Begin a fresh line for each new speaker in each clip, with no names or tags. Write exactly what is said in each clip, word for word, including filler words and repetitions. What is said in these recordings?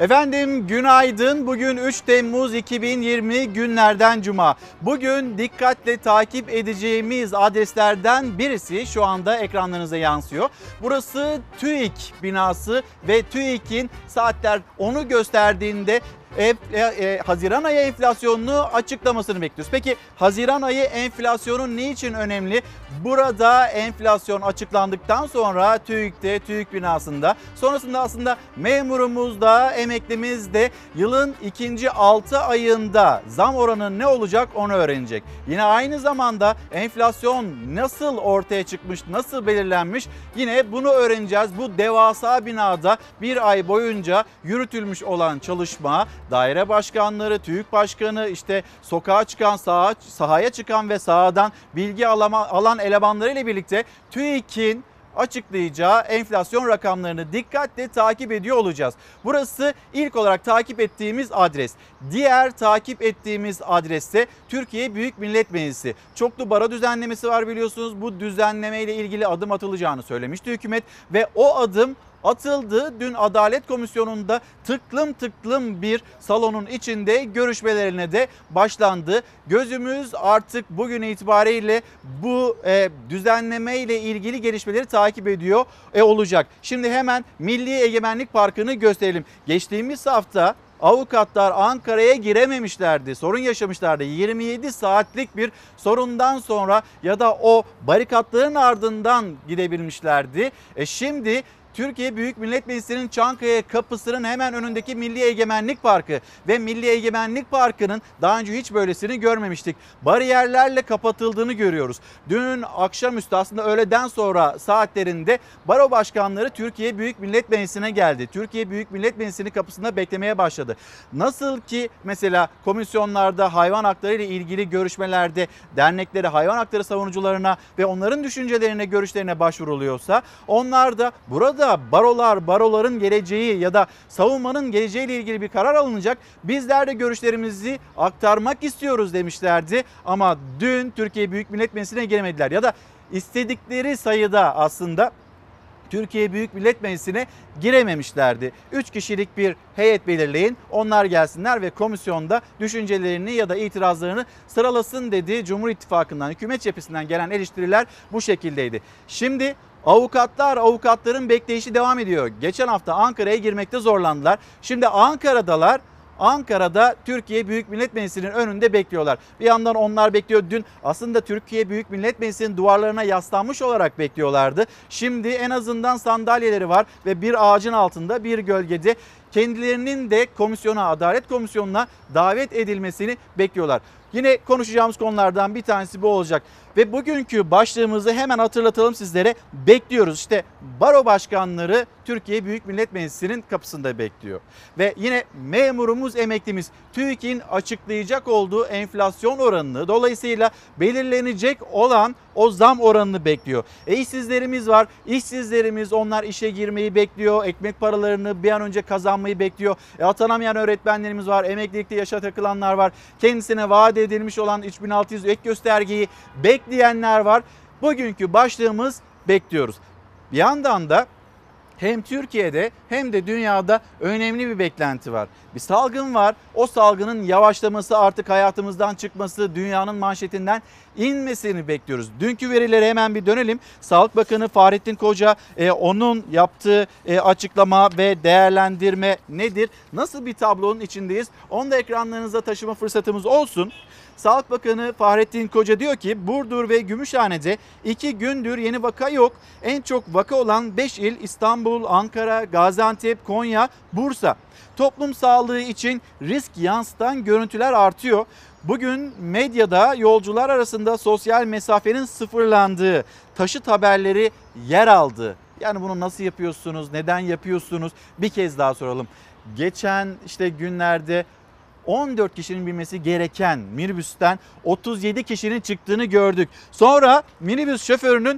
Efendim günaydın. Bugün üç Temmuz iki bin yirmi günlerden cuma. Bugün dikkatle takip edeceğimiz adreslerden birisi şu anda ekranlarınıza yansıyor. Burası TÜİK binası ve TÜİK'in saatler onu gösterdiğinde E, e, e, Haziran ayı enflasyonunu açıklamasını bekliyoruz. Peki Haziran ayı enflasyonu niçin önemli? Burada enflasyon açıklandıktan sonra TÜİK'te, TÜİK binasında, sonrasında aslında memurumuz da emeklimiz de yılın ikinci altı ayında zam oranı ne olacak onu öğrenecek. Yine aynı zamanda enflasyon nasıl ortaya çıkmış, nasıl belirlenmiş yine bunu öğreneceğiz. Bu devasa binada bir ay boyunca yürütülmüş olan çalışma, daire başkanları, TÜİK başkanı, işte sokağa çıkan, saha, sahaya çıkan ve sahadan bilgi alama, alan elemanlarıyla birlikte TÜİK'in açıklayacağı enflasyon rakamlarını dikkatle takip ediyor olacağız. Burası ilk olarak takip ettiğimiz adres. Diğer takip ettiğimiz adreste Türkiye Büyük Millet Meclisi. Çoklu baro düzenlemesi var biliyorsunuz. Bu düzenleme ile ilgili adım atılacağını söylemişti hükümet ve o adım atıldı. Dün Adalet Komisyonu'nda tıklım tıklım bir salonun içinde görüşmelerine de başlandı. Gözümüz artık bugün itibariyle bu e, düzenleme ile ilgili gelişmeleri takip ediyor e, olacak. Şimdi hemen Milli Egemenlik Parkı'nı gösterelim. Geçtiğimiz hafta avukatlar Ankara'ya girememişlerdi. Sorun yaşamışlardı. yirmi yedi saatlik bir sorundan sonra ya da o barikatların ardından gidebilmişlerdi. E şimdi Türkiye Büyük Millet Meclisi'nin Çankaya kapısının hemen önündeki Milli Egemenlik Parkı ve Milli Egemenlik Parkı'nın daha önce hiç böylesini görmemiştik. Bariyerlerle kapatıldığını görüyoruz. Dün akşamüstü aslında öğleden sonra saatlerinde baro başkanları Türkiye Büyük Millet Meclisi'ne geldi. Türkiye Büyük Millet Meclisi'nin kapısında beklemeye başladı. Nasıl ki mesela komisyonlarda hayvan hakları ile ilgili görüşmelerde derneklere, hayvan hakları savunucularına ve onların düşüncelerine, görüşlerine başvuruluyorsa onlar da burada barolar, baroların geleceği ya da savunmanın geleceğiyle ilgili bir karar alınacak. Bizler de görüşlerimizi aktarmak istiyoruz demişlerdi. Ama dün Türkiye Büyük Millet Meclisi'ne gelemediler ya da istedikleri sayıda aslında Türkiye Büyük Millet Meclisi'ne girememişlerdi. üç kişilik bir heyet belirleyin, onlar gelsinler ve komisyonda düşüncelerini ya da itirazlarını sıralasın dedi. Cumhur İttifakı'ndan, hükümet cephesinden gelen eleştiriler bu şekildeydi. Şimdi avukatlar, avukatların bekleyişi devam ediyor. Geçen hafta Ankara'ya girmekte zorlandılar. Şimdi Ankara'dalar. Ankara'da Türkiye Büyük Millet Meclisi'nin önünde bekliyorlar. Bir yandan onlar bekliyor. Dün aslında Türkiye Büyük Millet Meclisi'nin duvarlarına yaslanmış olarak bekliyorlardı. Şimdi en azından sandalyeleri var ve bir ağacın altında, bir gölgede kendilerinin de komisyona, Adalet Komisyonu'na davet edilmesini bekliyorlar. Yine konuşacağımız konulardan bir tanesi bu olacak. Ve bugünkü başlığımızı hemen hatırlatalım sizlere. Bekliyoruz. İşte baro başkanları Türkiye Büyük Millet Meclisi'nin kapısında bekliyor. Ve yine memurumuz, emeklimiz TÜİK'in açıklayacak olduğu enflasyon oranını, dolayısıyla belirlenecek olan o zam oranını bekliyor. E işsizlerimiz var. İşsizlerimiz, onlar işe girmeyi bekliyor. Ekmek paralarını bir an önce kazanmayı bekliyor. E atanamayan öğretmenlerimiz var. Emeklilikte yaşa takılanlar var. Kendisine vaat edilmiş olan üç bin altı yüz ek göstergeyi bekleyenler var. Bugünkü başlığımız bekliyoruz. Bir yandan da hem Türkiye'de hem de dünyada önemli bir beklenti var. Bir salgın var. O salgının yavaşlaması, artık hayatımızdan çıkması, dünyanın manşetinden inmesini bekliyoruz. Dünkü verilere hemen bir dönelim. Sağlık Bakanı Fahrettin Koca, e, onun yaptığı e, açıklama ve değerlendirme nedir? Nasıl bir tablonun içindeyiz? Onu da ekranlarınıza taşıma fırsatımız olsun. Sağlık Bakanı Fahrettin Koca diyor ki Burdur ve Gümüşhane'de iki gündür yeni vaka yok. En çok vaka olan beş il İstanbul, Ankara, Gaziantep, Konya, Bursa. Toplum sağlığı için risk yansıtan görüntüler artıyor. Bugün medyada yolcular arasında sosyal mesafenin sıfırlandığı taşıt haberleri yer aldı. Yani bunu nasıl yapıyorsunuz, neden yapıyorsunuz? Bir kez daha soralım. Geçen işte günlerde on dört kişinin binmesi gereken minibüsten otuz yedi kişinin çıktığını gördük. Sonra minibüs şoförünün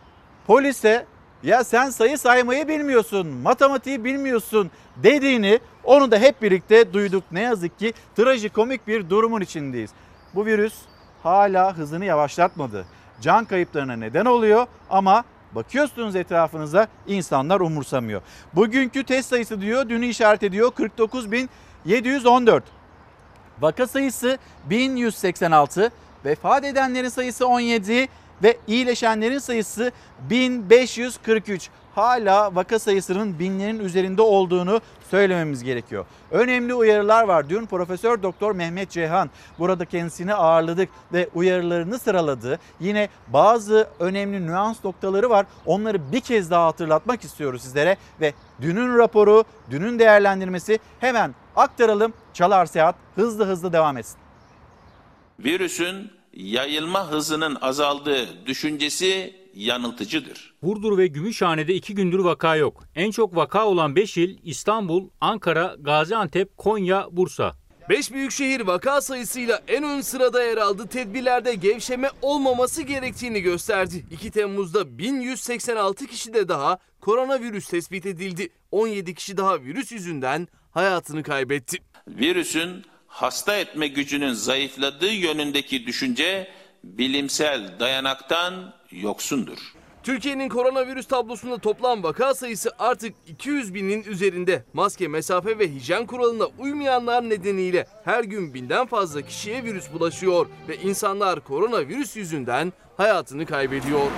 polise ya sen sayı saymayı bilmiyorsun, matematiği bilmiyorsun dediğini, onu da hep birlikte duyduk. Ne yazık ki trajikomik bir durumun içindeyiz. Bu virüs hala hızını yavaşlatmadı. Can kayıplarına neden oluyor ama bakıyorsunuz etrafınıza, insanlar umursamıyor. Bugünkü test sayısı diyor, dünü işaret ediyor, kırk dokuz bin yedi yüz on dört. Vaka sayısı bin yüz seksen altı, vefat edenlerin sayısı on yedi ve iyileşenlerin sayısı bin beş yüz kırk üç. Hala vaka sayısının binlerin üzerinde olduğunu söylememiz gerekiyor. Önemli uyarılar var. Dün Profesör Doktor Mehmet Ceyhan burada kendisini ağırladık ve uyarılarını sıraladı. Yine bazı önemli nüans noktaları var. Onları bir kez daha hatırlatmak istiyoruz sizlere ve dünün raporu, dünün değerlendirmesi hemen aktaralım. Çalar Saat hızlı hızlı devam etsin.
Virüsün yayılma hızının azaldığı düşüncesi yanıltıcıdır.
Burdur ve Gümüşhane'de iki gündür vaka yok. En çok vaka olan beş il İstanbul, Ankara, Gaziantep, Konya, Bursa.
beş büyükşehir vaka sayısıyla en ön sırada yer aldı. Tedbirlerde gevşeme olmaması gerektiğini gösterdi. iki Temmuz'da bin yüz seksen altı kişide daha koronavirüs tespit edildi. on yedi kişi daha virüs yüzünden hayatını kaybetti.
Virüsün hasta etme gücünün zayıfladığı yönündeki düşünce bilimsel dayanaktan yoksundur.
Türkiye'nin koronavirüs tablosunda toplam vaka sayısı artık iki yüz binin üzerinde. Maske, mesafe ve hijyen kuralına uymayanlar nedeniyle her gün binden fazla kişiye virüs bulaşıyor ve insanlar koronavirüs yüzünden hayatını kaybediyor.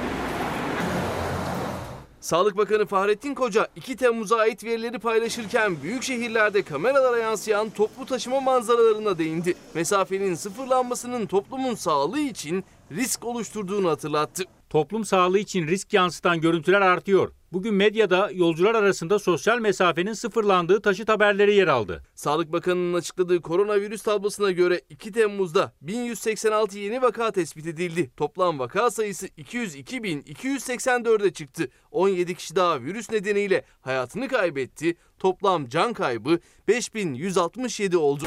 Sağlık Bakanı Fahrettin Koca iki Temmuz'a ait verileri paylaşırken büyük şehirlerde kameralara yansıyan toplu taşıma manzaralarına değindi. Mesafenin sıfırlanmasının toplumun sağlığı için risk oluşturduğunu hatırlattı.
Toplum sağlığı için risk yansıtan görüntüler artıyor. Bugün medyada yolcular arasında sosyal mesafenin sıfırlandığı taşıt haberleri yer aldı.
Sağlık Bakanı'nın açıkladığı koronavirüs tablosuna göre iki Temmuz'da bin yüz seksen altı yeni vaka tespit edildi. Toplam vaka sayısı iki yüz iki bin iki yüz seksen dörde çıktı. on yedi kişi daha virüs nedeniyle hayatını kaybetti. Toplam can kaybı beş bin yüz altmış yedi oldu.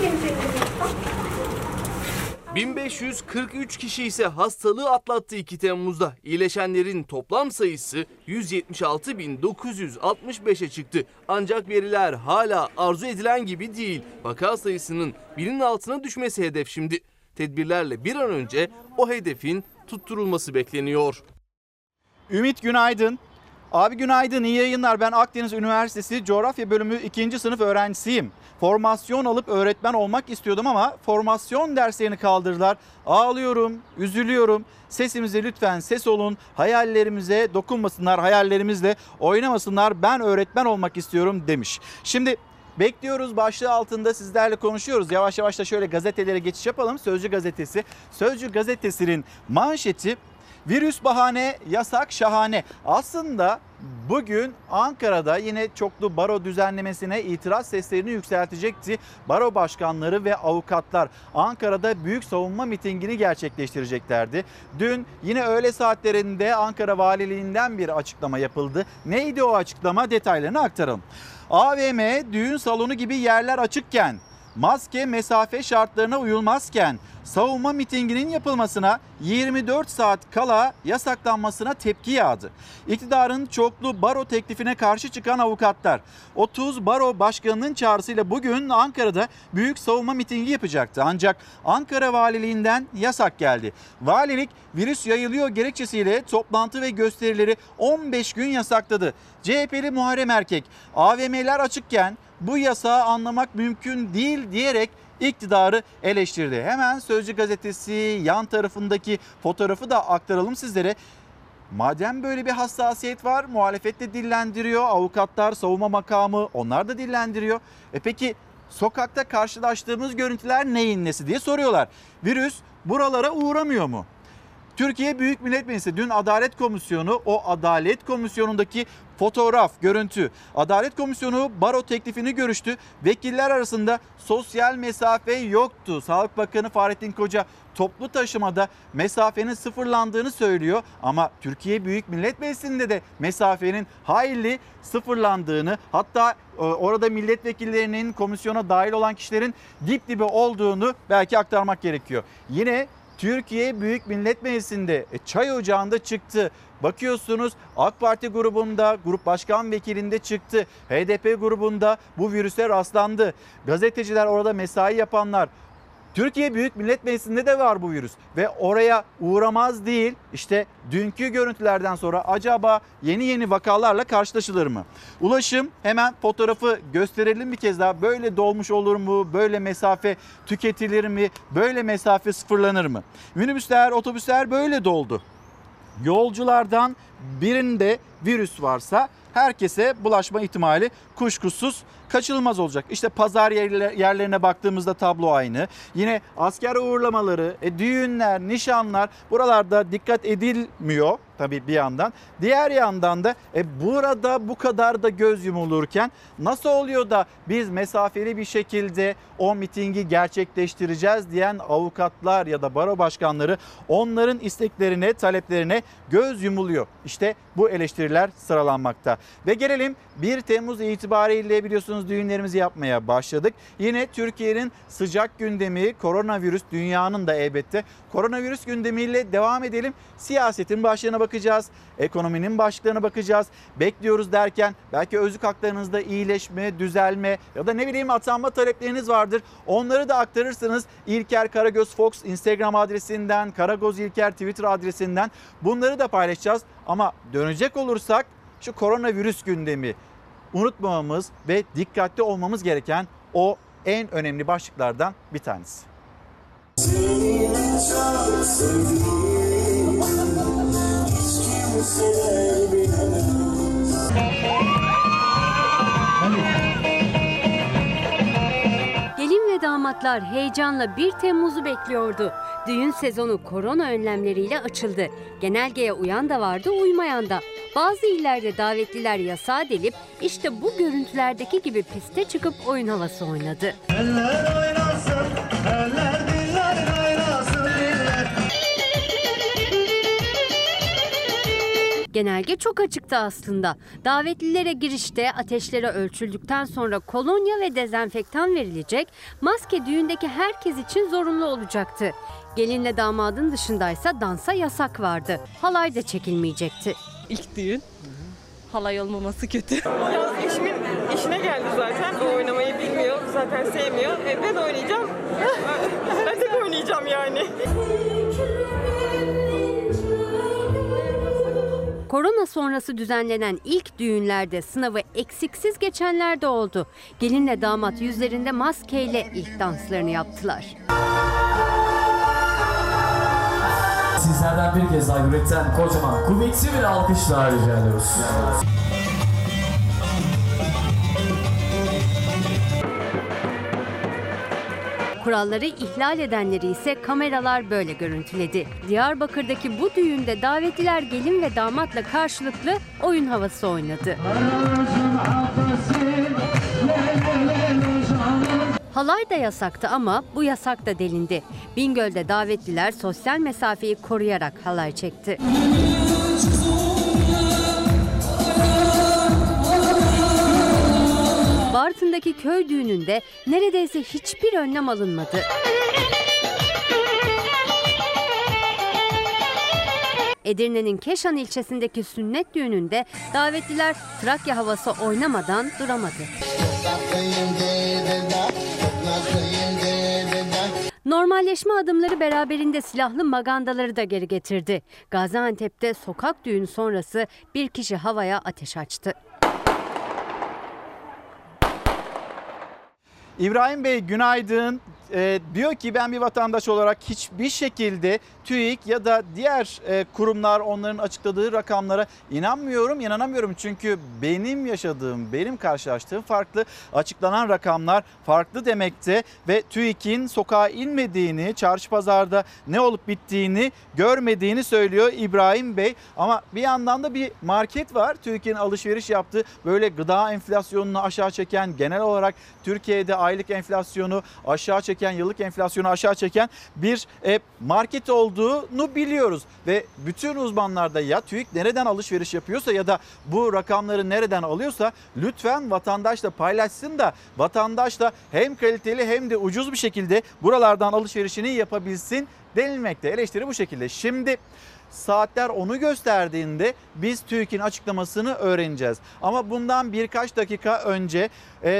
bin beş yüz kırk üç kişi ise hastalığı atlattı iki Temmuz'da. İyileşenlerin toplam sayısı yüz yetmiş altı bin dokuz yüz altmış beşe çıktı. Ancak veriler hala arzu edilen gibi değil. Vaka sayısının binin altına düşmesi hedef şimdi. Tedbirlerle bir an önce o hedefin tutturulması bekleniyor.
Ümit günaydın. Abi günaydın, iyi yayınlar. Ben Akdeniz Üniversitesi Coğrafya Bölümü ikinci sınıf öğrencisiyim. Formasyon alıp öğretmen olmak istiyordum ama formasyon derslerini kaldırdılar. Ağlıyorum, üzülüyorum. Sesimize lütfen ses olun. Hayallerimize dokunmasınlar, hayallerimizle oynamasınlar. Ben öğretmen olmak istiyorum demiş. Şimdi bekliyoruz başlığı altında sizlerle konuşuyoruz. Yavaş yavaş da şöyle gazetelere geçiş yapalım. Sözcü gazetesi. Sözcü gazetesinin manşeti: virüs bahane, yasak şahane. Aslında bugün Ankara'da yine çoklu baro düzenlemesine itiraz seslerini yükseltecekti. Baro başkanları ve avukatlar Ankara'da büyük savunma mitingini gerçekleştireceklerdi. Dün yine öğle saatlerinde Ankara Valiliğinden bir açıklama yapıldı. Neydi o açıklama? Detaylarını aktaralım. A V M, düğün salonu gibi yerler açıkken, maske, mesafe şartlarına uyulmazken savunma mitinginin yapılmasına yirmi dört saat kala yasaklanmasına tepki yağdı. İktidarın çoklu baro teklifine karşı çıkan avukatlar otuz baro başkanının çağrısıyla bugün Ankara'da büyük savunma mitingi yapacaktı. Ancak Ankara Valiliğinden yasak geldi. Valilik virüs yayılıyor gerekçesiyle toplantı ve gösterileri on beş gün yasakladı. C H P'li Muharrem Erkek, A V M'ler açıkken bu yasağı anlamak mümkün değil diyerek iktidarı eleştirdi. Hemen Sözcü gazetesi yan tarafındaki fotoğrafı da aktaralım sizlere. Madem böyle bir hassasiyet var, muhalefet de dillendiriyor, avukatlar, savunma makamı, onlar da dillendiriyor. E peki sokakta karşılaştığımız görüntüler neyin nesi diye soruyorlar. Virüs buralara uğramıyor mu? Türkiye Büyük Millet Meclisi dün Adalet Komisyonu, o Adalet Komisyonu'ndaki fotoğraf, görüntü. Adalet Komisyonu baro teklifini görüştü. Vekiller arasında sosyal mesafe yoktu. Sağlık Bakanı Fahrettin Koca toplu taşımada mesafenin sıfırlandığını söylüyor. Ama Türkiye Büyük Millet Meclisi'nde de mesafenin hayli sıfırlandığını, hatta orada milletvekillerinin, komisyona dahil olan kişilerin dip dibe olduğunu belki aktarmak gerekiyor. Yine Türkiye Büyük Millet Meclisi'nde e, çay ocağında çıktı. Bakıyorsunuz AK Parti grubunda, grup başkan vekilinde çıktı. H D P grubunda bu virüse rastlandı. Gazeteciler, orada mesai yapanlar Türkiye Büyük Millet Meclisi'nde de var bu virüs ve oraya uğramaz değil. İşte dünkü görüntülerden sonra acaba yeni yeni vakalarla karşılaşılır mı? Ulaşım, hemen fotoğrafı gösterelim bir kez daha. Böyle dolmuş olur mu? Böyle mesafe tüketilir mi? Böyle mesafe sıfırlanır mı? Minibüsler, otobüsler böyle doldu. Yolculardan birinde virüs varsa herkese bulaşma ihtimali kuşkusuz kaçınılmaz olacak. İşte pazar yerlerine baktığımızda tablo aynı. Yine asker uğurlamaları, e, düğünler, nişanlar, buralarda dikkat edilmiyor tabii bir yandan. Diğer yandan da e, burada bu kadar da göz yumulurken nasıl oluyor da biz mesafeli bir şekilde o mitingi gerçekleştireceğiz diyen avukatlar ya da baro başkanları, onların isteklerine, taleplerine göz yumuluyor. İşte bu eleştiriler sıralanmakta. Ve gelelim bir Temmuz itibariyle biliyorsunuz düğünlerimizi yapmaya başladık. Yine Türkiye'nin sıcak gündemi koronavirüs, dünyanın da elbette koronavirüs gündemiyle devam edelim. Siyasetin başlığına bakacağız, ekonominin başlıklarına bakacağız. Bekliyoruz derken belki özlük haklarınızda iyileşme, düzelme ya da ne bileyim atanma talepleriniz vardır. Onları da aktarırsınız. İlker Karagöz Fox Instagram adresinden, Karagöz İlker Twitter adresinden bunları da paylaşacağız. Ama dönecek olursak şu koronavirüs gündemi unutmamamız ve dikkatli olmamız gereken o en önemli başlıklardan bir tanesi.
Gelin ve damatlar heyecanla bir Temmuz'u bekliyordu. Düğün sezonu korona önlemleriyle açıldı. Genelgeye uyan da vardı, uymayan da. Bazı illerde davetliler yasağa delip işte bu görüntülerdeki gibi piste çıkıp oyun havası oynadı. Eller oynasın, eller diller oynasın, diller. Genelge çok açıktı aslında. Davetlilere girişte ateşlere ölçüldükten sonra kolonya ve dezenfektan verilecek, maske düğündeki herkes için zorunlu olacaktı. Gelinle damadın dışındaysa dansa yasak vardı. Halay da çekilmeyecekti.
İlk düğün. Halay olmaması kötü.
Ya eşimin işine geldi zaten. O oynamayı bilmiyor. Zaten sevmiyor. E ben oynayacağım. Ben tek oynayacağım yani.
Korona sonrası düzenlenen ilk düğünlerde sınavı eksiksiz geçenler de oldu. Gelinle damat yüzlerinde maskeyle ilk danslarını yaptılar.
Sizlerden bir kez daha yürekten kocaman, kuvvetli bir alkışlar rica ediyoruz.
Kuralları ihlal edenleri ise kameralar böyle görüntüledi. Diyarbakır'daki bu düğünde davetliler gelin ve damatla karşılıklı oyun havası oynadı. Halay da yasaktı ama bu yasak da delindi. Bingöl'de davetliler sosyal mesafeyi koruyarak halay çekti. Bartın'daki köy düğününde neredeyse hiçbir önlem alınmadı. Edirne'nin Keşan ilçesindeki sünnet düğününde davetliler Trakya havası oynamadan duramadı. Normalleşme adımları beraberinde silahlı magandaları da geri getirdi. Gaziantep'te sokak düğünü sonrası bir kişi havaya ateş açtı.
İbrahim Bey günaydın. Ee, diyor ki ben bir vatandaş olarak hiçbir şekilde TÜİK ya da diğer e, kurumlar onların açıkladığı rakamlara inanmıyorum, inanamıyorum. Çünkü benim yaşadığım, benim karşılaştığım farklı, açıklanan rakamlar farklı demekte ve TÜİK'in sokağa inmediğini, çarşı pazarda ne olup bittiğini görmediğini söylüyor İbrahim Bey. Ama bir yandan da bir market var. TÜİK'in alışveriş yaptığı, böyle gıda enflasyonunu aşağı çeken, genel olarak Türkiye'de aylık enflasyonu aşağı çeken, yıllık enflasyonu aşağı çeken bir e, market olduğunu biliyoruz. Ve bütün uzmanlar da ya TÜİK nereden alışveriş yapıyorsa ya da bu rakamları nereden alıyorsa lütfen vatandaşla paylaşsın da vatandaş da hem kaliteli hem de ucuz bir şekilde buralardan alışverişini yapabilsin denilmekte. Eleştiri bu şekilde. Şimdi saatler onu gösterdiğinde biz TÜİK'in açıklamasını öğreneceğiz. Ama bundan birkaç dakika önce e,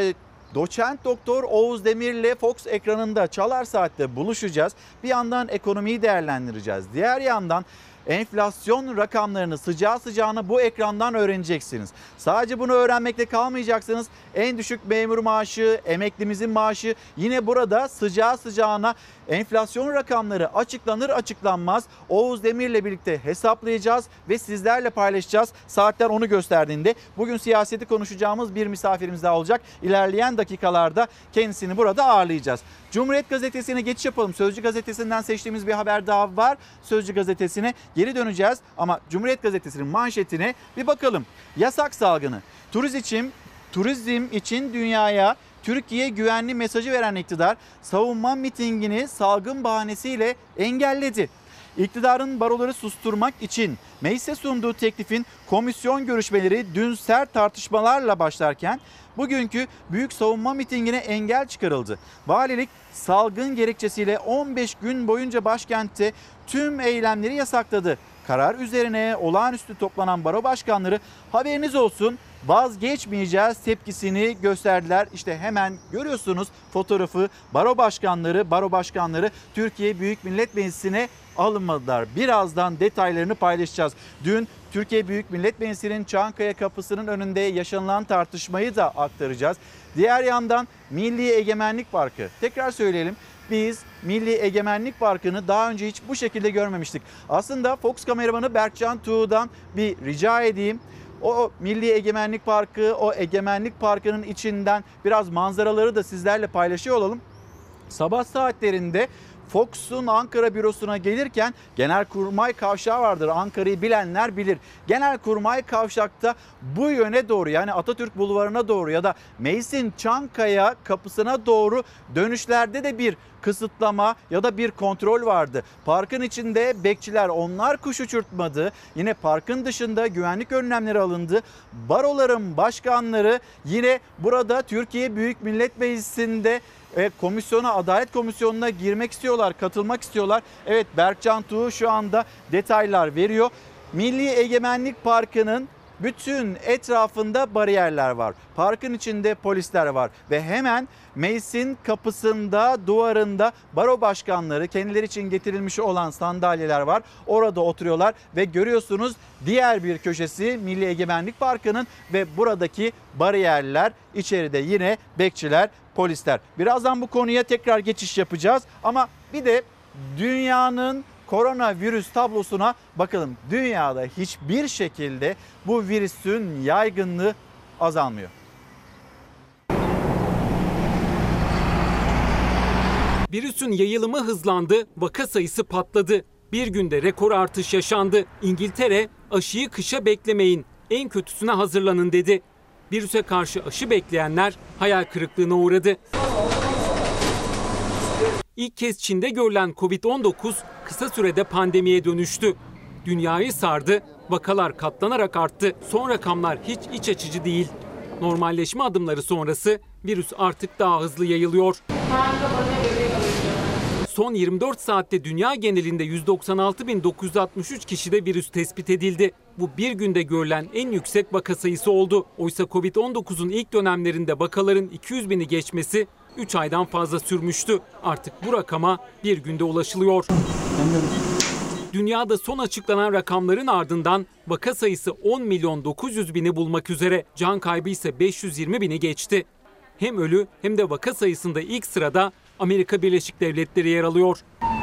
Doçent Doktor Oğuz Demir'le Fox ekranında Çalar Saat'te buluşacağız. Bir yandan ekonomiyi değerlendireceğiz. Diğer yandan enflasyon rakamlarını sıcağı sıcağına bu ekrandan öğreneceksiniz. Sadece bunu öğrenmekle kalmayacaksınız. En düşük memur maaşı, emeklimizin maaşı yine burada sıcağı sıcağına enflasyon rakamları açıklanır açıklanmaz Oğuz Demir'le birlikte hesaplayacağız ve sizlerle paylaşacağız. Saatler onu gösterdiğinde bugün siyaseti konuşacağımız bir misafirimiz daha olacak. İlerleyen dakikalarda kendisini burada ağırlayacağız. Cumhuriyet Gazetesi'ne geçiş yapalım. Sözcü Gazetesi'nden seçtiğimiz bir haber daha var. Sözcü Gazetesi'ne geri döneceğiz ama Cumhuriyet Gazetesi'nin manşetine bir bakalım. Yasak salgını. Turizm için, turizm için dünyaya Türkiye güvenli mesajı veren iktidar savunma mitingini salgın bahanesiyle engelledi. İktidarın baroları susturmak için meclise sunduğu teklifin komisyon görüşmeleri dün sert tartışmalarla başlarken bugünkü büyük savunma mitingine engel çıkarıldı. Valilik salgın gerekçesiyle on beş gün boyunca başkentte tüm eylemleri yasakladı. Karar üzerine olağanüstü toplanan baro başkanları haberiniz olsun vazgeçmeyeceğiz tepkisini gösterdiler. İşte hemen görüyorsunuz fotoğrafı, baro başkanları, baro başkanları Türkiye Büyük Millet Meclisi'ne alınmadılar. Birazdan detaylarını paylaşacağız. Dün Türkiye Büyük Millet Meclisi'nin Çankaya kapısının önünde yaşanılan tartışmayı da aktaracağız. Diğer yandan Milli Egemenlik Parkı. Tekrar söyleyelim. Biz Milli Egemenlik Parkı'nı daha önce hiç bu şekilde görmemiştik. Aslında Fox kameramanı Berkcan Tuğ'dan bir rica edeyim. O Milli Egemenlik Parkı, o Egemenlik Parkı'nın içinden biraz manzaraları da sizlerle paylaşıyor olalım. Sabah saatlerinde Fox'un Ankara bürosuna gelirken Genelkurmay Kavşağı vardır. Ankara'yı bilenler bilir. Genelkurmay Kavşak'ta bu yöne doğru yani Atatürk Bulvarı'na doğru ya da meclisin Çankaya kapısına doğru dönüşlerde de bir kısıtlama ya da bir kontrol vardı. Parkın içinde bekçiler onlar kuş uçurtmadı. Yine parkın dışında güvenlik önlemleri alındı. Baroların başkanları yine burada Türkiye Büyük Millet Meclisi'nde ve komisyona, Adalet Komisyonu'na girmek istiyorlar, katılmak istiyorlar. Evet, Berkcan Tuğ şu anda detaylar veriyor. Milli Egemenlik Parkı'nın bütün etrafında bariyerler var. Parkın içinde polisler var ve hemen meclisin kapısında, duvarında baro başkanları, kendileri için getirilmiş olan sandalyeler var. Orada oturuyorlar ve görüyorsunuz diğer bir köşesi Milli Egemenlik Parkı'nın ve buradaki bariyerler, içeride yine bekçiler, polisler. Birazdan bu konuya tekrar geçiş yapacağız ama bir de dünyanın koronavirüs tablosuna bakalım. Dünyada hiçbir şekilde bu virüsün yaygınlığı azalmıyor.
Virüsün yayılımı hızlandı, vaka sayısı patladı. Bir günde rekor artış yaşandı. İngiltere aşıyı kışa beklemeyin, en kötüsüne hazırlanın dedi. Virüse karşı aşı bekleyenler hayal kırıklığına uğradı. İlk kez Çin'de görülen kovid on dokuz kısa sürede pandemiye dönüştü. Dünyayı sardı, vakalar katlanarak arttı. Son rakamlar hiç iç açıcı değil. Normalleşme adımları sonrası virüs artık daha hızlı yayılıyor. Son yirmi dört saatte dünya genelinde yüz doksan altı bin dokuz yüz altmış üç kişide virüs tespit edildi. Bu bir günde görülen en yüksek vaka sayısı oldu. Oysa kovid on dokuzun ilk dönemlerinde vakaların iki yüz bini geçmesi üç aydan fazla sürmüştü. Artık bu rakama bir günde ulaşılıyor. Dünyada son açıklanan rakamların ardından vaka sayısı on milyon dokuz yüz bini bulmak üzere. Can kaybı ise beş yüz yirmi bini geçti. Hem ölü hem de vaka sayısında ilk sırada Amerika Birleşik Devletleri yer alıyor.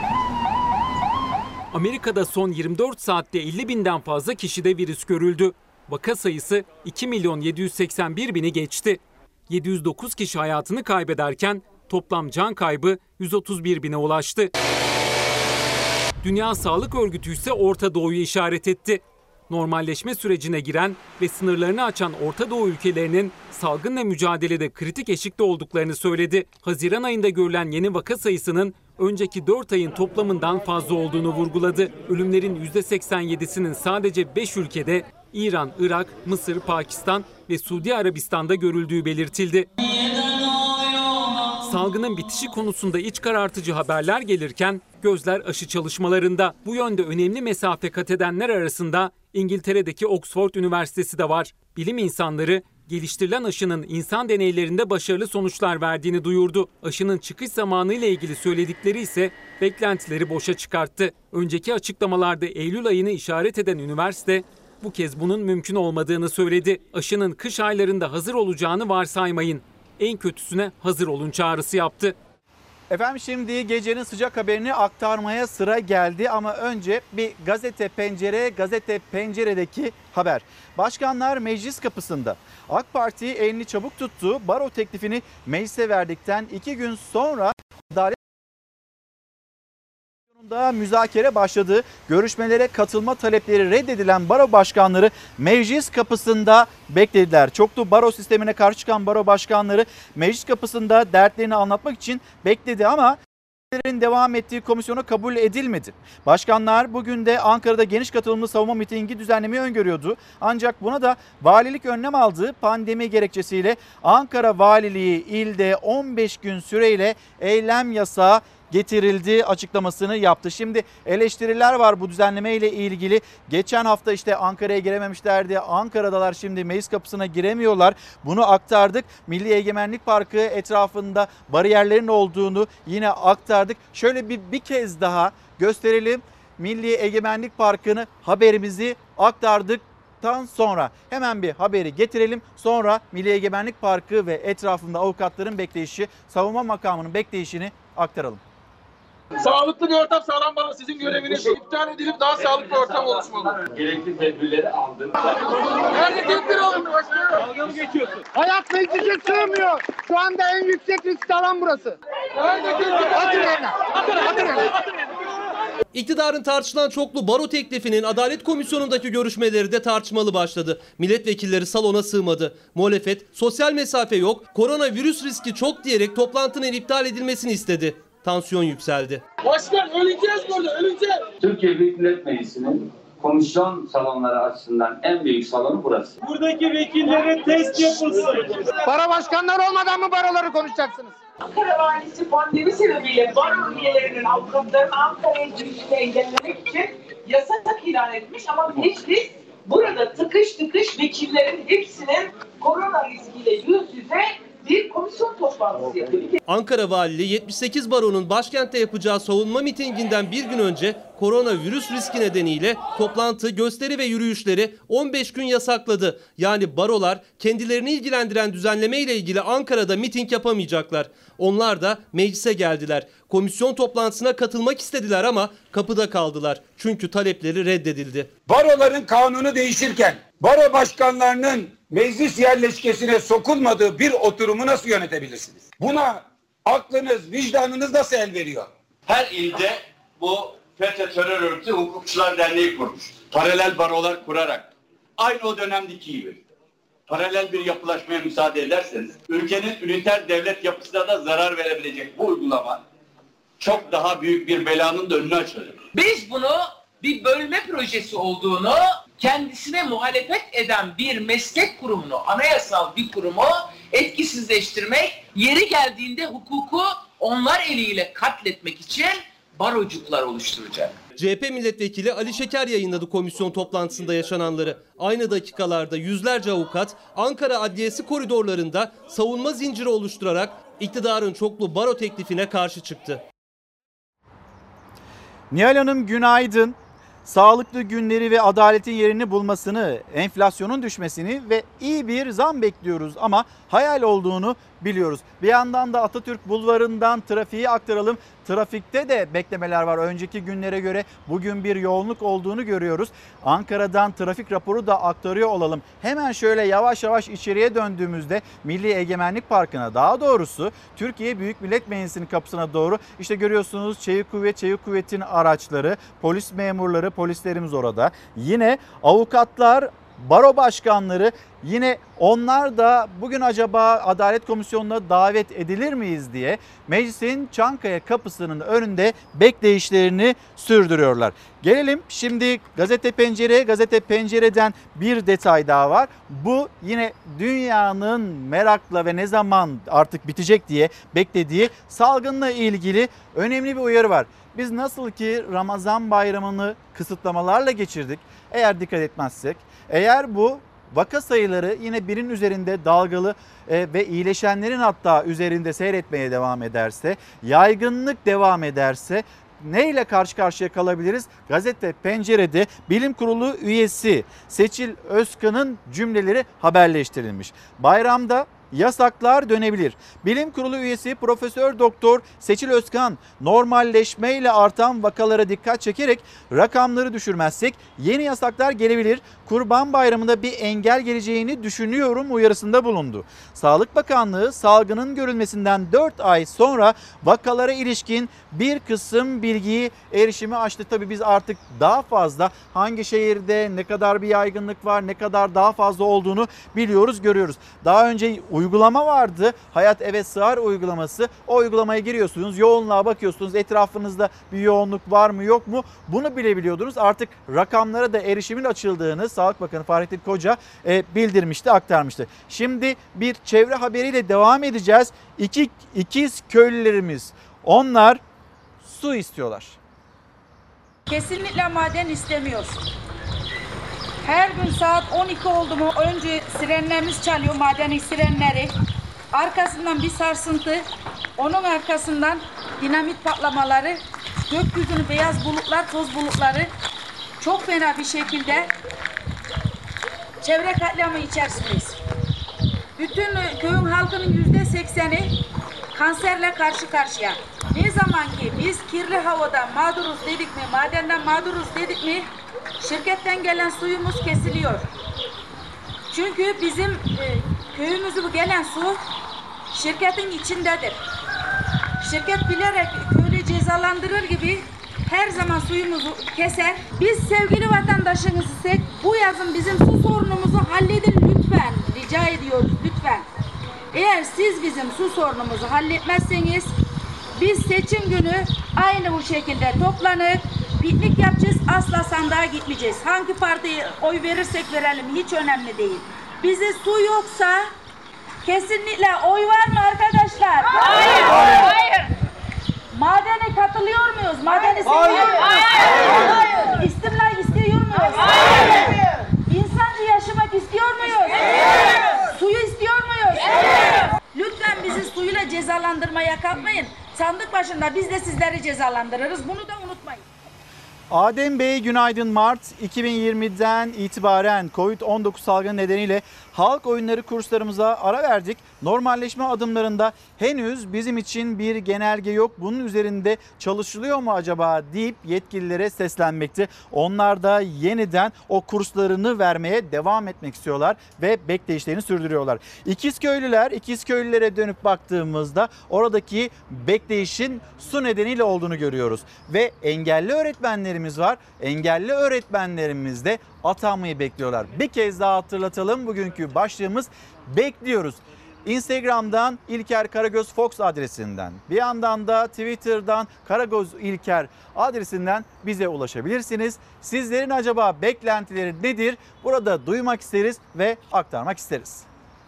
Amerika'da son yirmi dört saatte elli binden fazla kişide virüs görüldü. Vaka sayısı iki milyon yedi yüz seksen bir bini geçti. yedi yüz dokuz kişi hayatını kaybederken toplam can kaybı yüz otuz bir bine ulaştı. Dünya Sağlık Örgütü ise Orta Doğu'yu işaret etti. Normalleşme sürecine giren ve sınırlarını açan Orta Doğu ülkelerinin salgınla mücadelede kritik eşikte olduklarını söyledi. Haziran ayında görülen yeni vaka sayısının önceki dört ayın toplamından fazla olduğunu vurguladı. Ölümlerin yüzde seksen yedisinin sadece beş ülkede İran, Irak, Mısır, Pakistan ve Suudi Arabistan'da görüldüğü belirtildi. Salgının bitişi konusunda iç karartıcı haberler gelirken gözler aşı çalışmalarında. Bu yönde önemli mesafe kat edenler arasında İngiltere'deki Oxford Üniversitesi de var. Bilim insanları geliştirilen aşının insan deneylerinde başarılı sonuçlar verdiğini duyurdu. Aşının çıkış zamanı ile ilgili söyledikleri ise beklentileri boşa çıkarttı. Önceki açıklamalarda Eylül ayını işaret eden üniversite bu kez bunun mümkün olmadığını söyledi. Aşının kış aylarında hazır olacağını varsaymayın. En kötüsüne hazır olun çağrısı yaptı.
Efendim şimdi gecenin sıcak haberini aktarmaya sıra geldi ama önce bir gazete pencere, gazete penceredeki haber. Başkanlar meclis kapısında. AK Parti elini çabuk tuttu. Baro teklifini meclise verdikten iki gün sonra Adalet Komisyonu'nda müzakere başladı. Görüşmelere katılma talepleri reddedilen baro başkanları meclis kapısında beklediler. Çoklu baro sistemine karşı çıkan baro başkanları meclis kapısında dertlerini anlatmak için bekledi ama devam ettiği komisyona kabul edilmedi. Başkanlar bugün de Ankara'da geniş katılımlı savunma mitingi düzenlemeyi öngörüyordu. Ancak buna da valilik önlem aldı. Pandemi gerekçesiyle Ankara Valiliği ilde on beş gün süreyle eylem yasağı getirildi açıklamasını yaptı. Şimdi eleştiriler var bu düzenleme ile ilgili. Geçen hafta işte Ankara'ya girememişlerdi. Ankara'dalar, şimdi meclis kapısına giremiyorlar. Bunu aktardık. Milli Egemenlik Parkı etrafında bariyerlerin olduğunu yine aktardık. Şöyle bir, bir kez daha gösterelim. Milli Egemenlik Parkı'nı haberimizi aktardık. Sonra hemen bir haberi getirelim. Sonra Milli Egemenlik Parkı ve etrafında avukatların bekleyişi, savunma makamının bekleyişini aktaralım.
Sağlıklı bir ortam sağlanmalı. Sizin göreviniz iptal edilip daha sağlıklı bir ortam oluşmalı.
Gerekli tedbirleri aldım.
Nerede tedbir alındı başkanım?
Dalga mı geçiyorsun?
Hayat meclise sığmıyor. Şu anda en yüksek risk alan burası.
Nerede tedbir?
Atın eline. Atın eline.
İktidarın tartışılan çoklu baro teklifinin Adalet Komisyonu'ndaki görüşmeleri de tartışmalı başladı. Milletvekilleri salona sığmadı. Muhalefet sosyal mesafe yok, koronavirüs riski çok diyerek toplantının iptal edilmesini istedi. Tansiyon yükseldi.
Başkan öleceğiz burada, öleceğiz.
Türkiye Büyük Millet Meclisi'nin komisyon salonları açısından en büyük salonu burası.
Buradaki vekillerin test yapılsın.
Baro başkanlar olmadan mı baroları konuşacaksınız?
Ankara Valisi pandemi sebebiyle baro üyelerinin avukatlarının Ankara'ya girişini engellemek için yasak ilan etmiş ama meclis burada tıkış tıkış vekillerin hepsinin korona riskiyle yüz yüze bir komisyon toplantısı yapıyor.
Ankara Valiliği yetmiş sekiz baronun başkentte yapacağı savunma mitinginden bir gün önce koronavirüs riski nedeniyle toplantı, gösteri ve yürüyüşleri on beş gün yasakladı. Yani barolar kendilerini ilgilendiren düzenleme ile ilgili Ankara'da miting yapamayacaklar. Onlar da meclise geldiler. Komisyon toplantısına katılmak istediler ama kapıda kaldılar. Çünkü talepleri reddedildi.
Baroların kanunu değişirken baro başkanlarının meclis yerleşkesine sokulmadığı bir oturumu nasıl yönetebilirsiniz? Buna aklınız, vicdanınız nasıl el veriyor?
Her ilde bu FETÖ terör örgütü hukukçular derneği kurmuş. Paralel barolar kurarak aynı o dönemdeki gibi paralel bir yapılaşmaya müsaade ederseniz ülkenin üniter devlet yapısına da zarar verebilecek bu uygulama çok daha büyük bir belanın da önünü açacak.
Biz bunu bir bölme projesi olduğunu, kendisine muhalefet eden bir meslek kurumunu, anayasal bir kurumu etkisizleştirmek, yeri geldiğinde hukuku onlar eliyle katletmek için barocuklar oluşturacak.
C H P milletvekili Ali Şeker yayınladı komisyon toplantısında yaşananları. Aynı dakikalarda yüzlerce avukat Ankara Adliyesi koridorlarında savunma zinciri oluşturarak iktidarın çoklu baro teklifine karşı çıktı.
Nihal Hanım günaydın. Sağlıklı günleri ve adaletin yerini bulmasını, enflasyonun düşmesini ve iyi bir zam bekliyoruz ama hayal olduğunu biliyoruz. Bir yandan da Atatürk Bulvarı'ndan trafiği aktaralım. Trafikte de beklemeler var. Önceki günlere göre bugün bir yoğunluk olduğunu görüyoruz. Ankara'dan trafik raporu da aktarıyor olalım. Hemen şöyle yavaş yavaş içeriye döndüğümüzde Milli Egemenlik Parkı'na, daha doğrusu Türkiye Büyük Millet Meclisi'nin kapısına doğru işte görüyorsunuz Çevik Kuvvet, Çevik Kuvvet'in araçları, polis memurları, polislerimiz orada. Yine avukatlar, baro başkanları Yine onlar da bugün acaba Adalet Komisyonu'na davet edilir miyiz diye meclisin Çankaya kapısının önünde bekleyişlerini sürdürüyorlar. Gelelim şimdi Gazete Pencere'ye. Gazete Pencere'den bir detay daha var. Bu yine dünyanın merakla ve ne zaman artık bitecek diye beklediği salgınla ilgili önemli bir uyarı var. Biz nasıl ki Ramazan bayramını kısıtlamalarla geçirdik, eğer dikkat etmezsek, eğer bu vaka sayıları yine birin üzerinde dalgalı e, ve iyileşenlerin hatta üzerinde seyretmeye devam ederse, yaygınlık devam ederse neyle karşı karşıya kalabiliriz? Gazete Pencere'de Bilim Kurulu üyesi Seçil Özkan'ın cümleleri haberleştirilmiş. Bayramda yasaklar dönebilir. Bilim Kurulu üyesi Profesör Doktor Seçil Özkan normalleşmeyle artan vakalara dikkat çekerek rakamları düşürmezsek yeni yasaklar gelebilir. Kurban Bayramı'nda bir engel geleceğini düşünüyorum uyarısında bulundu. Sağlık Bakanlığı salgının görülmesinden dört ay sonra vakalara ilişkin bir kısım bilgiyi erişimi açtı. Tabii biz artık daha fazla hangi şehirde ne kadar bir yaygınlık var, ne kadar daha fazla olduğunu biliyoruz, görüyoruz. Daha önce uygulama vardı. Hayat Eve Sığar uygulaması. O uygulamaya giriyorsunuz, yoğunluğa bakıyorsunuz. Etrafınızda bir yoğunluk var mı yok mu? Bunu bilebiliyordunuz. Artık rakamlara da erişimin açıldığını Sağlık Bakanı Fahrettin Koca e, bildirmişti, aktarmıştı. Şimdi bir çevre haberiyle devam edeceğiz. İki ikiz köylülerimiz, onlar su istiyorlar.
Kesinlikle maden istemiyoruz. Her gün saat on iki oldu mu önce sirenlerimiz çalıyor, madenin sirenleri. Arkasından bir sarsıntı, onun arkasından dinamit patlamaları, gökyüzünü beyaz bulutlar, toz bulutları çok fena bir şekilde çevre katliamı içerisindeyiz. Bütün köyün halkının yüzde sekseni kanserle karşı karşıya. Ne zaman ki biz kirli havadan mağduruz dedik mi, madenden mağduruz dedik mi, şirketten gelen suyumuz kesiliyor. Çünkü bizim e, köyümüzü gelen su şirketin içindedir. Şirket bilerek köylü cezalandırır gibi her zaman suyumuzu keser. Biz sevgili vatandaşınız isek bu yazın bizim su sorunumuzu halledin lütfen. Rica ediyoruz lütfen. Eğer siz bizim su sorunumuzu halletmezseniz biz seçim günü aynı bu şekilde toplanıp piknik yapacağız, asla sandığa gitmeyeceğiz. Hangi partiye oy verirsek verelim hiç önemli değil. Bize su yoksa kesinlikle oy var mı arkadaşlar?
Hayır. Hayır. Hayır.
Madene katılıyor muyuz? Madeni seviyor muyuz?
Hayır.
Hayır. İstimlak istiyor muyuz?
Hayır.
İnsanca yaşamak istiyor muyuz?
Evet.
Suyu istiyor muyuz?
Evet.
Lütfen bizi suyla cezalandırmaya kalkmayın. Sandık başında biz de sizleri cezalandırırız. Bunu da unutmayın.
Adem Bey günaydın. Mart iki bin yirmiden itibaren Covid on dokuz salgını nedeniyle halk oyunları kurslarımıza ara verdik. Normalleşme adımlarında henüz bizim için bir genelge yok. Bunun üzerinde çalışılıyor mu acaba deyip yetkililere seslenmekte. Onlar da yeniden o kurslarını vermeye devam etmek istiyorlar ve bekleyişlerini sürdürüyorlar. İkizköylüler, İkizköylülere dönüp baktığımızda oradaki bekleyişin su nedeniyle olduğunu görüyoruz. Ve engelli öğretmenlerimiz var. Engelli öğretmenlerimiz de atanmayı bekliyorlar. Bir kez daha hatırlatalım, bugünkü başlığımız bekliyoruz. Instagram'dan İlker Karagöz Fox adresinden, bir yandan da Twitter'dan Karagöz İlker adresinden bize ulaşabilirsiniz. Sizlerin acaba beklentileri nedir? Burada duymak isteriz ve aktarmak isteriz.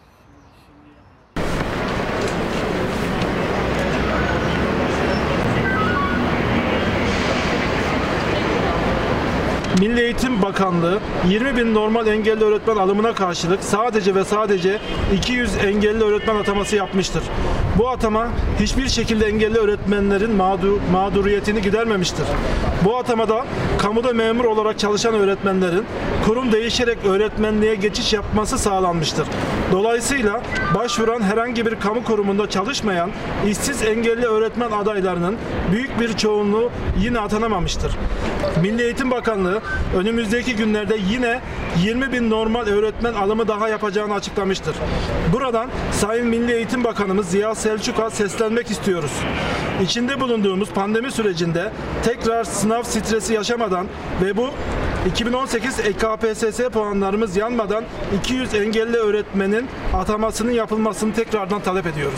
Milli Eğitim Bakanlığı yirmi bin normal engelli öğretmen alımına karşılık sadece ve sadece iki yüz engelli öğretmen ataması yapmıştır. Bu atama hiçbir şekilde engelli öğretmenlerin mağdur, mağduriyetini gidermemiştir. Bu atamada kamuda memur olarak çalışan öğretmenlerin kurum değişerek öğretmenliğe geçiş yapması sağlanmıştır. Dolayısıyla başvuran herhangi bir kamu kurumunda çalışmayan işsiz engelli öğretmen adaylarının büyük bir çoğunluğu yine atanamamıştır. Milli Eğitim Bakanlığı önümüzdeki günlerde yine yirmi bin normal öğretmen alımı daha yapacağını açıklamıştır. Buradan Sayın Milli Eğitim Bakanımız Ziya Selçuk'a seslenmek istiyoruz. İçinde bulunduğumuz pandemi sürecinde tekrar sınav stresi yaşamadan ve bu iki bin on sekiz E K P S S puanlarımız yanmadan iki yüz engelli öğretmenin atamasının yapılmasını tekrardan talep ediyoruz.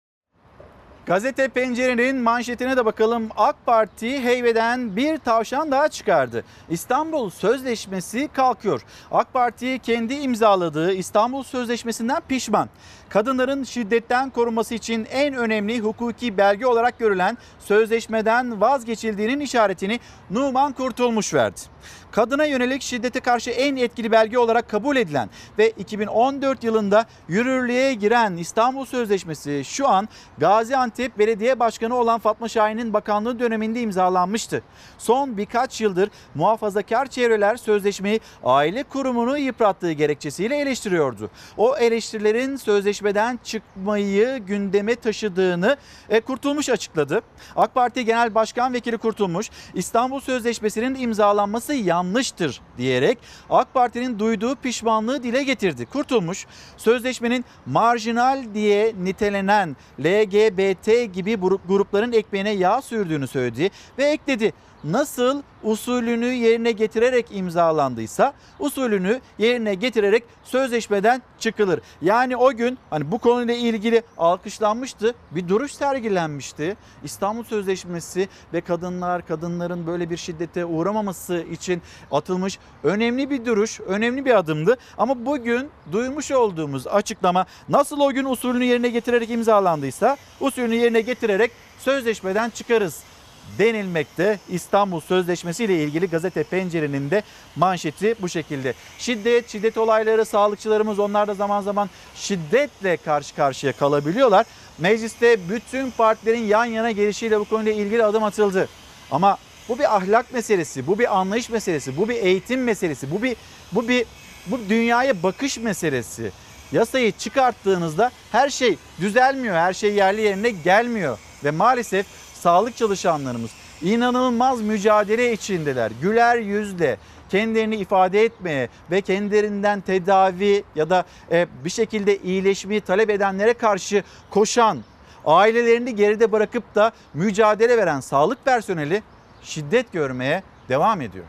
Gazete Pencere'nin manşetine de bakalım. AK Parti heybeden bir tavşan daha çıkardı. İstanbul Sözleşmesi kalkıyor. AK Parti kendi imzaladığı İstanbul Sözleşmesi'nden pişman. Kadınların şiddetten korunması için en önemli hukuki belge olarak görülen sözleşmeden vazgeçildiğinin işaretini Numan Kurtulmuş verdi. Kadına yönelik şiddete karşı en etkili belge olarak kabul edilen ve iki bin on dört yılında yürürlüğe giren İstanbul Sözleşmesi şu an Gaziantep Belediye Başkanı olan Fatma Şahin'in bakanlığı döneminde imzalanmıştı. Son birkaç yıldır muhafazakar çevreler sözleşmeyi aile kurumunu yıprattığı gerekçesiyle eleştiriyordu. O eleştirilerin sözleşmeden çıkmayı gündeme taşıdığını e, Kurtulmuş açıkladı. AK Parti Genel Başkan Vekili Kurtulmuş, İstanbul Sözleşmesi'nin imzalanması yanlıştır diyerek AK Parti'nin duyduğu pişmanlığı dile getirdi. Kurtulmuş, sözleşmenin marjinal diye nitelenen L G B T gibi grupların ekmeğine yağ sürdüğünü söyledi ve ekledi. Nasıl usulünü yerine getirerek imzalandıysa usulünü yerine getirerek sözleşmeden çıkılır. Yani o gün hani bu konuyla ilgili alkışlanmıştı, bir duruş sergilenmişti. İstanbul Sözleşmesi ve kadınlar, kadınların böyle bir şiddete uğramaması için atılmış önemli bir duruş, önemli bir adımdı. Ama bugün duymuş olduğumuz açıklama nasıl o gün usulünü yerine getirerek imzalandıysa usulünü yerine getirerek sözleşmeden çıkarız denilmekte. İstanbul Sözleşmesi ile ilgili Gazete Pencere'nin de manşeti bu şekilde. Şiddet, şiddet olayları, sağlıkçılarımız onlar da zaman zaman şiddetle karşı karşıya kalabiliyorlar. Mecliste bütün partilerin yan yana gelişiyle bu konuyla ilgili adım atıldı. Ama bu bir ahlak meselesi, bu bir anlayış meselesi, bu bir eğitim meselesi, bu bir bu bir bu dünyaya bakış meselesi. Yasayı çıkarttığınızda her şey düzelmiyor, her şey yerli yerine gelmiyor ve maalesef sağlık çalışanlarımız inanılmaz mücadele içindeler. Güler yüzle kendilerini ifade etmeye ve kendilerinden tedavi ya da bir şekilde iyileşmeyi talep edenlere karşı koşan, ailelerini geride bırakıp da mücadele veren sağlık personeli şiddet görmeye devam ediyor.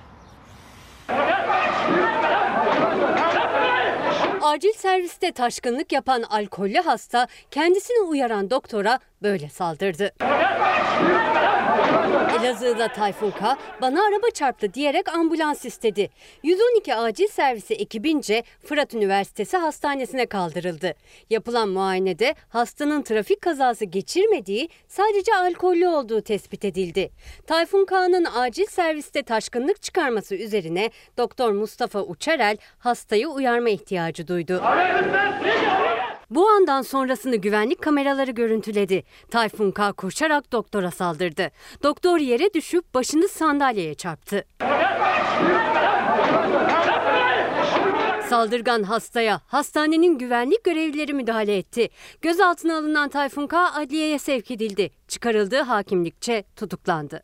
Acil serviste taşkınlık yapan alkollü hasta kendisini uyaran doktora böyle saldırdı. Elazığ'da Tayfun K. bana araba çarptı diyerek ambulans istedi. yüz on iki acil servisi ekibince Fırat Üniversitesi Hastanesi'ne kaldırıldı. Yapılan muayenede hastanın trafik kazası geçirmediği, sadece alkollü olduğu tespit edildi. Tayfun K'nın acil serviste taşkınlık çıkarması üzerine Doktor Mustafa Uçarel hastayı uyarma ihtiyacı duydu. Bu andan sonrasını güvenlik kameraları görüntüledi. Tayfun K. koşarak doktora saldırdı. Doktor yere düşüp başını sandalyeye çarptı. Saldırgan hastaya hastanenin güvenlik görevlileri müdahale etti. Gözaltına alınan Tayfun K. adliyeye sevk edildi. Çıkarıldığı hakimlikçe tutuklandı.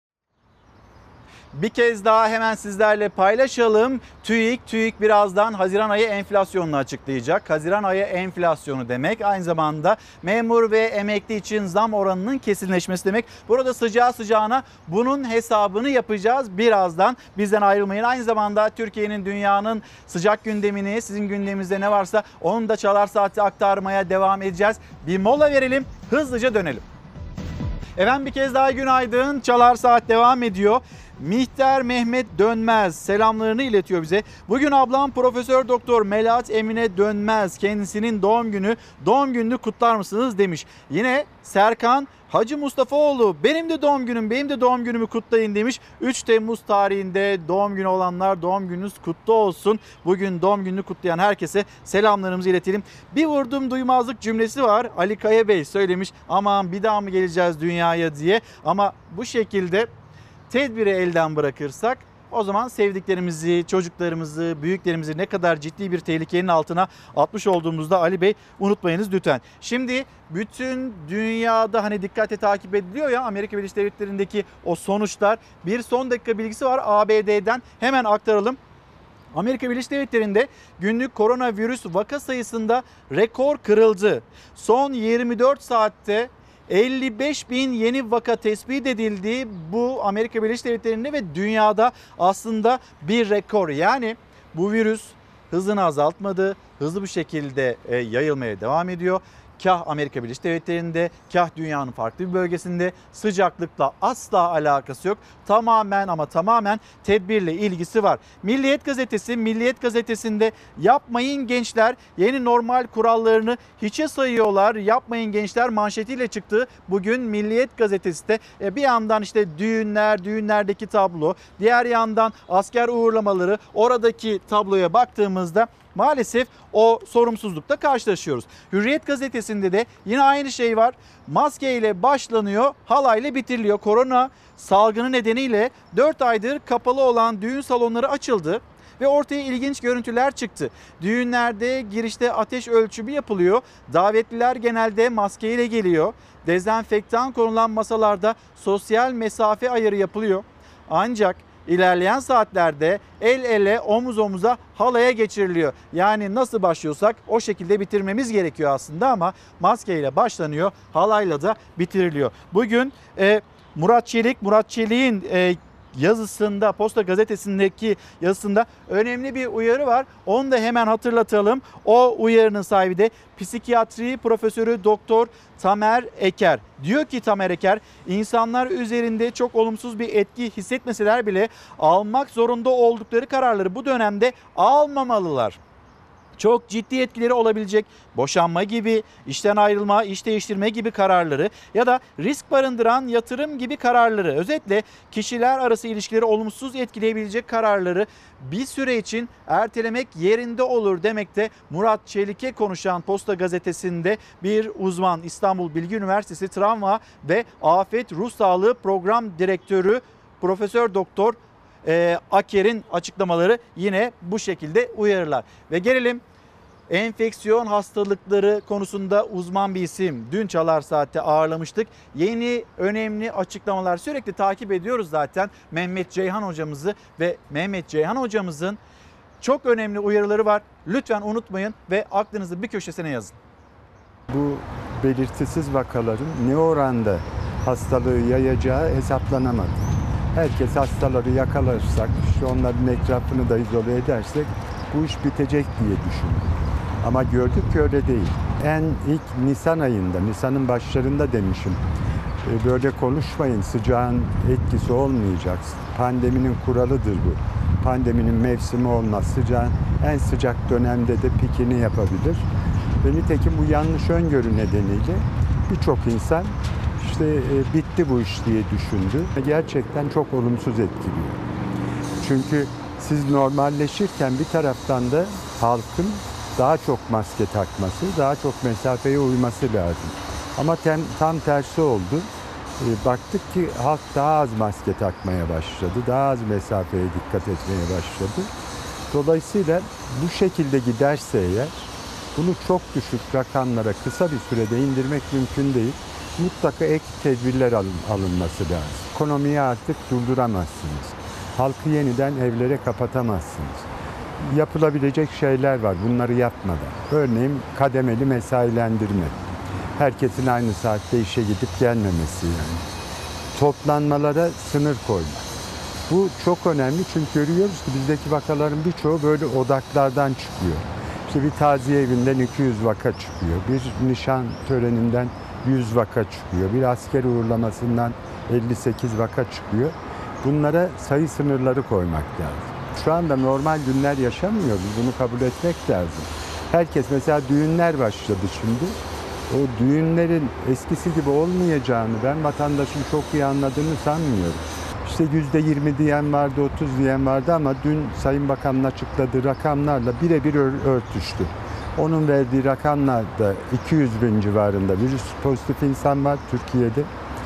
Bir kez daha hemen sizlerle paylaşalım. TÜİK, TÜİK birazdan Haziran ayı enflasyonunu açıklayacak. Haziran ayı enflasyonu demek aynı zamanda memur ve emekli için zam oranının kesinleşmesi demek. Burada sıcağı sıcağına bunun hesabını yapacağız birazdan. Bizden ayrılmayın. Aynı zamanda Türkiye'nin, dünyanın sıcak gündemini, sizin gündeminizde ne varsa onu da Çalar Saat'te aktarmaya devam edeceğiz. Bir mola verelim, hızlıca dönelim. Efendim bir kez daha günaydın. Çalar Saat devam ediyor. Mihter Mehmet Dönmez selamlarını iletiyor bize. Bugün ablam Profesör Doktor Melahat Emine Dönmez, kendisinin doğum günü. Doğum gününü kutlar mısınız demiş. Yine Serkan Hacı Mustafaoğlu, benim de doğum günüm, benim de doğum günümü kutlayın demiş. üç Temmuz tarihinde doğum günü olanlar doğum gününüz kutlu olsun. Bugün doğum gününü kutlayan herkese selamlarımızı iletelim. Bir vurdum duymazlık cümlesi var. Ali Kaya Bey söylemiş, aman bir daha mı geleceğiz dünyaya diye. Ama bu şekilde tedbiri elden bırakırsak o zaman sevdiklerimizi, çocuklarımızı, büyüklerimizi ne kadar ciddi bir tehlikenin altına atmış olduğumuzda Ali Bey unutmayınız lütfen. Şimdi bütün dünyada hani dikkatle takip ediliyor ya Amerika Birleşik Devletleri'ndeki o sonuçlar. Bir son dakika bilgisi var A B D'den, hemen aktaralım. Amerika Birleşik Devletleri'nde günlük koronavirüs vaka sayısında rekor kırıldı. Son yirmi dört saatte elli beş bin yeni vaka tespit edildi. Bu Amerika Birleşik Devletleri'nde ve dünyada aslında bir rekor. Yani bu virüs hızını azaltmadı, hızlı bir şekilde yayılmaya devam ediyor. Kah Amerika Birleşik Devletleri'nde, kah dünyanın farklı bir bölgesinde, sıcaklıkla asla alakası yok. Tamamen ama tamamen tedbirle ilgisi var. Milliyet Gazetesi, Milliyet Gazetesi'nde yapmayın gençler, yeni normal kurallarını hiçe sayıyorlar. Yapmayın gençler manşetiyle çıktı bugün Milliyet Gazetesi de. Bir yandan işte düğünler, düğünlerdeki tablo, diğer yandan asker uğurlamaları, oradaki tabloya baktığımızda maalesef o sorumsuzlukla karşılaşıyoruz. Hürriyet Gazetesi'nde de yine aynı şey var. Maske ile başlanıyor, halayla bitiriliyor. Korona salgını nedeniyle dört aydır kapalı olan düğün salonları açıldı ve ortaya ilginç görüntüler çıktı. Düğünlerde girişte ateş ölçümü yapılıyor. Davetliler genelde maskeyle geliyor. Dezenfektan konulan masalarda sosyal mesafe ayarı yapılıyor. Ancak İlerleyen saatlerde el ele omuz omuza halaya geçiriliyor. Yani nasıl başlıyorsak o şekilde bitirmemiz gerekiyor aslında ama maskeyle başlanıyor, halayla da bitiriliyor. Bugün e, Murat Çelik, Murat Çelik'in e, yazısında, Posta Gazetesi'ndeki yazısında önemli bir uyarı var. Onu da hemen hatırlatalım. O uyarının sahibi de psikiyatri profesörü Doktor Tamer Eker. Diyor ki Tamer Eker, insanlar üzerinde çok olumsuz bir etki hissetmeseler bile almak zorunda oldukları kararları bu dönemde almamalılar. Çok ciddi etkileri olabilecek boşanma gibi, işten ayrılma, iş değiştirme gibi kararları ya da risk barındıran yatırım gibi kararları, özetle kişiler arası ilişkileri olumsuz etkileyebilecek kararları bir süre için ertelemek yerinde olur demekte Murat Çelik'e konuşan Posta Gazetesi'nde bir uzman, İstanbul Bilgi Üniversitesi Travma ve Afet Ruh Sağlığı Program Direktörü Profesör Doktor E, Aker'in açıklamaları yine bu şekilde uyarılar. Ve gelelim enfeksiyon hastalıkları konusunda uzman bir isim. Dün Çalar Saat'te ağırlamıştık. Yeni önemli açıklamalar sürekli takip ediyoruz zaten Mehmet Ceyhan hocamızı ve Mehmet Ceyhan hocamızın çok önemli uyarıları var. Lütfen unutmayın ve aklınızın bir köşesine yazın.
Bu belirtisiz vakaların ne oranda hastalığı yayacağı hesaplanamadı. Herkes hastaları yakalarsak, işte onların etrafını da izole edersek bu iş bitecek diye düşündüm. Ama gördük ki öyle değil. En ilk Nisan ayında, Nisan'ın başlarında demişim, böyle konuşmayın, sıcağın etkisi olmayacak. Pandeminin kuralıdır bu. Pandeminin mevsimi olmaz. Sıcağın en sıcak dönemde de pikini yapabilir. Ve nitekim bu yanlış öngörü nedeniyle birçok insan İşte e, bitti bu iş diye düşündü. Gerçekten çok olumsuz etkiliyor. Çünkü siz normalleşirken bir taraftan da halkın daha çok maske takması, daha çok mesafeye uyması lazım. Ama tem, tam tersi oldu. E, baktık ki halk daha az maske takmaya başladı, daha az mesafeye dikkat etmeye başladı. Dolayısıyla bu şekilde giderse eğer, bunu çok düşük rakamlara kısa bir sürede indirmek mümkün değil. Mutlaka ek tedbirler alın, alınması lazım. Ekonomiyi artık durduramazsınız. Halkı yeniden evlere kapatamazsınız. Yapılabilecek şeyler var bunları yapmadan. Örneğin kademeli mesailendirme. Herkesin aynı saatte işe gidip gelmemesi yani. Toplanmalara sınır koymak. Bu çok önemli çünkü görüyoruz ki bizdeki vakaların birçoğu böyle odaklardan çıkıyor. İşte bir taziye evinden iki yüz vaka çıkıyor. Bir nişan töreninden yüz vaka çıkıyor. Bir asker uğurlamasından elli sekiz vaka çıkıyor. Bunlara sayı sınırları koymak lazım. Şu anda normal günler yaşamıyoruz. Bunu kabul etmek lazım. Herkes mesela düğünler başladı şimdi. O düğünlerin eskisi gibi olmayacağını ben vatandaşın çok iyi anladığını sanmıyorum. İşte yüzde yirmi diyen vardı, otuz diyen vardı ama dün Sayın Bakan'ın açıkladığı rakamlarla birebir örtüştü. Onun verdiği rakamlarda iki yüz bin civarında virüs pozitif insan var Türkiye'de.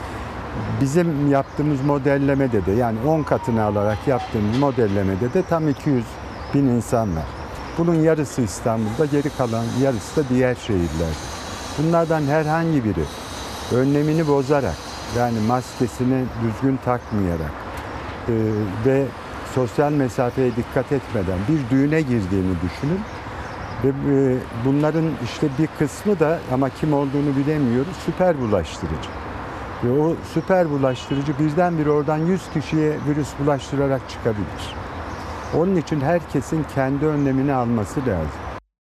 Bizim yaptığımız modellemede de yani on katını alarak yaptığımız modellemede de tam iki yüz bin insan var. Bunun yarısı İstanbul'da, geri kalan yarısı da diğer şehirlerde. Bunlardan herhangi biri önlemini bozarak yani maskesini düzgün takmayarak e, ve sosyal mesafeye dikkat etmeden bir düğüne girdiğini düşünün. Ve bunların işte bir kısmı da ama kim olduğunu bilemiyoruz, süper bulaştırıcı. Ve o süper bulaştırıcı birdenbire oradan yüz kişiye virüs bulaştırarak çıkabilir. Onun için herkesin kendi önlemini alması lazım.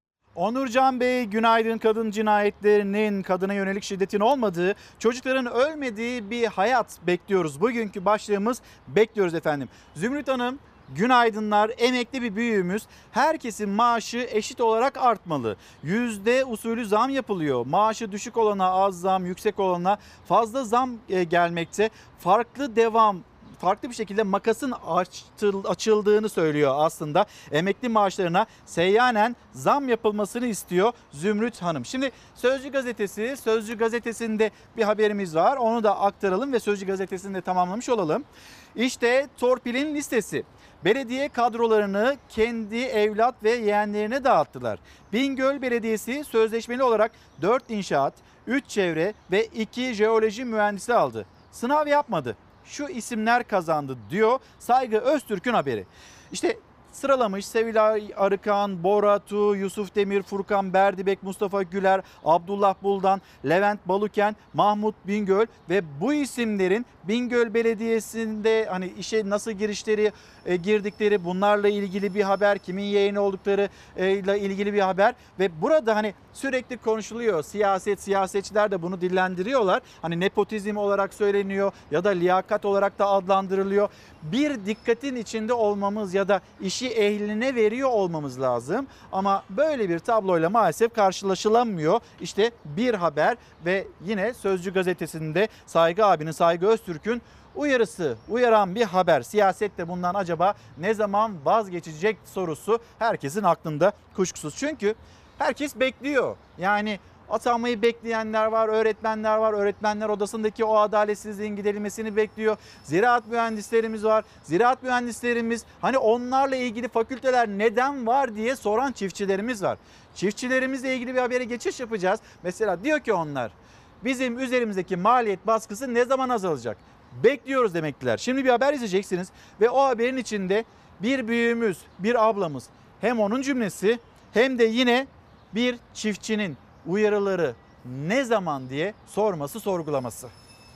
Onurcan Bey, günaydın. Kadın cinayetlerinin, kadına yönelik şiddetin olmadığı, çocukların ölmediği bir hayat bekliyoruz. Bugünkü başlığımız bekliyoruz efendim. Zümrüt Hanım, günaydınlar. Emekli bir büyüğümüz. Herkesin maaşı eşit olarak artmalı. Yüzde usulü zam yapılıyor. Maaşı düşük olana az zam, yüksek olana fazla zam gelmekte. Farklı devam farklı bir şekilde makasın açıldığını söylüyor aslında. Emekli maaşlarına seyyanen zam yapılmasını istiyor Zümrüt Hanım. Şimdi Sözcü Gazetesi, Sözcü Gazetesi'nde bir haberimiz var. Onu da aktaralım ve Sözcü Gazetesi'ni de tamamlamış olalım. İşte torpilin listesi. Belediye kadrolarını kendi evlat ve yeğenlerine dağıttılar. Bingöl Belediyesi sözleşmeli olarak dört inşaat, üç çevre ve iki jeoloji mühendisi aldı. Sınav yapmadı. Şu isimler kazandı diyor Saygı Öztürk'ün haberi. İşte sıralamış: Sevilay Arıkan, Bora Tu, Yusuf Demir, Furkan Berdibek, Mustafa Güler, Abdullah Buldan, Levent Baluken, Mahmut Bingöl ve bu isimlerin Bingöl Belediyesi'nde hani işe nasıl girişleri e, girdikleri, bunlarla ilgili bir haber, kimin yeğeni oldukları e, ile ilgili bir haber ve burada hani sürekli konuşuluyor. Siyaset, siyasetçiler de bunu dillendiriyorlar. Hani nepotizm olarak söyleniyor ya da liyakat olarak da adlandırılıyor. Bir dikkatin içinde olmamız ya da işi ehline veriyor olmamız lazım. Ama böyle bir tabloyla maalesef karşılaşılamıyor. İşte bir haber ve yine Sözcü Gazetesi'nde Saygı abinin, Saygı Öztürk'ün uyarısı, uyaran bir haber. Siyaset de bundan acaba ne zaman vazgeçecek sorusu herkesin aklında kuşkusuz. Çünkü herkes bekliyor. Yani atanmayı bekleyenler var, öğretmenler var. Öğretmenler odasındaki o adaletsizliğin giderilmesini bekliyor. Ziraat mühendislerimiz var. Ziraat mühendislerimiz, hani onlarla ilgili fakülteler neden var diye soran çiftçilerimiz var. Çiftçilerimizle ilgili bir habere geçiş yapacağız. Mesela diyor ki onlar, bizim üzerimizdeki maliyet baskısı ne zaman azalacak? Bekliyoruz demektiler. Şimdi bir haber izleyeceksiniz ve o haberin içinde bir büyüğümüz, bir ablamız, hem onun cümlesi hem de yine bir çiftçinin uyarıları ne zaman diye sorması, sorgulaması.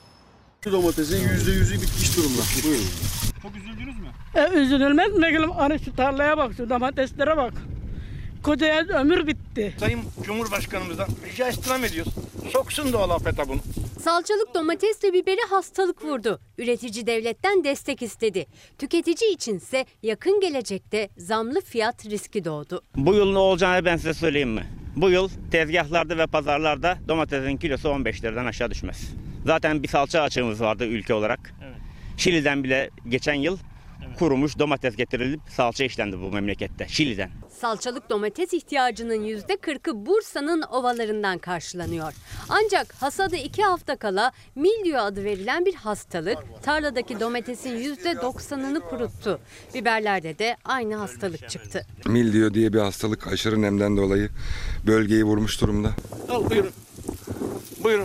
Şu domatesin yüzde yüzü bitmiş durumda. Buyurun.
Çok üzüldünüz mü?
E, üzülülmez mi? Gülüm, hani şu tarlaya bak, şu domateslere bak. Kocaya ömür bitti.
Sayın Cumhurbaşkanımızdan rica istirham ediyoruz. Soksun da o lafeta bunu.
Salçalık domatesle biberi hastalık vurdu. Üretici devletten destek istedi. Tüketici içinse yakın gelecekte zamlı fiyat riski doğdu.
Bu yıl ne olacağını ben size söyleyeyim mi? Bu yıl tezgahlarda ve pazarlarda domatesin kilosu on beş liradan aşağı düşmez. Zaten bir salça açığımız vardı ülke olarak. Evet. Şili'den bile geçen yıl evet. kurumuş domates getirilip salça işlendi bu memlekette, Şili'den.
Salçalık domates ihtiyacının yüzde kırkı Bursa'nın ovalarından karşılanıyor. Ancak hasadı iki hafta kala mildiyo adı verilen bir hastalık tarladaki domatesin yüzde doksanını kuruttu. Biberlerde de aynı hastalık çıktı.
Mildiyo diye bir hastalık aşırı nemden dolayı bölgeyi vurmuş durumda.
Al buyurun. Buyurun.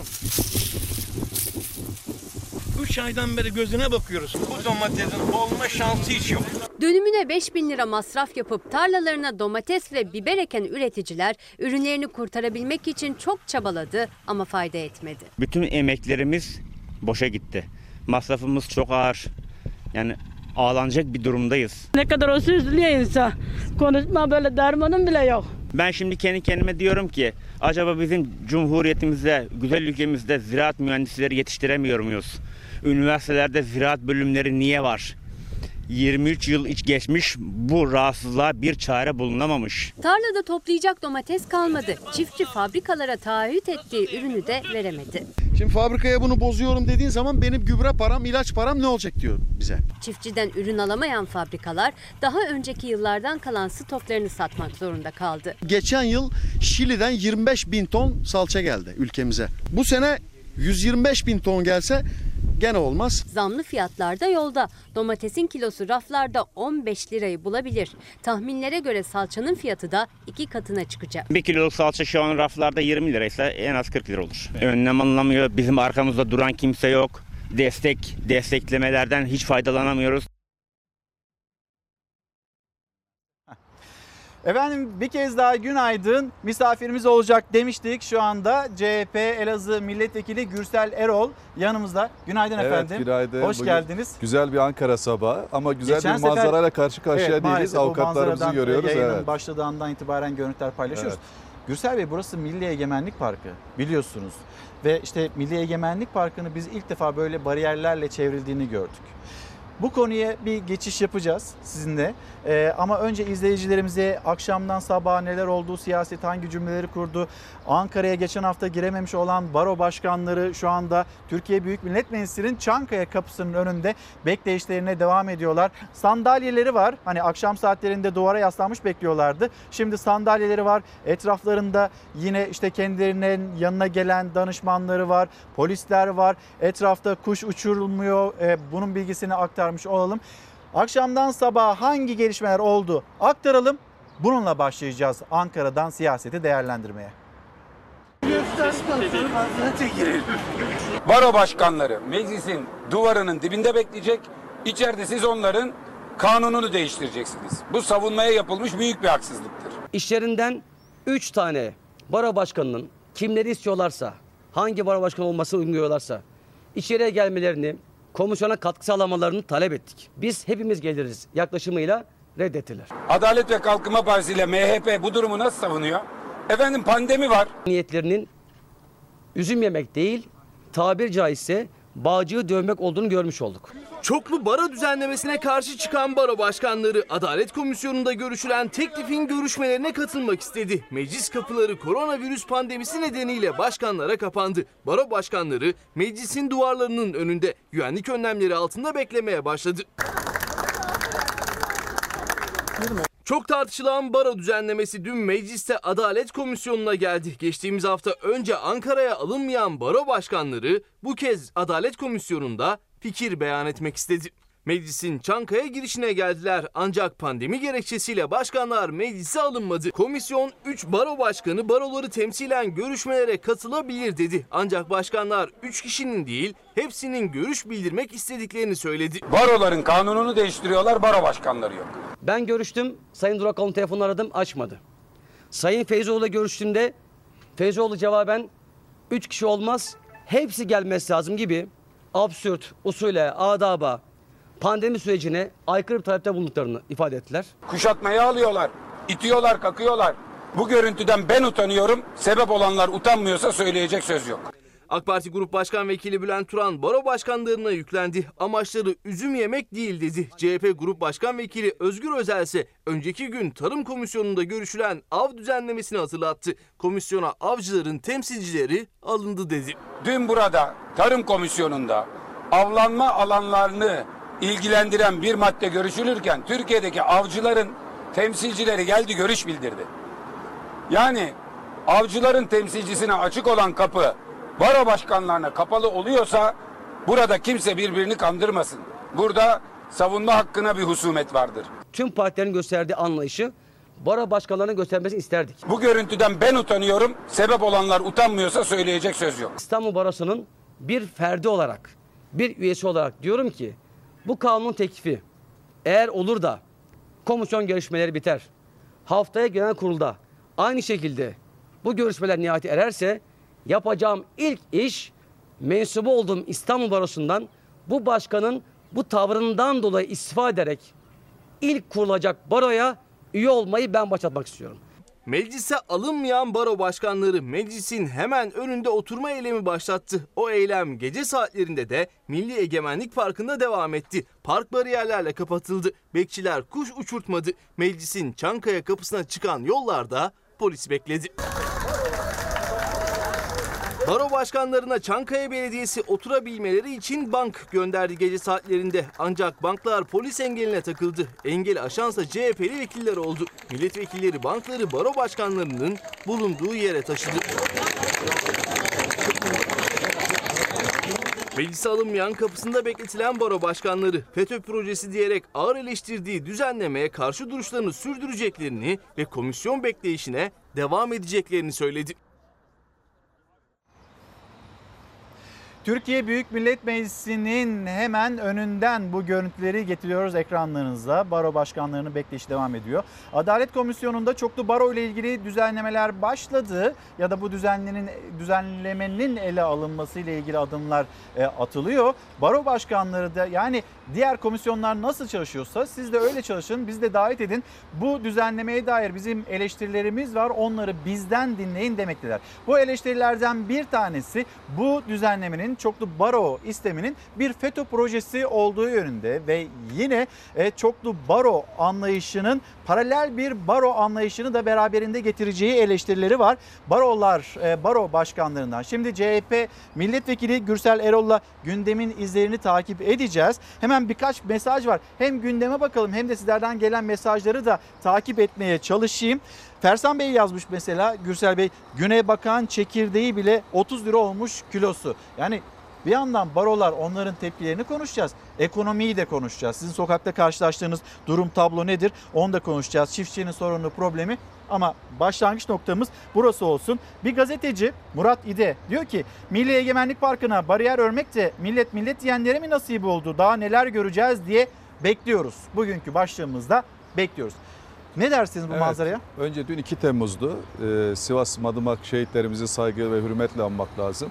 Üç aydan beri gözüne bakıyoruz. Bu domatesin olma şansı hiç yok.
Dönümüne beş bin lira masraf yapıp tarlalarına domates ve biber eken üreticiler ürünlerini kurtarabilmek için çok çabaladı ama fayda etmedi.
Bütün emeklerimiz boşa gitti. Masrafımız çok ağır. Yani ağlanacak bir durumdayız.
Ne kadar olsa üzülüyor insan. Konuşma, böyle dermanım bile yok.
Ben şimdi kendi kendime diyorum ki acaba bizim cumhuriyetimizde, güzel ülkemizde ziraat mühendisleri yetiştiremiyor muyuz? Üniversitelerde ziraat bölümleri niye var? yirmi üç yıl iç geçmiş, bu rahatsızlığa bir çare bulunamamış.
Tarlada toplayacak domates kalmadı. Çiftçi fabrikalara taahhüt ettiği ürünü de veremedi.
Şimdi fabrikaya bunu bozuyorum dediğin zaman benim gübre param, ilaç param ne olacak diyor bize.
Çiftçiden ürün alamayan fabrikalar daha önceki yıllardan kalan stoklarını satmak zorunda kaldı.
Geçen yıl Şili'den yirmi beş bin ton salça geldi ülkemize. Bu sene yüz yirmi beş bin ton gelse gene olmaz.
Zamlı fiyatlar da yolda. Domatesin kilosu raflarda on beş lirayı bulabilir. Tahminlere göre salçanın fiyatı da iki katına çıkacak.
Bir kiloluk salça şu an raflarda yirmi liraysa en az kırk lira olur. Evet. Önlem alınamıyor. Bizim arkamızda duran kimse yok. Destek, desteklemelerden hiç faydalanamıyoruz.
Efendim bir kez daha günaydın. Misafirimiz olacak demiştik. Şu anda C H P Elazığ Milletvekili Gürsel Erol yanımızda. Günaydın
evet,
efendim.
Günaydın.
Hoş
Bugün
geldiniz.
Güzel bir Ankara sabahı ama güzel
Geçen
bir manzarayla
sefer,
karşı karşıya
evet,
değiliz. Avukatlarımızı görüyoruz.
Yayının
Evet.
başladığı andan itibaren görüntüler paylaşıyoruz. Evet. Gürsel Bey, burası Milli Egemenlik Parkı biliyorsunuz. Ve işte Milli Egemenlik Parkı'nı biz ilk defa böyle bariyerlerle çevrildiğini gördük. Bu konuya bir geçiş yapacağız sizinle. Ee, ama önce izleyicilerimize akşamdan sabaha neler oldu, siyaset hangi cümleleri kurdu, Ankara'ya geçen hafta girememiş olan baro başkanları şu anda Türkiye Büyük Millet Meclisi'nin Çankaya kapısının önünde bekleyişlerine devam ediyorlar. Sandalyeleri var. Hani akşam saatlerinde duvara yaslanmış bekliyorlardı. Şimdi sandalyeleri var. Etraflarında yine işte kendilerinin yanına gelen danışmanları var. Polisler var. Etrafta kuş uçurulmuyor. Ee, bunun bilgisini aktarmış olalım. Akşamdan sabaha hangi gelişmeler oldu aktaralım. Bununla başlayacağız Ankara'dan siyaseti değerlendirmeye.
Baro başkanları meclisin duvarının dibinde bekleyecek. İçeride siz onların kanununu değiştireceksiniz. Bu savunmaya yapılmış büyük bir haksızlıktır.
İşlerinden üç tane baro başkanının kimleri istiyorlarsa, hangi baro başkanı olmasını uymuyorlarsa içeriye gelmelerini, komisyona katkı sağlamalarını talep ettik. Biz hepimiz geliriz yaklaşımıyla reddettiler.
Adalet ve Kalkınma Partisi ile M H P bu durumu nasıl savunuyor? Efendim pandemi var.
Niyetlerinin üzüm yemek değil, tabir caizse bağcığı dövmek olduğunu görmüş olduk.
Çoklu baro düzenlemesine karşı çıkan baro başkanları Adalet Komisyonu'nda görüşülen teklifin görüşmelerine katılmak istedi. Meclis kapıları koronavirüs pandemisi nedeniyle başkanlara kapandı. Baro başkanları meclisin duvarlarının önünde güvenlik önlemleri altında beklemeye başladı. Çok tartışılan baro düzenlemesi dün mecliste Adalet Komisyonu'na geldi. Geçtiğimiz hafta önce Ankara'ya alınmayan baro başkanları bu kez Adalet Komisyonu'nda fikir beyan etmek istedi. Meclisin Çankaya girişine geldiler ancak pandemi gerekçesiyle başkanlar meclise alınmadı. Komisyon üç baro başkanı baroları temsilen görüşmelere katılabilir dedi. Ancak başkanlar üç kişinin değil hepsinin görüş bildirmek istediklerini söyledi.
Baroların kanununu değiştiriyorlar, baro başkanları yok.
Ben görüştüm, Sayın Durakoğlu'nun telefonunu aradım, açmadı. Sayın Feyzoğlu'yla görüştüğümde Feyzoğlu cevaben üç kişi olmaz, hepsi gelmesi lazım gibi absürt, usule, adaba, pandemi sürecine aykırı bir talepte bulunduklarını ifade ettiler.
Kuşatmaya alıyorlar, itiyorlar, kakıyorlar. Bu görüntüden ben utanıyorum, sebep olanlar utanmıyorsa söyleyecek söz yok.
AK Parti Grup Başkan Vekili Bülent Turan baro başkanlarına yüklendi. Amaçları üzüm yemek değil dedi. C H P Grup Başkan Vekili Özgür Özel ise önceki gün Tarım Komisyonu'nda görüşülen av düzenlemesini hatırlattı. Komisyona avcıların temsilcileri alındı dedi.
Dün burada Tarım Komisyonu'nda avlanma alanlarını ilgilendiren bir madde görüşülürken Türkiye'deki avcıların temsilcileri geldi, görüş bildirdi. Yani avcıların temsilcisine açık olan kapı baro başkanlarına kapalı oluyorsa burada kimse birbirini kandırmasın. Burada savunma hakkına bir husumet vardır.
Tüm partilerin gösterdiği anlayışı baro başkanlarının göstermesini isterdik.
Bu görüntüden ben utanıyorum, sebep olanlar utanmıyorsa söyleyecek söz yok.
İstanbul Barosu'nun bir ferdi olarak, bir üyesi olarak diyorum ki bu kanun teklifi eğer olur da komisyon görüşmeleri biter, haftaya genel kurulda aynı şekilde bu görüşmeler nihayete ererse yapacağım ilk iş mensubu olduğum İstanbul Barosu'ndan bu başkanın bu tavrından dolayı istifa ederek ilk kurulacak baroya üye olmayı ben başlatmak istiyorum.
Meclise alınmayan baro başkanları meclisin hemen önünde oturma eylemi başlattı. O eylem gece saatlerinde de Milli Egemenlik Parkı'nda devam etti. Park bariyerlerle kapatıldı. Bekçiler kuş uçurtmadı. Meclisin Çankaya kapısına çıkan yollarda polis bekledi. Baro başkanlarına Çankaya Belediyesi oturabilmeleri için bank gönderdi gece saatlerinde. Ancak banklar polis engeline takıldı. Engeli aşansa C H P'li vekiller oldu. Milletvekilleri bankları baro başkanlarının bulunduğu yere taşıdı. Meclise alınmayan kapısında bekletilen baro başkanları FETÖ projesi diyerek ağır eleştirdiği düzenlemeye karşı duruşlarını sürdüreceklerini ve komisyon bekleyişine devam edeceklerini söyledi.
Türkiye Büyük Millet Meclisi'nin hemen önünden bu görüntüleri getiriyoruz ekranlarınıza. Baro başkanlarının bekleyişi devam ediyor. Adalet Komisyonu'nda çoklu baro ile ilgili düzenlemeler başladı ya da bu düzenlemenin, düzenlemenin ele alınması ile ilgili adımlar e, atılıyor. Baro başkanları da, yani diğer komisyonlar nasıl çalışıyorsa siz de öyle çalışın, bizi de davet edin. Bu düzenlemeye dair bizim eleştirilerimiz var, onları bizden dinleyin demektedir. Bu eleştirilerden bir tanesi bu düzenlemenin, çoklu baro isteminin bir FETÖ projesi olduğu yönünde ve yine e, çoklu baro anlayışının paralel bir baro anlayışını da beraberinde getireceği eleştirileri var. Barolar, e, baro başkanlarından. Şimdi C H P milletvekili Gürsel Erol'la gündemin izlerini takip edeceğiz. Hemen birkaç mesaj var. Hem gündeme bakalım hem de sizlerden gelen mesajları da takip etmeye çalışayım. Fersan Bey yazmış mesela, Gürsel Bey, güne bakan çekirdeği bile otuz lira olmuş kilosu. Yani bir yandan barolar, onların tepkilerini konuşacağız. Ekonomiyi de konuşacağız. Sizin sokakta karşılaştığınız durum, tablo nedir? Onu da konuşacağız. Çiftçinin sorunu, problemi. Ama başlangıç noktamız burası olsun. Bir gazeteci Murat İde diyor ki Milli Egemenlik Parkı'na bariyer örmek de millet millet diyenlere mi nasip oldu? Daha neler göreceğiz diye bekliyoruz. Bugünkü başlığımızda bekliyoruz. Ne dersiniz bu
evet,
manzaraya?
Önce dün iki Temmuz'du. Ee, Sivas Madımak şehitlerimizi saygı ve hürmetle anmak lazım.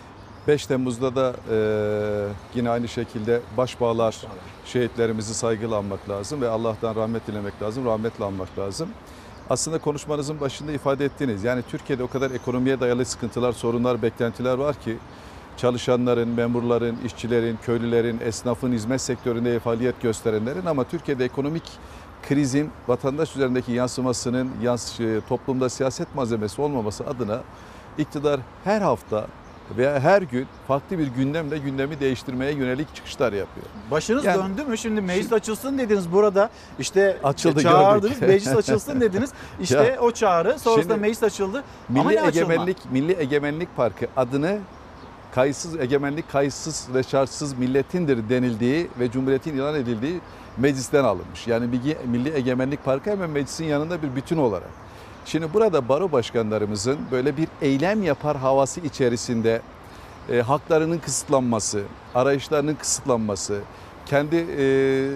beş Temmuz'da da e, yine aynı şekilde başbağlar şehitlerimizi saygıyla anmak lazım ve Allah'tan rahmet dilemek lazım, rahmetle anmak lazım. Aslında konuşmanızın başında ifade ettiğiniz, yani Türkiye'de o kadar ekonomiye dayalı sıkıntılar, sorunlar, beklentiler var ki çalışanların, memurların, işçilerin, köylülerin, esnafın, hizmet sektöründe faaliyet gösterenlerin, ama Türkiye'de ekonomik krizin vatandaş üzerindeki yansımasının yans toplumda siyaset malzemesi olmaması adına iktidar her hafta veya her gün farklı bir gündemle gündemi değiştirmeye yönelik çıkışlar yapıyor.
Başınız
yani,
döndü mü? Şimdi meclis şimdi, açılsın dediniz burada. İşte
açıldı,
çağırdınız, meclis açılsın dediniz. İşte ya, o çağrı. Sonrasında meclis açıldı.
Milli Egemenlik Milli Egemenlik Parkı adını kayıtsız egemenlik, kayıtsız ve şartsız milletindir denildiği ve Cumhuriyet'in ilan edildiği meclisten alınmış. Yani Milli Egemenlik Parkı hemen meclisin yanında bir bütün olarak. Şimdi burada baro başkanlarımızın böyle bir eylem yapar havası içerisinde e, haklarının kısıtlanması, arayışlarının kısıtlanması, kendi e,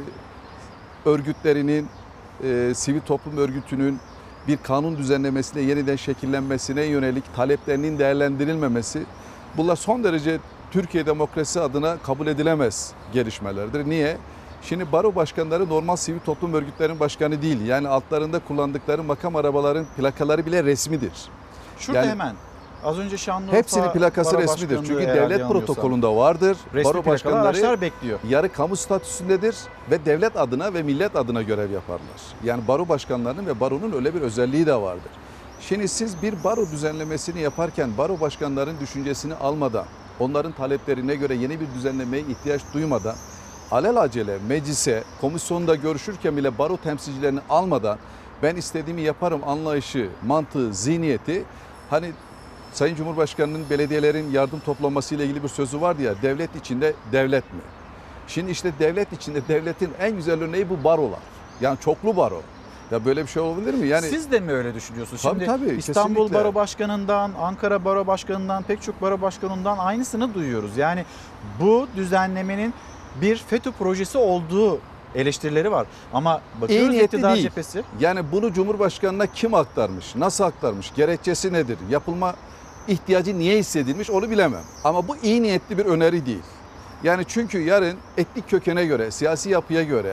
örgütlerinin, e, sivil toplum örgütünün bir kanun düzenlemesiyle yeniden şekillenmesine yönelik taleplerinin değerlendirilmemesi, bunlar son derece Türkiye demokrasi adına kabul edilemez gelişmelerdir. Niye? Şimdi baro başkanları normal sivil toplum örgütlerinin başkanı değil. Yani altlarında kullandıkları makam arabaların plakaları bile resmidir.
Şurada yani, hemen az önce Şanlıurfa
hepsinin plakası resmidir. Çünkü devlet protokolünde vardır.
Resmi
baro başkanları
bekliyor.
Yarı kamu statüsündedir ve devlet adına ve millet adına görev yaparlar. Yani baro başkanlarının ve baronun öyle bir özelliği de vardır. Şimdi siz bir baro düzenlemesini yaparken baro başkanların düşüncesini almadan, onların taleplerine göre yeni bir düzenlemeye ihtiyaç duymadan, alelacele meclise, komisyonda görüşürken bile baro temsilcilerini almadan ben istediğimi yaparım anlayışı, mantığı, zihniyeti, hani Sayın Cumhurbaşkanı'nın belediyelerin yardım toplaması ile ilgili bir sözü vardı ya, devlet içinde devlet mi? Şimdi işte devlet içinde devletin en güzel örneği bu barolar. Yani çoklu baro. Ya böyle bir şey olabilir mi? Yani
siz de mi öyle düşünüyorsunuz?
Tabii,
Şimdi
tabii,
İstanbul
kesinlikle.
Baro Başkanı'ndan, Ankara Baro Başkanı'ndan, pek çok baro başkanından aynısını duyuyoruz. Yani bu düzenlemenin bir FETÖ projesi olduğu eleştirileri var. Ama bakıyoruz iktidar cephesi.
Yani bunu Cumhurbaşkanı'na kim aktarmış? Nasıl aktarmış? Gerekçesi nedir? Yapılma ihtiyacı niye hissedilmiş? Onu bilemem. Ama bu iyi niyetli bir öneri değil. Yani çünkü yarın etnik kökene göre, siyasi yapıya göre,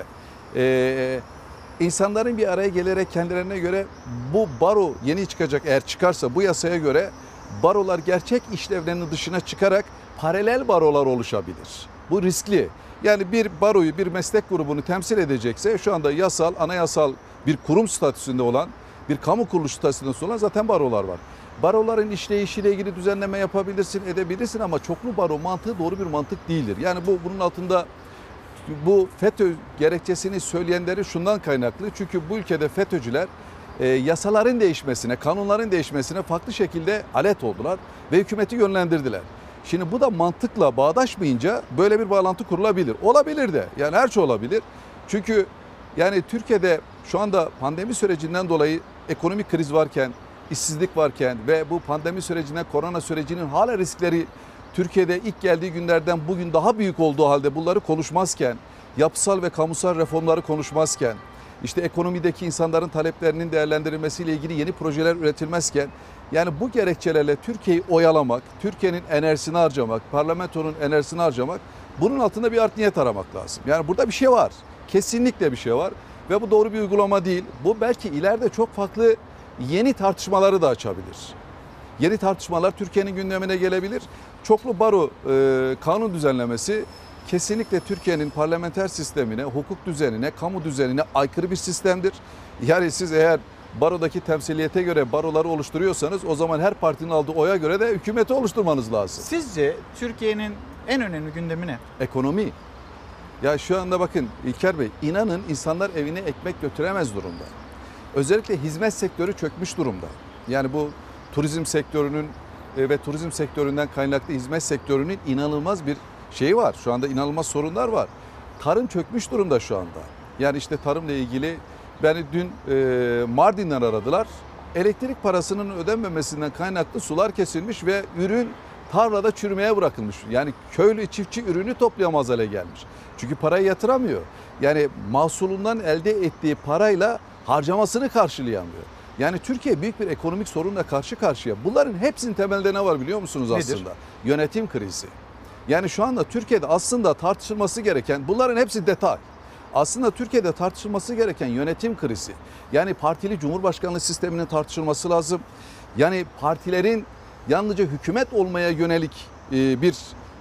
e, insanların bir araya gelerek kendilerine göre bu baro yeni çıkacak, eğer çıkarsa bu yasaya göre barolar gerçek işlevlerinin dışına çıkarak paralel barolar oluşabilir. Bu riskli. Yani bir baroyu, bir meslek grubunu temsil edecekse şu anda yasal, anayasal bir kurum statüsünde olan, bir kamu kuruluşu statüsünde olan zaten barolar var. Baroların işleyişiyle ilgili düzenleme yapabilirsin, edebilirsin ama çoklu baro mantığı doğru bir mantık değildir. Yani bu bunun altında bu FETÖ gerekçesini söyleyenleri şundan kaynaklı. Çünkü bu ülkede FETÖ'cüler e, yasaların değişmesine, kanunların değişmesine farklı şekilde alet oldular ve hükümeti yönlendirdiler. Şimdi bu da mantıkla bağdaşmayınca böyle bir bağlantı kurulabilir. Olabilir de, yani her şey olabilir. Çünkü yani Türkiye'de şu anda pandemi sürecinden dolayı ekonomik kriz varken, işsizlik varken ve bu pandemi sürecinden korona sürecinin hala riskleri Türkiye'de ilk geldiği günlerden bugün daha büyük olduğu halde bunları konuşmazken, yapısal ve kamusal reformları konuşmazken, işte ekonomideki insanların taleplerinin değerlendirilmesiyle ilgili yeni projeler üretilmezken, yani bu gerekçelerle Türkiye'yi oyalamak, Türkiye'nin enerjisini harcamak, parlamentonun enerjisini harcamak, bunun altında bir art niyet aramak lazım. Yani burada bir şey var, kesinlikle bir şey var ve bu doğru bir uygulama değil. Bu belki ileride çok farklı yeni tartışmaları da açabilir. Yeni tartışmalar Türkiye'nin gündemine gelebilir. Çoklu baro e, kanun düzenlemesi kesinlikle Türkiye'nin parlamenter sistemine, hukuk düzenine, kamu düzenine aykırı bir sistemdir. Yani siz eğer barodaki temsiliyete göre baroları oluşturuyorsanız o zaman her partinin aldığı oya göre de hükümeti oluşturmanız lazım.
Sizce Türkiye'nin en önemli gündemi ne?
Ekonomi. Ya şu anda bakın İlker Bey, inanın insanlar evine ekmek götüremez durumda. Özellikle hizmet sektörü çökmüş durumda. Yani bu turizm sektörünün ve turizm sektöründen kaynaklı hizmet sektörünün inanılmaz bir şeyi var. Şu anda inanılmaz sorunlar var. Tarım çökmüş durumda şu anda. Yani işte tarımla ilgili beni dün e, Mardin'den aradılar. Elektrik parasının ödenmemesinden kaynaklı sular kesilmiş ve ürün tarlada çürümeye bırakılmış. Yani köylü çiftçi ürünü toplayamaz hale gelmiş. Çünkü parayı yatıramıyor. Yani mahsulundan elde ettiği parayla harcamasını karşılayamıyor. Yani Türkiye büyük bir ekonomik sorunla karşı karşıya. Bunların hepsinin temelde ne var biliyor musunuz aslında? Nedir? Yönetim krizi. Yani şu anda Türkiye'de aslında tartışılması gereken, bunların hepsi detay. Aslında Türkiye'de tartışılması gereken yönetim krizi. Yani partili cumhurbaşkanlığı sisteminin tartışılması lazım. Yani partilerin yalnızca hükümet olmaya yönelik bir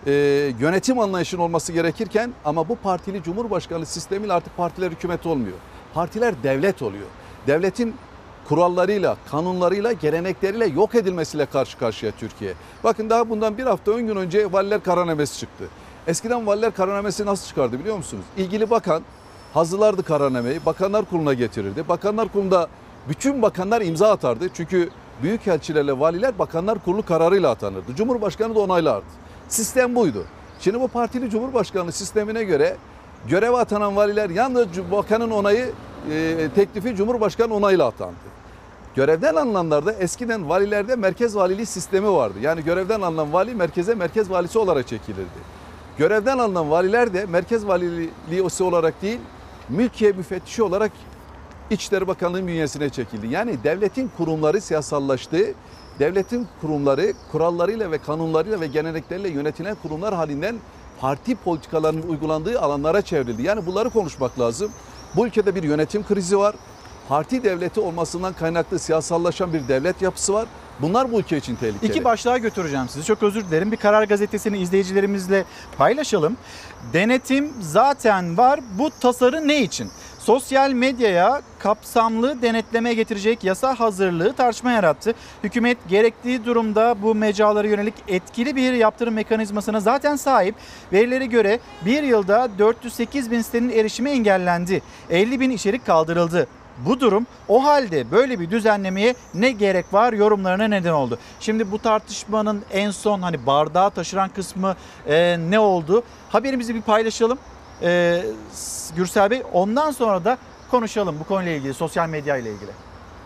yönetim anlayışının olması gerekirken ama bu partili cumhurbaşkanlığı sistemiyle artık partiler hükümet olmuyor. Partiler devlet oluyor. Devletin kurallarıyla, kanunlarıyla, gelenekleriyle yok edilmesiyle karşı karşıya Türkiye. Bakın daha bundan bir hafta on gün önce valiler kararnamesi çıktı. Eskiden valiler kararnamesi nasıl çıkardı biliyor musunuz? İlgili bakan hazırlardı kararnameyi, bakanlar kuruluna getirirdi. Bakanlar kurulunda bütün bakanlar imza atardı. Çünkü büyükelçilerle valiler bakanlar kurulu kararıyla atanırdı. Cumhurbaşkanı da onaylardı. Sistem buydu. Şimdi bu partili cumhurbaşkanlığı sistemine göre göreve atanan valiler yalnızca bakanın onayı, e, teklifi Cumhurbaşkanı onayıyla atandı. Görevden alınanlarda eskiden valilerde merkez valiliği sistemi vardı. Yani görevden alınan vali merkeze merkez valisi olarak çekilirdi. Görevden alınan valiler de merkez valiliği olarak değil, mülkiye müfettişi olarak İçişleri Bakanlığı bünyesine çekildi. Yani devletin kurumları siyasallaştı. Devletin kurumları kurallarıyla ve kanunlarıyla ve gelenekleriyle yönetilen kurumlar halinden parti politikalarının uygulandığı alanlara çevrildi. Yani bunları konuşmak lazım. Bu ülkede bir yönetim krizi var. Parti devleti olmasından kaynaklı siyasallaşan bir devlet yapısı var. Bunlar bu ülke için tehlikeli.
İki başlığa götüreceğim sizi. Çok özür dilerim. Bir Karar Gazetesi'ni izleyicilerimizle paylaşalım. Denetim zaten var. Bu tasarı ne için? Sosyal medyaya kapsamlı denetleme getirecek yasa hazırlığı tartışma yarattı. Hükümet gerektiği durumda bu mecralara yönelik etkili bir yaptırım mekanizmasına zaten sahip. Verilere göre bir yılda dört yüz sekiz bin sitenin erişimi engellendi. elli bin içerik kaldırıldı. Bu durum o halde böyle bir düzenlemeye ne gerek var yorumlarına neden oldu. Şimdi bu tartışmanın en son hani bardağı taşıran kısmı e, ne oldu? Haberimizi bir paylaşalım. E, Gürsel Bey, ondan sonra da konuşalım bu konuyla ilgili, sosyal medya ile ilgili.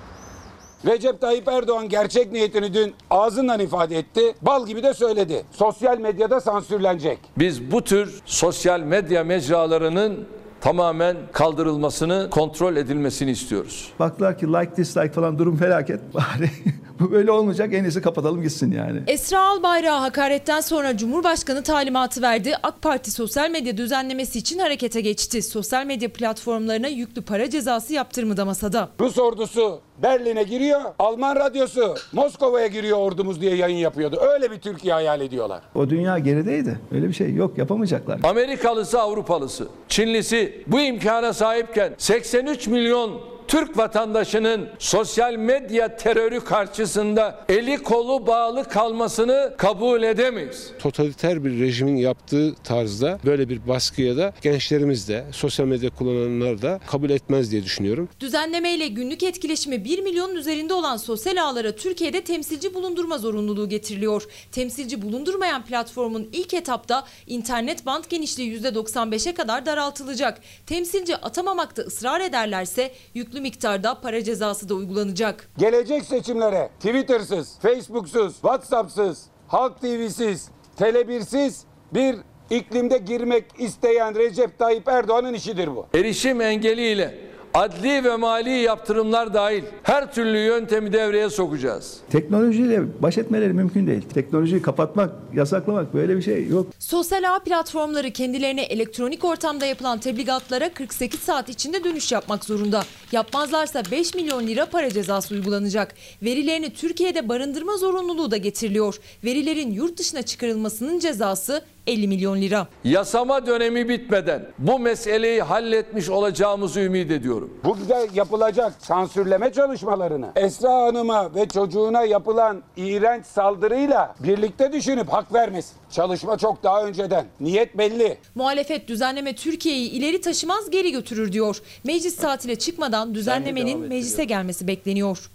Recep Tayyip Erdoğan gerçek niyetini dün ağzından ifade etti. Bal gibi de söyledi. Sosyal medyada sansürlenecek.
Biz bu tür sosyal medya mecralarının tamamen kaldırılmasını, kontrol edilmesini istiyoruz.
Baktılar ki like dislike falan durum felaket. Bari bu böyle olmayacak, en iyisi kapatalım gitsin yani.
Esra Albayrak'a hakaretten sonra Cumhurbaşkanı talimatı verdi. AK Parti sosyal medya düzenlemesi için harekete geçti. Sosyal medya platformlarına yüklü para cezası yaptırımı da masada.
Rus ordusu Berlin'e giriyor, Alman radyosu Moskova'ya giriyor ordumuz diye yayın yapıyordu. Öyle bir Türkiye hayal ediyorlar.
O dünya gerideydi. Öyle bir şey yok, yapamayacaklar.
Amerikalısı, Avrupalısı, Çinlisi bu imkana sahipken seksen üç milyon Türk vatandaşının sosyal medya terörü karşısında eli kolu bağlı kalmasını kabul edemeyiz.
Totaliter bir rejimin yaptığı tarzda böyle bir baskıya da gençlerimiz de sosyal medya kullananlar da kabul etmez diye düşünüyorum.
Düzenlemeyle günlük etkileşimi bir milyonun üzerinde olan sosyal ağlara Türkiye'de temsilci bulundurma zorunluluğu getiriliyor. Temsilci bulundurmayan platformun ilk etapta internet band genişliği yüzde doksan beşe kadar daraltılacak. Temsilci atamamakta ısrar ederlerse yüklü miktarda para cezası da uygulanacak.
Gelecek seçimlere Twitter'sız, Facebook'suz, WhatsApp'sız, Halk T V'siz, Tele birsiz bir iklimde girmek isteyen Recep Tayyip Erdoğan'ın işidir bu.
Erişim engeliyle adli ve mali yaptırımlar dahil her türlü yöntemi devreye sokacağız.
Teknolojiyle baş etmeleri mümkün değil. Teknolojiyi kapatmak, yasaklamak böyle bir şey yok.
Sosyal ağ platformları kendilerine elektronik ortamda yapılan tebligatlara kırk sekiz saat içinde dönüş yapmak zorunda. Yapmazlarsa beş milyon lira para cezası uygulanacak. Verilerini Türkiye'de barındırma zorunluluğu da getiriliyor. Verilerin yurt dışına çıkarılmasının cezası elli milyon lira.
Yasama dönemi bitmeden bu meseleyi halletmiş olacağımızı ümit ediyorum.
Burada yapılacak sansürleme çalışmalarını Esra Hanım'a ve çocuğuna yapılan iğrenç saldırıyla birlikte düşünüp hak vermesin. Çalışma çok daha önceden. Niyet belli.
Muhalefet düzenleme Türkiye'yi ileri taşımaz geri götürür diyor. Meclis tatile çıkmadan düzenlemenin meclise gelmesi bekleniyor.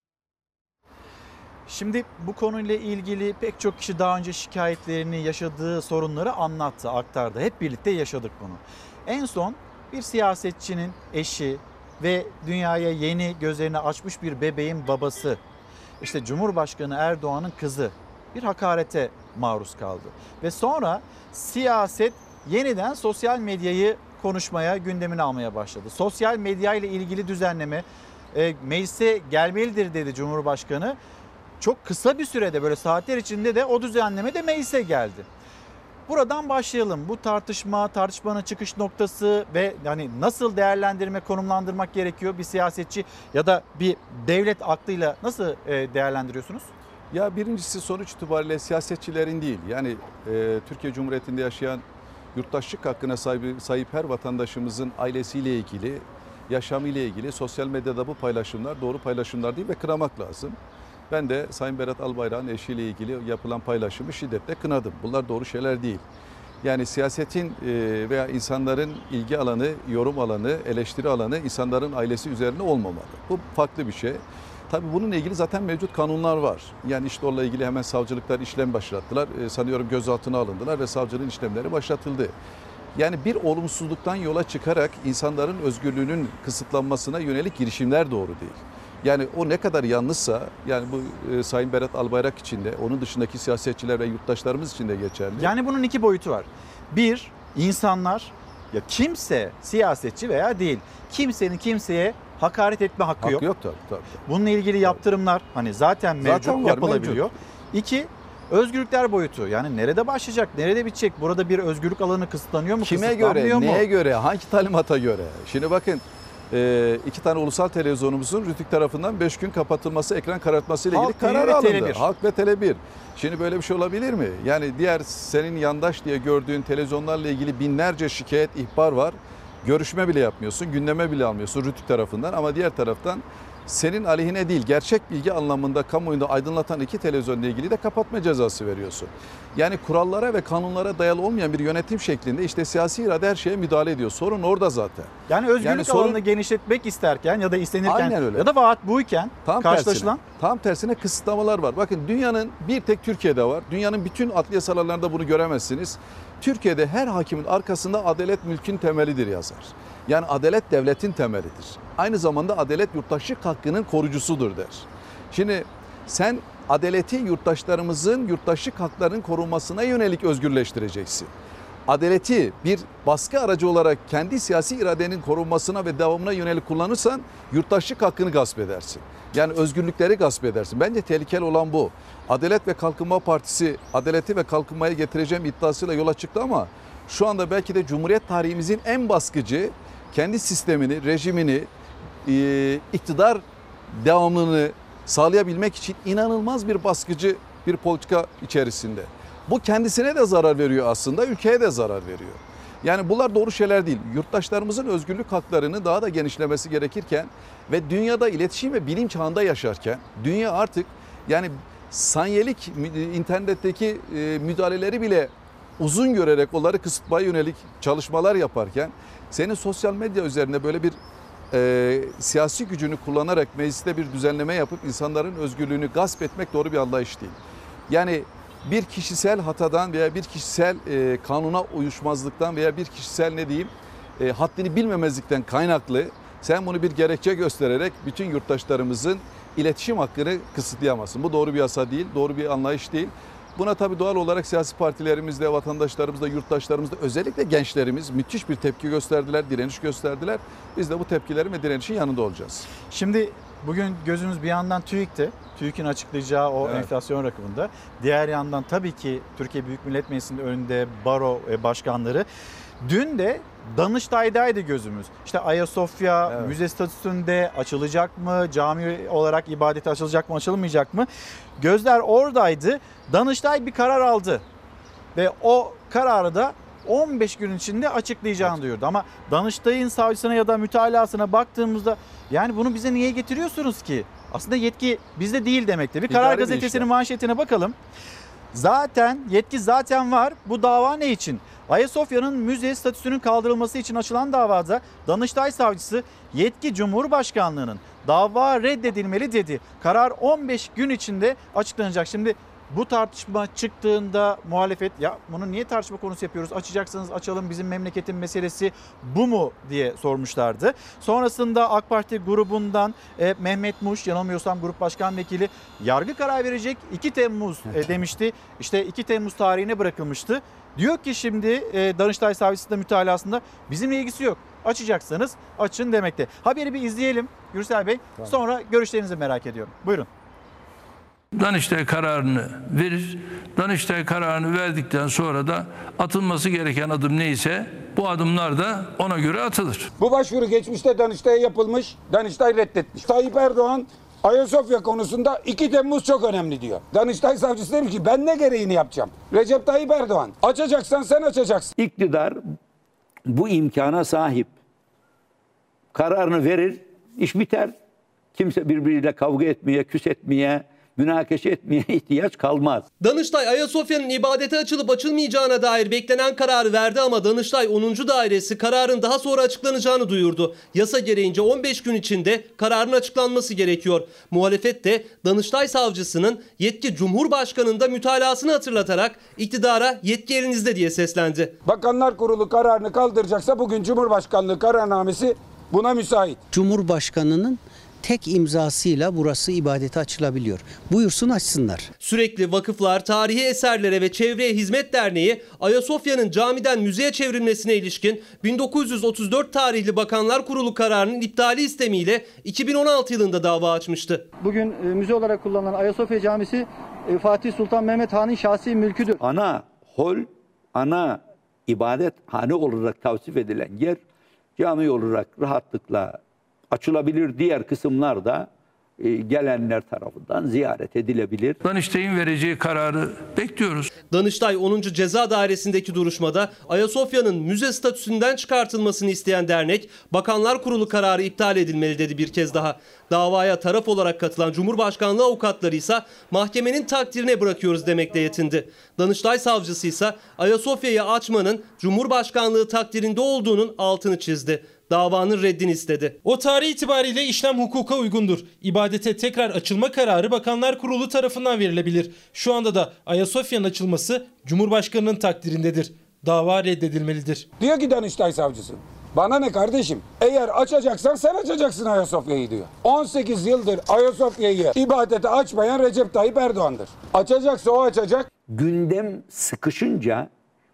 Şimdi bu konuyla ilgili pek çok kişi daha önce şikayetlerini, yaşadığı sorunları anlattı, aktardı. Hep birlikte yaşadık bunu. En son bir siyasetçinin eşi ve dünyaya yeni gözlerini açmış bir bebeğin babası, işte Cumhurbaşkanı Erdoğan'ın kızı bir hakarete maruz kaldı. Ve sonra siyaset yeniden sosyal medyayı konuşmaya, gündemine almaya başladı. Sosyal medya ile ilgili düzenleme e, meclise gelmelidir dedi Cumhurbaşkanı. Çok kısa bir sürede, böyle saatler içinde de o düzenleme de meclise geldi. Buradan başlayalım. Bu tartışma, tartışmanın çıkış noktası ve yani nasıl değerlendirme, konumlandırmak gerekiyor bir siyasetçi ya da bir devlet aklıyla nasıl değerlendiriyorsunuz?
Ya birincisi sonuç itibariyle siyasetçilerin değil, yani e, Türkiye Cumhuriyeti'nde yaşayan yurttaşlık hakkına sahip, sahip her vatandaşımızın ailesiyle ilgili, yaşamıyla ilgili sosyal medyada bu paylaşımlar doğru paylaşımlar değil ve kınamak lazım. Ben de Sayın Berat Albayrak'ın eşiyle ilgili yapılan paylaşımı şiddetle kınadım. Bunlar doğru şeyler değil. Yani siyasetin veya insanların ilgi alanı, yorum alanı, eleştiri alanı insanların ailesi üzerine olmamalı. Bu farklı bir şey. Tabii bununla ilgili zaten mevcut kanunlar var. Yani işte onunla ilgili hemen savcılıklar işlem başlattılar. Sanıyorum gözaltına alındılar ve savcılığın işlemleri başlatıldı. Yani bir olumsuzluktan yola çıkarak insanların özgürlüğünün kısıtlanmasına yönelik girişimler doğru değil. Yani o ne kadar yanlışsa, yani bu e, Sayın Berat Albayrak için de, onun dışındaki siyasetçiler ve yurttaşlarımız için de geçerli.
Yani bunun iki boyutu var. Bir, insanlar, ya kimse siyasetçi veya değil, kimsenin kimseye hakaret etme hakkı,
hakkı
yok.
yok tabii, tabii, tabii.
Bununla ilgili yaptırımlar hani zaten mevcut,
zaten var,
yapılabiliyor.
Mevcut.
İki, özgürlükler boyutu. Yani nerede başlayacak, nerede bitecek? Burada bir özgürlük alanı kısıtlanıyor mu?
Kime göre,
mu?
neye göre, hangi talimata göre? Şimdi bakın, e, iki tane ulusal televizyonumuzun Rütük tarafından beş gün kapatılması, ekran karartması ile ilgili
Halk
karar
ve
alındı.
Tele bir.
Halk ve Tele bir. Şimdi böyle bir şey olabilir mi? Yani diğer senin yandaş diye gördüğün televizyonlarla ilgili binlerce şikayet, ihbar var. Görüşme bile yapmıyorsun, gündeme bile almıyorsun Rütük tarafından, ama diğer taraftan senin aleyhine değil, gerçek bilgi anlamında kamuoyunda aydınlatan iki televizyonla ilgili de kapatma cezası veriyorsun. Yani kurallara ve kanunlara dayalı olmayan bir yönetim şeklinde işte siyasi irade her şeye müdahale ediyor. Sorun orada zaten.
Yani özgürlük
yani sorun,
alanını genişletmek isterken ya da istenirken
öyle.
ya da vaat buyken
tam
karşılaşılan.
Tersine, tam tersine kısıtlamalar var. Bakın dünyanın bir tek Türkiye'de var. Dünyanın bütün adliye salonlarında bunu göremezsiniz. Türkiye'de her hakimin arkasında adalet mülkün temelidir yazar. Yani adalet devletin temelidir. Aynı zamanda adalet yurttaşlık hakkının korucusudur der. Şimdi sen adaleti yurttaşlarımızın yurttaşlık haklarının korunmasına yönelik özgürleştireceksin. Adaleti bir baskı aracı olarak kendi siyasi iradenin korunmasına ve devamına yönelik kullanırsan yurttaşlık hakkını gasp edersin. Yani özgürlükleri gasp edersin. Bence tehlikeli olan bu. Adalet ve Kalkınma Partisi adaleti ve kalkınmaya getireceğim iddiasıyla yola çıktı ama şu anda belki de Cumhuriyet tarihimizin en baskıcı, kendi sistemini, rejimini, iktidar devamlılığını sağlayabilmek için inanılmaz bir baskıcı bir politika içerisinde. Bu kendisine de zarar veriyor aslında, ülkeye de zarar veriyor. Yani bunlar doğru şeyler değil. Yurttaşlarımızın özgürlük haklarının daha da genişlemesi gerekirken ve dünyada iletişim ve bilim çağında yaşarken, dünya artık yani saniyelik internetteki müdahaleleri bile uzun görerek onları kısıtmaya yönelik çalışmalar yaparken senin sosyal medya üzerinde böyle bir e, siyasi gücünü kullanarak mecliste bir düzenleme yapıp insanların özgürlüğünü gasp etmek doğru bir anlayış değil. Yani bir kişisel hatadan veya bir kişisel e, kanuna uyuşmazlıktan veya bir kişisel ne diyeyim e, haddini bilmemezlikten kaynaklı sen bunu bir gerekçe göstererek bütün yurttaşlarımızın iletişim hakkını kısıtlayamazsın. Bu doğru bir yasa değil, doğru bir anlayış değil. Buna tabii doğal olarak siyasi partilerimiz de, vatandaşlarımız da, yurttaşlarımız da, özellikle gençlerimiz müthiş bir tepki gösterdiler, direniş gösterdiler. Biz de bu tepkilerin ve direnişin yanında olacağız.
Şimdi bugün gözümüz bir yandan TÜİK'te, TÜİK'in açıklayacağı o evet. enflasyon rakamında. Diğer yandan tabii ki Türkiye Büyük Millet Meclisi'nin önünde baro başkanları. Dün de Danıştay'daydı gözümüz. İşte Ayasofya evet. müze statüsünde açılacak mı? Cami olarak ibadete açılacak mı, açılmayacak mı? Gözler oradaydı. Danıştay bir karar aldı. Ve o kararı da on beş gün içinde açıklayacağını evet. diyordu. Ama Danıştay'ın savcısına ya da mütalasına baktığımızda yani bunu bize niye getiriyorsunuz ki? Aslında yetki bizde değil demektir. Bir Karar Gazetesi'nin manşetine bakalım. Zaten yetki zaten var. Bu dava ne için? Ayasofya'nın müze statüsünün kaldırılması için açılan davada Danıştay savcısı yetki Cumhurbaşkanlığı'nın, dava reddedilmeli dedi. Karar on beş gün içinde açıklanacak. Şimdi bu tartışma çıktığında muhalefet ya bunu niye tartışma konusu yapıyoruz? Açacaksanız açalım, bizim memleketin meselesi bu mu diye sormuşlardı. Sonrasında AK Parti grubundan e, Mehmet Muş, yanılmıyorsam grup başkan vekili, yargı karar verecek iki Temmuz e, demişti. İşte iki Temmuz tarihine bırakılmıştı. Diyor ki şimdi e, Danıştay savcısında mütalasında bizimle ilgisi yok. Açacaksanız açın demekte. Haberi bir izleyelim Gürsel Bey. Tamam. Sonra görüşlerinizi merak ediyorum. Buyurun.
Danıştay kararını verir. Danıştay kararını verdikten sonra da atılması gereken adım neyse bu adımlar da ona göre atılır.
Bu başvuru geçmişte Danıştay'a yapılmış. Danıştay reddetmiş. Tayyip Erdoğan Ayasofya konusunda iki Temmuz çok önemli diyor. Danıştay savcısı demiş ki ben ne gereğini yapacağım? Recep Tayyip Erdoğan açacaksan sen açacaksın.
İktidar bu imkana sahip. Kararını verir, iş biter. Kimse birbiriyle kavga etmeye, küs etmeye, münakaşa etmeye ihtiyaç kalmaz.
Danıştay Ayasofya'nın ibadete açılıp açılmayacağına dair beklenen kararı verdi ama Danıştay onuncu dairesi kararın daha sonra açıklanacağını duyurdu. Yasa gereğince on beş gün içinde kararın açıklanması gerekiyor. Muhalefet de Danıştay savcısının yetki Cumhurbaşkanı'nda mütalasını hatırlatarak iktidara yetki elinizde diye seslendi.
Bakanlar Kurulu kararını kaldıracaksa bugün Cumhurbaşkanlığı kararnamesi buna müsait.
Cumhurbaşkanının tek imzasıyla burası ibadete açılabiliyor. Buyursun açsınlar.
Sürekli Vakıflar, Tarihi Eserlere ve Çevreye Hizmet Derneği Ayasofya'nın camiden müzeye çevrilmesine ilişkin bin dokuz yüz otuz dört tarihli Bakanlar Kurulu kararının iptali istemiyle iki bin on altı yılında dava açmıştı.
Bugün e, müze olarak kullanılan Ayasofya Camisi e, Fatih Sultan Mehmet Han'ın şahsi mülküdür.
Ana hol, ana ibadet hane olarak tavsif edilen yer cami olarak rahatlıkla açılabilir, diğer kısımlar da e, gelenler tarafından ziyaret edilebilir.
Danıştay'ın vereceği kararı bekliyoruz.
Danıştay onuncu Ceza Dairesi'ndeki duruşmada Ayasofya'nın müze statüsünden çıkartılmasını isteyen dernek, Bakanlar Kurulu kararı iptal edilmeli dedi bir kez daha. Davaya taraf olarak katılan Cumhurbaşkanlığı avukatları ise mahkemenin takdirine bırakıyoruz demekle yetindi. Danıştay savcısı ise Ayasofya'yı açmanın Cumhurbaşkanlığı takdirinde olduğunun altını çizdi. Davanın reddini istedi.
O tarih itibariyle işlem hukuka uygundur. İbadete tekrar açılma kararı Bakanlar Kurulu tarafından verilebilir. Şu anda da Ayasofya'nın açılması Cumhurbaşkanı'nın takdirindedir. Dava reddedilmelidir.
Diyor ki Danıştay savcısı, bana ne kardeşim? Eğer açacaksan sen açacaksın Ayasofya'yı diyor. on sekiz yıldır Ayasofya'yı ibadete açmayan Recep Tayyip Erdoğan'dır. Açacaksa o açacak.
Gündem sıkışınca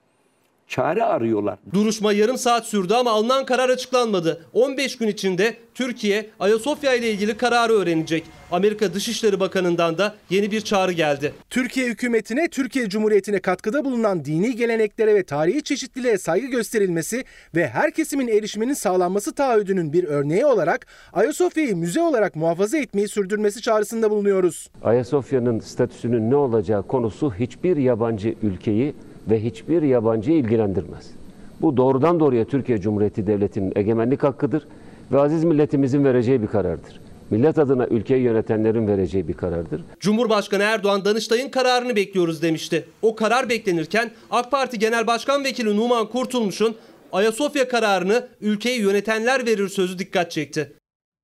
çare arıyorlar.
Duruşma yarım saat sürdü ama alınan karar açıklanmadı. on beş gün içinde Türkiye Ayasofya ile ilgili kararı öğrenecek. Amerika Dışişleri Bakanı'ndan da yeni bir çağrı geldi.
Türkiye hükümetine, Türkiye Cumhuriyeti'ne katkıda bulunan dini geleneklere ve tarihi çeşitliliğe saygı gösterilmesi ve her kesimin erişiminin sağlanması taahhüdünün bir örneği olarak Ayasofya'yı müze olarak muhafaza etmeyi sürdürmesi çağrısında bulunuyoruz.
Ayasofya'nın statüsünün ne olacağı konusu hiçbir yabancı ülkeyi ve hiçbir yabancıyı ilgilendirmez. Bu doğrudan doğruya Türkiye Cumhuriyeti Devleti'nin egemenlik hakkıdır ve aziz milletimizin vereceği bir karardır. Millet adına ülkeyi yönetenlerin vereceği bir karardır.
Cumhurbaşkanı Erdoğan Danıştay'ın kararını bekliyoruz demişti. O karar beklenirken AK Parti Genel Başkan Vekili Numan Kurtulmuş'un Ayasofya kararını ülkeyi yönetenler verir sözü dikkat çekti.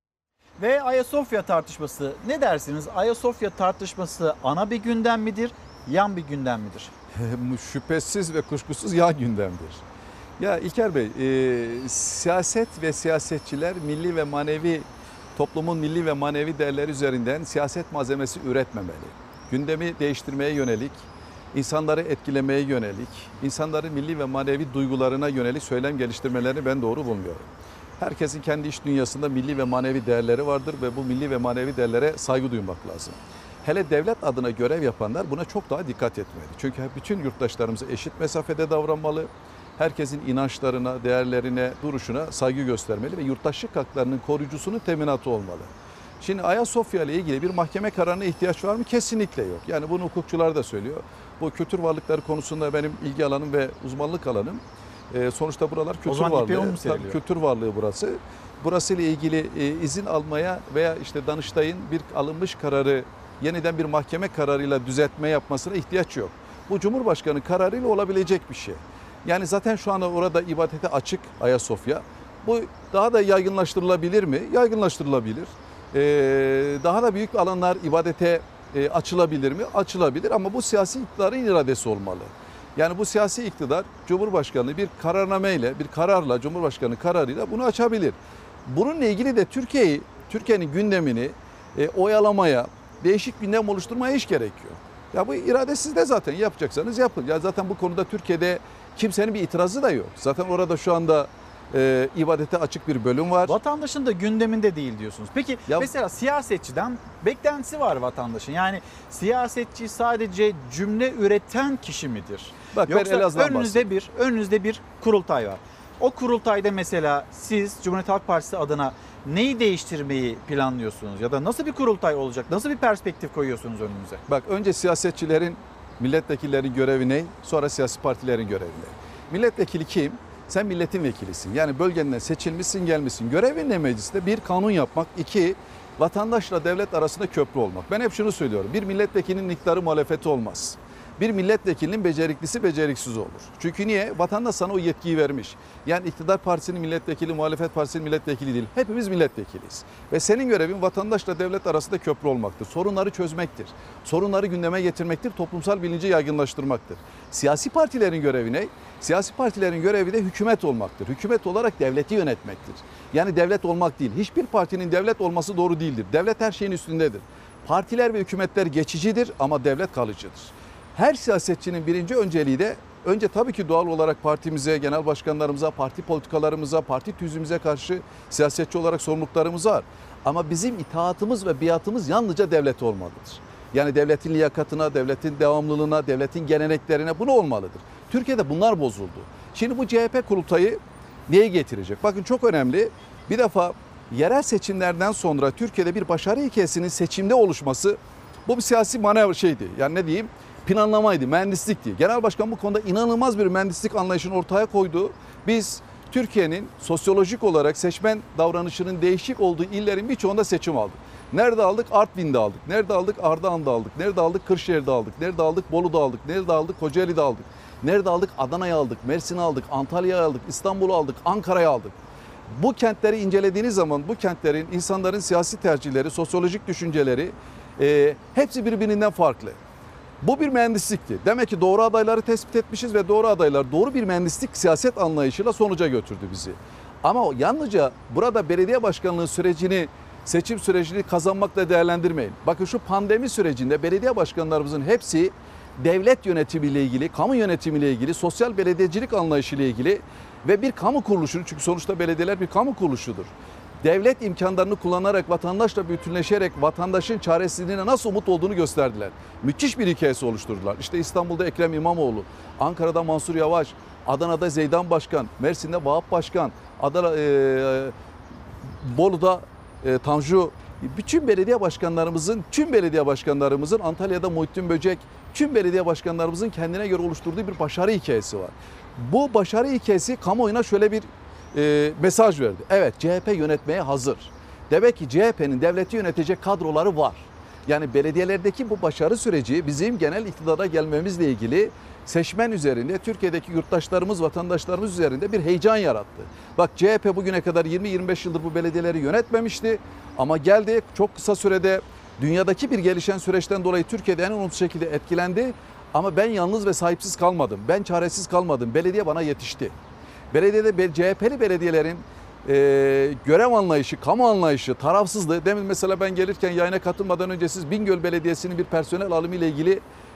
Ve Ayasofya tartışması, ne dersiniz? Ayasofya tartışması ana bir gündem midir, yan bir gündem midir?
Şüphesiz ve kuşkusuz yan gündemdir. Ya İlker Bey, e, siyaset ve siyasetçiler milli ve manevi, toplumun milli ve manevi değerleri üzerinden siyaset malzemesi üretmemeli. Gündemi değiştirmeye yönelik insanları etkilemeye yönelik, insanların milli ve manevi duygularına yönelik söylem geliştirmelerini ben doğru bulmuyorum. Herkesin kendi iç dünyasında milli ve manevi değerleri vardır ve bu milli ve manevi değerlere saygı duymak lazım. Hele devlet adına görev yapanlar buna çok daha dikkat etmeli. Çünkü bütün yurttaşlarımıza eşit mesafede davranmalı. Herkesin inançlarına, değerlerine, duruşuna saygı göstermeli ve yurttaşlık haklarının koruyucusunun teminatı olmalı. Şimdi Ayasofya ile ilgili bir mahkeme kararına ihtiyaç var mı? Kesinlikle yok. Yani bunu hukukçular da söylüyor. Bu kültür varlıkları konusunda benim ilgi alanım ve uzmanlık alanım. Ee, sonuçta buralar kültür varlığı. Tabii kültür varlığı burası. Burası ile ilgili e, izin almaya veya işte Danıştay'ın bir alınmış kararı yeniden bir mahkeme kararıyla düzeltme yapmasına ihtiyaç yok. Bu Cumhurbaşkanı kararıyla olabilecek bir şey. Yani zaten şu anda orada ibadete açık Ayasofya. Bu daha da yaygınlaştırılabilir mi? Yaygınlaştırılabilir. Ee, daha da büyük alanlar ibadete e, açılabilir mi? Açılabilir ama bu siyasi iktidarın iradesi olmalı. Yani bu siyasi iktidar Cumhurbaşkanı bir kararnameyle, bir kararla, Cumhurbaşkanı kararıyla bunu açabilir. Bununla ilgili de Türkiye'yi, Türkiye'nin gündemini e, oyalamaya, değişik gündem oluşturmaya hiç gerek yok. Ya bu irade sizde zaten, yapacaksanız yapın. Ya zaten bu konuda Türkiye'de kimsenin bir itirazı da yok. Zaten orada şu anda e, ibadete açık bir bölüm var.
Vatandaşın da gündeminde değil diyorsunuz. Peki
ya,
mesela siyasetçiden beklentisi var vatandaşın. Yani siyasetçi sadece cümle üreten kişi midir?
Bak,
yoksa önünüzde bir, önünüzde bir kurultay var. O kurultayda mesela siz Cumhuriyet Halk Partisi adına neyi değiştirmeyi planlıyorsunuz? Ya da nasıl bir kurultay olacak? Nasıl bir perspektif koyuyorsunuz önünüze?
Bak, önce siyasetçilerin, milletvekillerinin görevi ne? Sonra siyasi partilerin görevi ne? Milletvekili kim? Sen milletin vekilisin. Yani bölgenden seçilmişsin, gelmişsin. Görevin ne mecliste? Bir, kanun yapmak. İki, vatandaşla devlet arasında köprü olmak. Ben hep şunu söylüyorum. Bir milletvekilinin iktidarı muhalefeti olmaz. Bir milletvekilinin beceriklisi beceriksiz olur. Çünkü niye? Vatandaş sana o yetkiyi vermiş. Yani iktidar partisinin milletvekili, muhalefet partisinin milletvekili değil. Hepimiz milletvekiliyiz. Ve senin görevin vatandaşla devlet arasında köprü olmaktır. Sorunları çözmektir. Sorunları gündeme getirmektir. Toplumsal bilinci yaygınlaştırmaktır. Siyasi partilerin görevi ne? Siyasi partilerin görevi de hükümet olmaktır. Hükümet olarak devleti yönetmektir. Yani devlet olmak değil. Hiçbir partinin devlet olması doğru değildir. Devlet her şeyin üstündedir. Partiler ve hükümetler geçicidir ama devlet kalıcıdır. Her siyasetçinin birinci önceliği de önce tabii ki doğal olarak partimize, genel başkanlarımıza, parti politikalarımıza, parti tüzüğümüze karşı siyasetçi olarak sorumluluklarımız var. Ama bizim itaatımız ve biatımız yalnızca devlet olmalıdır. Yani devletin liyakatına, devletin devamlılığına, devletin geleneklerine bunu olmalıdır. Türkiye'de bunlar bozuldu. Şimdi bu C H P kurultayı neye getirecek? Bakın çok önemli. Bir defa yerel seçimlerden sonra Türkiye'de bir başarı hikayesinin seçimde oluşması bu bir siyasi manevra şeydi. Yani ne diyeyim? Planlamaydı, mühendislikti. Genel Başkan bu konuda inanılmaz bir mühendislik anlayışını ortaya koydu. Biz Türkiye'nin sosyolojik olarak seçmen davranışının değişik olduğu illerin birçoğunda seçim aldık. Nerede aldık? Artvin'de aldık. Nerede aldık? Ardahan'da aldık. Nerede aldık? Kırşehir'de aldık. Nerede aldık? Bolu'da aldık. Nerede aldık? Kocaeli'de aldık. Nerede aldık? Adana'yı aldık. Mersin'i aldık. Antalya'yı aldık. İstanbul'u aldık. Ankara'yı aldık. Bu kentleri incelediğiniz zaman bu kentlerin, insanların siyasi tercihleri, sosyolojik düşünceleri e, hepsi birbirinden farklı. Bu bir mühendislikti. Demek ki doğru adayları tespit etmişiz ve doğru adaylar doğru bir mühendislik siyaset anlayışıyla sonuca götürdü bizi. Ama yalnızca burada belediye başkanlığı sürecini, seçim sürecini kazanmakla değerlendirmeyin. Bakın şu pandemi sürecinde belediye başkanlarımızın hepsi devlet yönetimiyle ilgili, kamu yönetimiyle ilgili, sosyal belediyecilik anlayışıyla ilgili ve bir kamu kuruluşunu, çünkü sonuçta belediyeler bir kamu kuruluşudur. Devlet imkanlarını kullanarak, vatandaşla bütünleşerek vatandaşın çaresizliğine nasıl umut olduğunu gösterdiler. Müthiş bir hikayesi oluşturdular. İşte İstanbul'da Ekrem İmamoğlu, Ankara'da Mansur Yavaş, Adana'da Zeydan Başkan, Mersin'de Vahap Başkan, Adana, e, Bolu'da e, Tanju, bütün belediye başkanlarımızın, tüm belediye başkanlarımızın, Antalya'da Muhittin Böcek, tüm belediye başkanlarımızın kendine göre oluşturduğu bir başarı hikayesi var. Bu başarı hikayesi kamuoyuna şöyle bir e, mesaj verdi. Evet, C H P yönetmeye hazır. Demek ki C H P'nin devleti yönetecek kadroları var. Yani belediyelerdeki bu başarı süreci bizim genel iktidara gelmemizle ilgili seçmen üzerinde, Türkiye'deki yurttaşlarımız, vatandaşlarımız üzerinde bir heyecan yarattı. Bak, C H P bugüne kadar yirmi yirmi beş yıldır bu belediyeleri yönetmemişti. Ama geldi, çok kısa sürede dünyadaki bir gelişen süreçten dolayı Türkiye'de en olumsuz şekilde etkilendi. Ama ben yalnız ve sahipsiz kalmadım. Ben çaresiz kalmadım. Belediye bana yetişti. Belediyede C H P'li belediyelerin e, görev anlayışı, kamu anlayışı, tarafsızlığı. Demin mesela ben gelirken yayına katılmadan önce siz Bingöl Belediyesi'nin bir personel alımı ile ilgili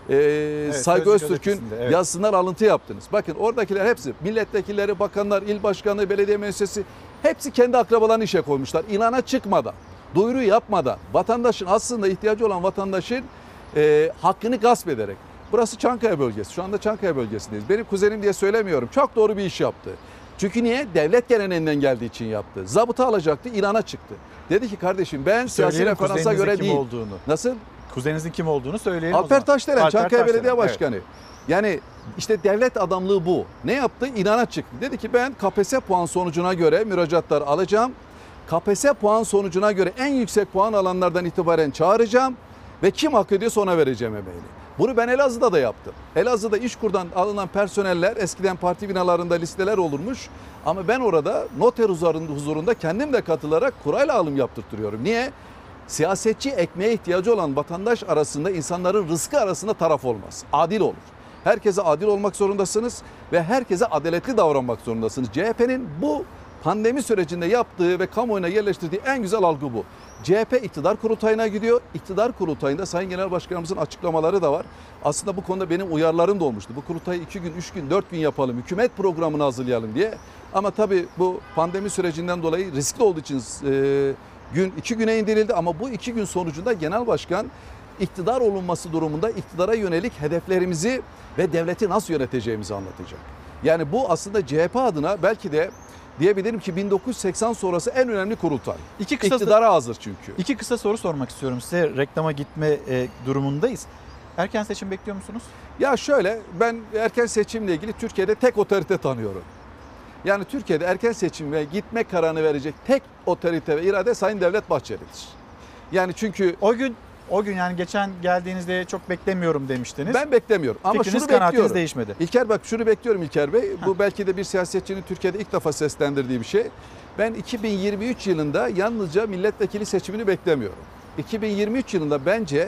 e,
Evet,
Saygı
Sözcü
Öztürk'ün
gazetesinde, evet.
yazısından alıntı yaptınız. Bakın oradakiler hepsi milletvekilleri, bakanlar, il başkanı, belediye meclisi hepsi kendi akrabalarını işe koymuşlar. İlana çıkmadan, duyuru yapmadan, vatandaşın aslında ihtiyacı olan vatandaşın e, hakkını gasp ederek. Burası Çankaya bölgesi. Şu anda Çankaya bölgesindeyiz. Benim kuzenim diye söylemiyorum. Çok doğru bir iş yaptı. Çünkü niye? Devlet geleneğinden geldiği için yaptı. Zabıta alacaktı, İran'a çıktı. Dedi ki kardeşim ben siyasi
Söyleyelim
referansa göre
kim
değil.
olduğunu.
Nasıl?
Kuzeninizin kim olduğunu söyleyelim.
Alper Taşdelen, Çankaya
Taşdelen,
Belediye
evet.
Başkanı. Yani işte devlet adamlığı bu. Ne yaptı? İnana çıktı. Dedi ki ben K P S S puan sonucuna göre müracaatlar alacağım. K P S S puan sonucuna göre en yüksek puan alanlardan itibaren çağıracağım. Ve kim hak ediyorsa ona vereceğim emeğini. Bunu ben Elazığ'da da yaptım. Elazığ'da İşkur'dan alınan personeller eskiden parti binalarında listeler olurmuş. Ama ben orada noter huzurunda kendim de katılarak kurayla alım yaptırtırıyorum. Niye? Siyasetçi ekmeğe ihtiyacı olan vatandaş arasında insanların rızkı arasında taraf olmaz. Adil olur. Herkese adil olmak zorundasınız ve herkese adaletli davranmak zorundasınız. C H P'nin bu pandemi sürecinde yaptığı ve kamuoyuna yerleştirdiği en güzel algı bu. C H P iktidar kurultayına gidiyor. İktidar kurultayında Sayın Genel Başkanımızın açıklamaları da var. Aslında bu konuda benim uyarılarım da olmuştu. Bu kurultayı iki gün, üç gün, dört gün yapalım. Hükümet programını hazırlayalım diye. Ama tabii bu pandemi sürecinden dolayı riskli olduğu için e, gün iki güne indirildi. Ama bu iki gün sonucunda Genel Başkan iktidar olunması durumunda iktidara yönelik hedeflerimizi ve devleti nasıl yöneteceğimizi anlatacak. Yani bu aslında C H P adına belki de diyebilirim ki bin dokuz yüz seksen sonrası en önemli kurultay.
İki kısa
İktidara hazır çünkü.
İki kısa soru sormak istiyorum size. Reklama gitme e, durumundayız. Erken seçim bekliyor musunuz?
Ya şöyle, ben erken seçimle ilgili Türkiye'de tek otorite tanıyorum. Yani Türkiye'de erken seçime gitme kararını verecek tek otorite ve irade Sayın Devlet Bahçeli'dir. Yani çünkü
o gün o gün yani geçen geldiğinizde çok beklemiyorum demiştiniz.
Ben beklemiyorum ama
Fikriniz,
şunu
kanaatiniz
bekliyorum.
değişmedi.
İlker bak şunu bekliyorum İlker Bey. Bu belki de bir siyasetçinin Türkiye'de ilk defa seslendirdiği bir şey. Ben iki bin yirmi üç yılında yalnızca milletvekili seçimini beklemiyorum. iki bin yirmi üç yılında bence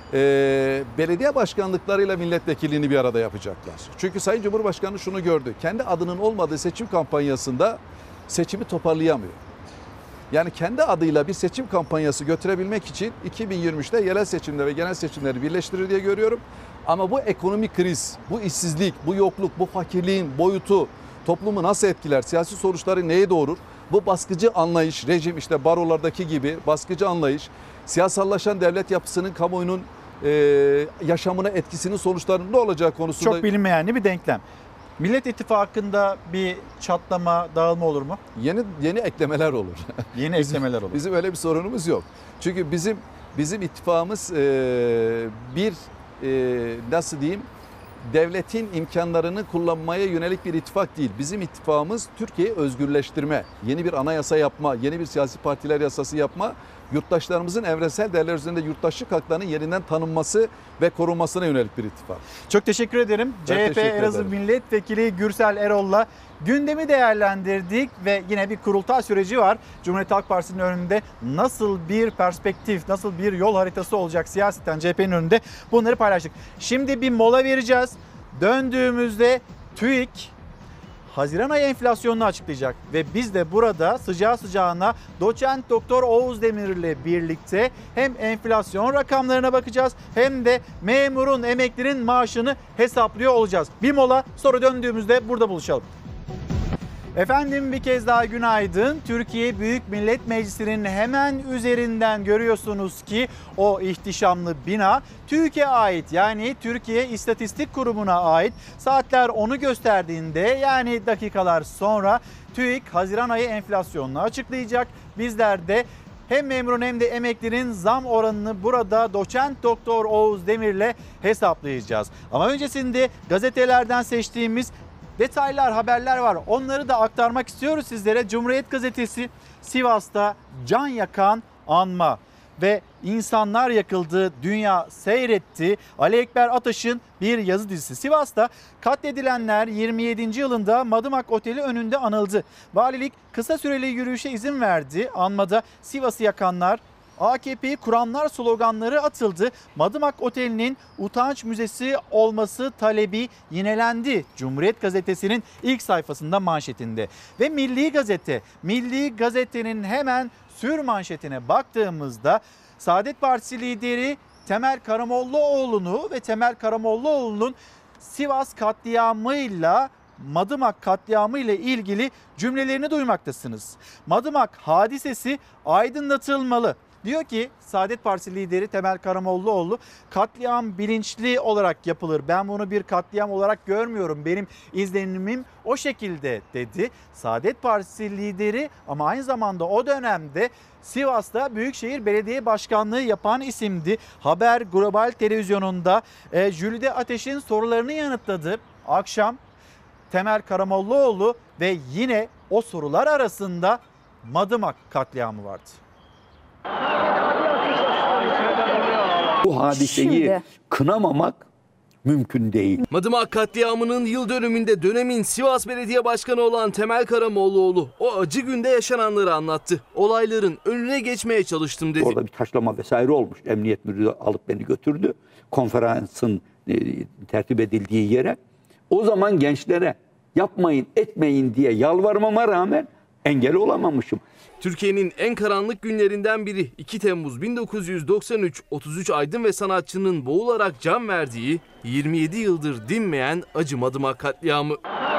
e, belediye başkanlıklarıyla milletvekilliğini bir arada yapacaklar. Çünkü Sayın Cumhurbaşkanı şunu gördü. Kendi adının olmadığı seçim kampanyasında seçimi toparlayamıyor. Yani kendi adıyla bir seçim kampanyası götürebilmek için iki bin yirmi üçte yerel seçimleri ve genel seçimleri birleştirir diye görüyorum. Ama bu ekonomik kriz, bu işsizlik, bu yokluk, bu fakirliğin boyutu toplumu nasıl etkiler, siyasi sonuçları neye doğurur? Bu baskıcı anlayış, rejim işte barolardaki gibi baskıcı anlayış, siyasallaşan devlet yapısının kamuoyunun e, yaşamına etkisinin sonuçlarının ne olacağı konusunda...
Çok bilinmeyen bir denklem. Millet İttifakı'nda bir çatlama, dağılma olur mu?
Yeni yeni eklemeler olur.
Yeni eklemeler olur.
Bizim öyle bir sorunumuz yok. Çünkü bizim bizim ittifakımız e, bir e, nasıl diyeyim devletin imkanlarını kullanmaya yönelik bir ittifak değil. Bizim ittifakımız Türkiye'yi özgürleştirme, yeni bir anayasa yapma, yeni bir siyasi partiler yasası yapma, yurttaşlarımızın evrensel değerler üzerinde yurttaşlık haklarının yeniden tanınması ve korunmasına yönelik bir ittifak.
Çok teşekkür ederim.
Ben
C H P
teşekkür
Elazığ
ederim.
Milletvekili Gürsel Erol'la gündemi değerlendirdik ve yine bir kurultay süreci var. Cumhuriyet Halk Partisi'nin önünde nasıl bir perspektif, nasıl bir yol haritası olacak siyaseten C H P'nin önünde bunları paylaştık. Şimdi bir mola vereceğiz. Döndüğümüzde TÜİK Haziran ayı enflasyonunu açıklayacak ve biz de burada sıcağı sıcağına doçent doktor Oğuz Demir ile birlikte hem enflasyon rakamlarına bakacağız hem de memurun, emeklinin maaşını hesaplıyor olacağız. Bir mola, sonra döndüğümüzde burada buluşalım. Efendim bir kez daha günaydın. Türkiye Büyük Millet Meclisi'nin hemen üzerinden görüyorsunuz ki o ihtişamlı bina TÜİK'e ait, yani Türkiye İstatistik Kurumu'na ait. Saatler onu gösterdiğinde, yani dakikalar sonra TÜİK Haziran ayı enflasyonunu açıklayacak. Bizler de hem memurun hem de emeklinin zam oranını burada doçent doktor Oğuz Demir'le hesaplayacağız. Ama öncesinde gazetelerden seçtiğimiz detaylar, haberler var. Onları da aktarmak istiyoruz sizlere. Cumhuriyet Gazetesi Sivas'ta can yakan anma ve insanlar yakıldı, dünya seyretti. Ali Ekber Ataş'ın bir yazı dizisi. Sivas'ta katledilenler yirmi yedinci yılında Madımak Oteli önünde anıldı. Valilik kısa süreli yürüyüşe izin verdi. Anmada Sivas'ı yakanlar, A K P'yi kuranlar sloganları atıldı. Madımak Oteli'nin utanç müzesi olması talebi yinelendi. Cumhuriyet Gazetesi'nin ilk sayfasında manşetinde. Ve Milli Gazete, Milli Gazete'nin hemen sür manşetine baktığımızda Saadet Partisi lideri Temel Karamollaoğlu'nu ve Temel Karamollaoğlu'nun Sivas katliamıyla Madımak katliamı ile ilgili cümlelerini duymaktasınız. Madımak hadisesi aydınlatılmalı. Diyor ki Saadet Partisi lideri Temel Karamollaoğlu, katliam bilinçli olarak yapılır. Ben bunu bir katliam olarak görmüyorum. Benim izlenimim o şekilde dedi. Saadet Partisi lideri ama aynı zamanda o dönemde Sivas'ta Büyükşehir Belediye Başkanlığı yapan isimdi. Haber Global Televizyonu'nda e, Jülide Ateş'in sorularını yanıtladı. Akşam Temel Karamollaoğlu ve yine o sorular arasında Madımak katliamı vardı.
Bu hadiseyi Şimdi. kınamamak mümkün değil.
Madımak katliamının yıl dönümünde dönemin Sivas Belediye Başkanı olan Temel Karamollaoğlu o acı günde yaşananları anlattı. Olayların önüne geçmeye çalıştım dedi.
Orada bir taşlama vesaire olmuş. Emniyet müdürü alıp beni götürdü. Konferansın e, tertip edildiği yere. O zaman gençlere yapmayın etmeyin diye yalvarmama rağmen engel olamamışım.
Türkiye'nin en karanlık günlerinden biri iki Temmuz bin dokuz yüz doksan üç, otuz üç aydın ve sanatçının boğularak can verdiği, yirmi yedi yıldır dinmeyen acı Madımak katliamı.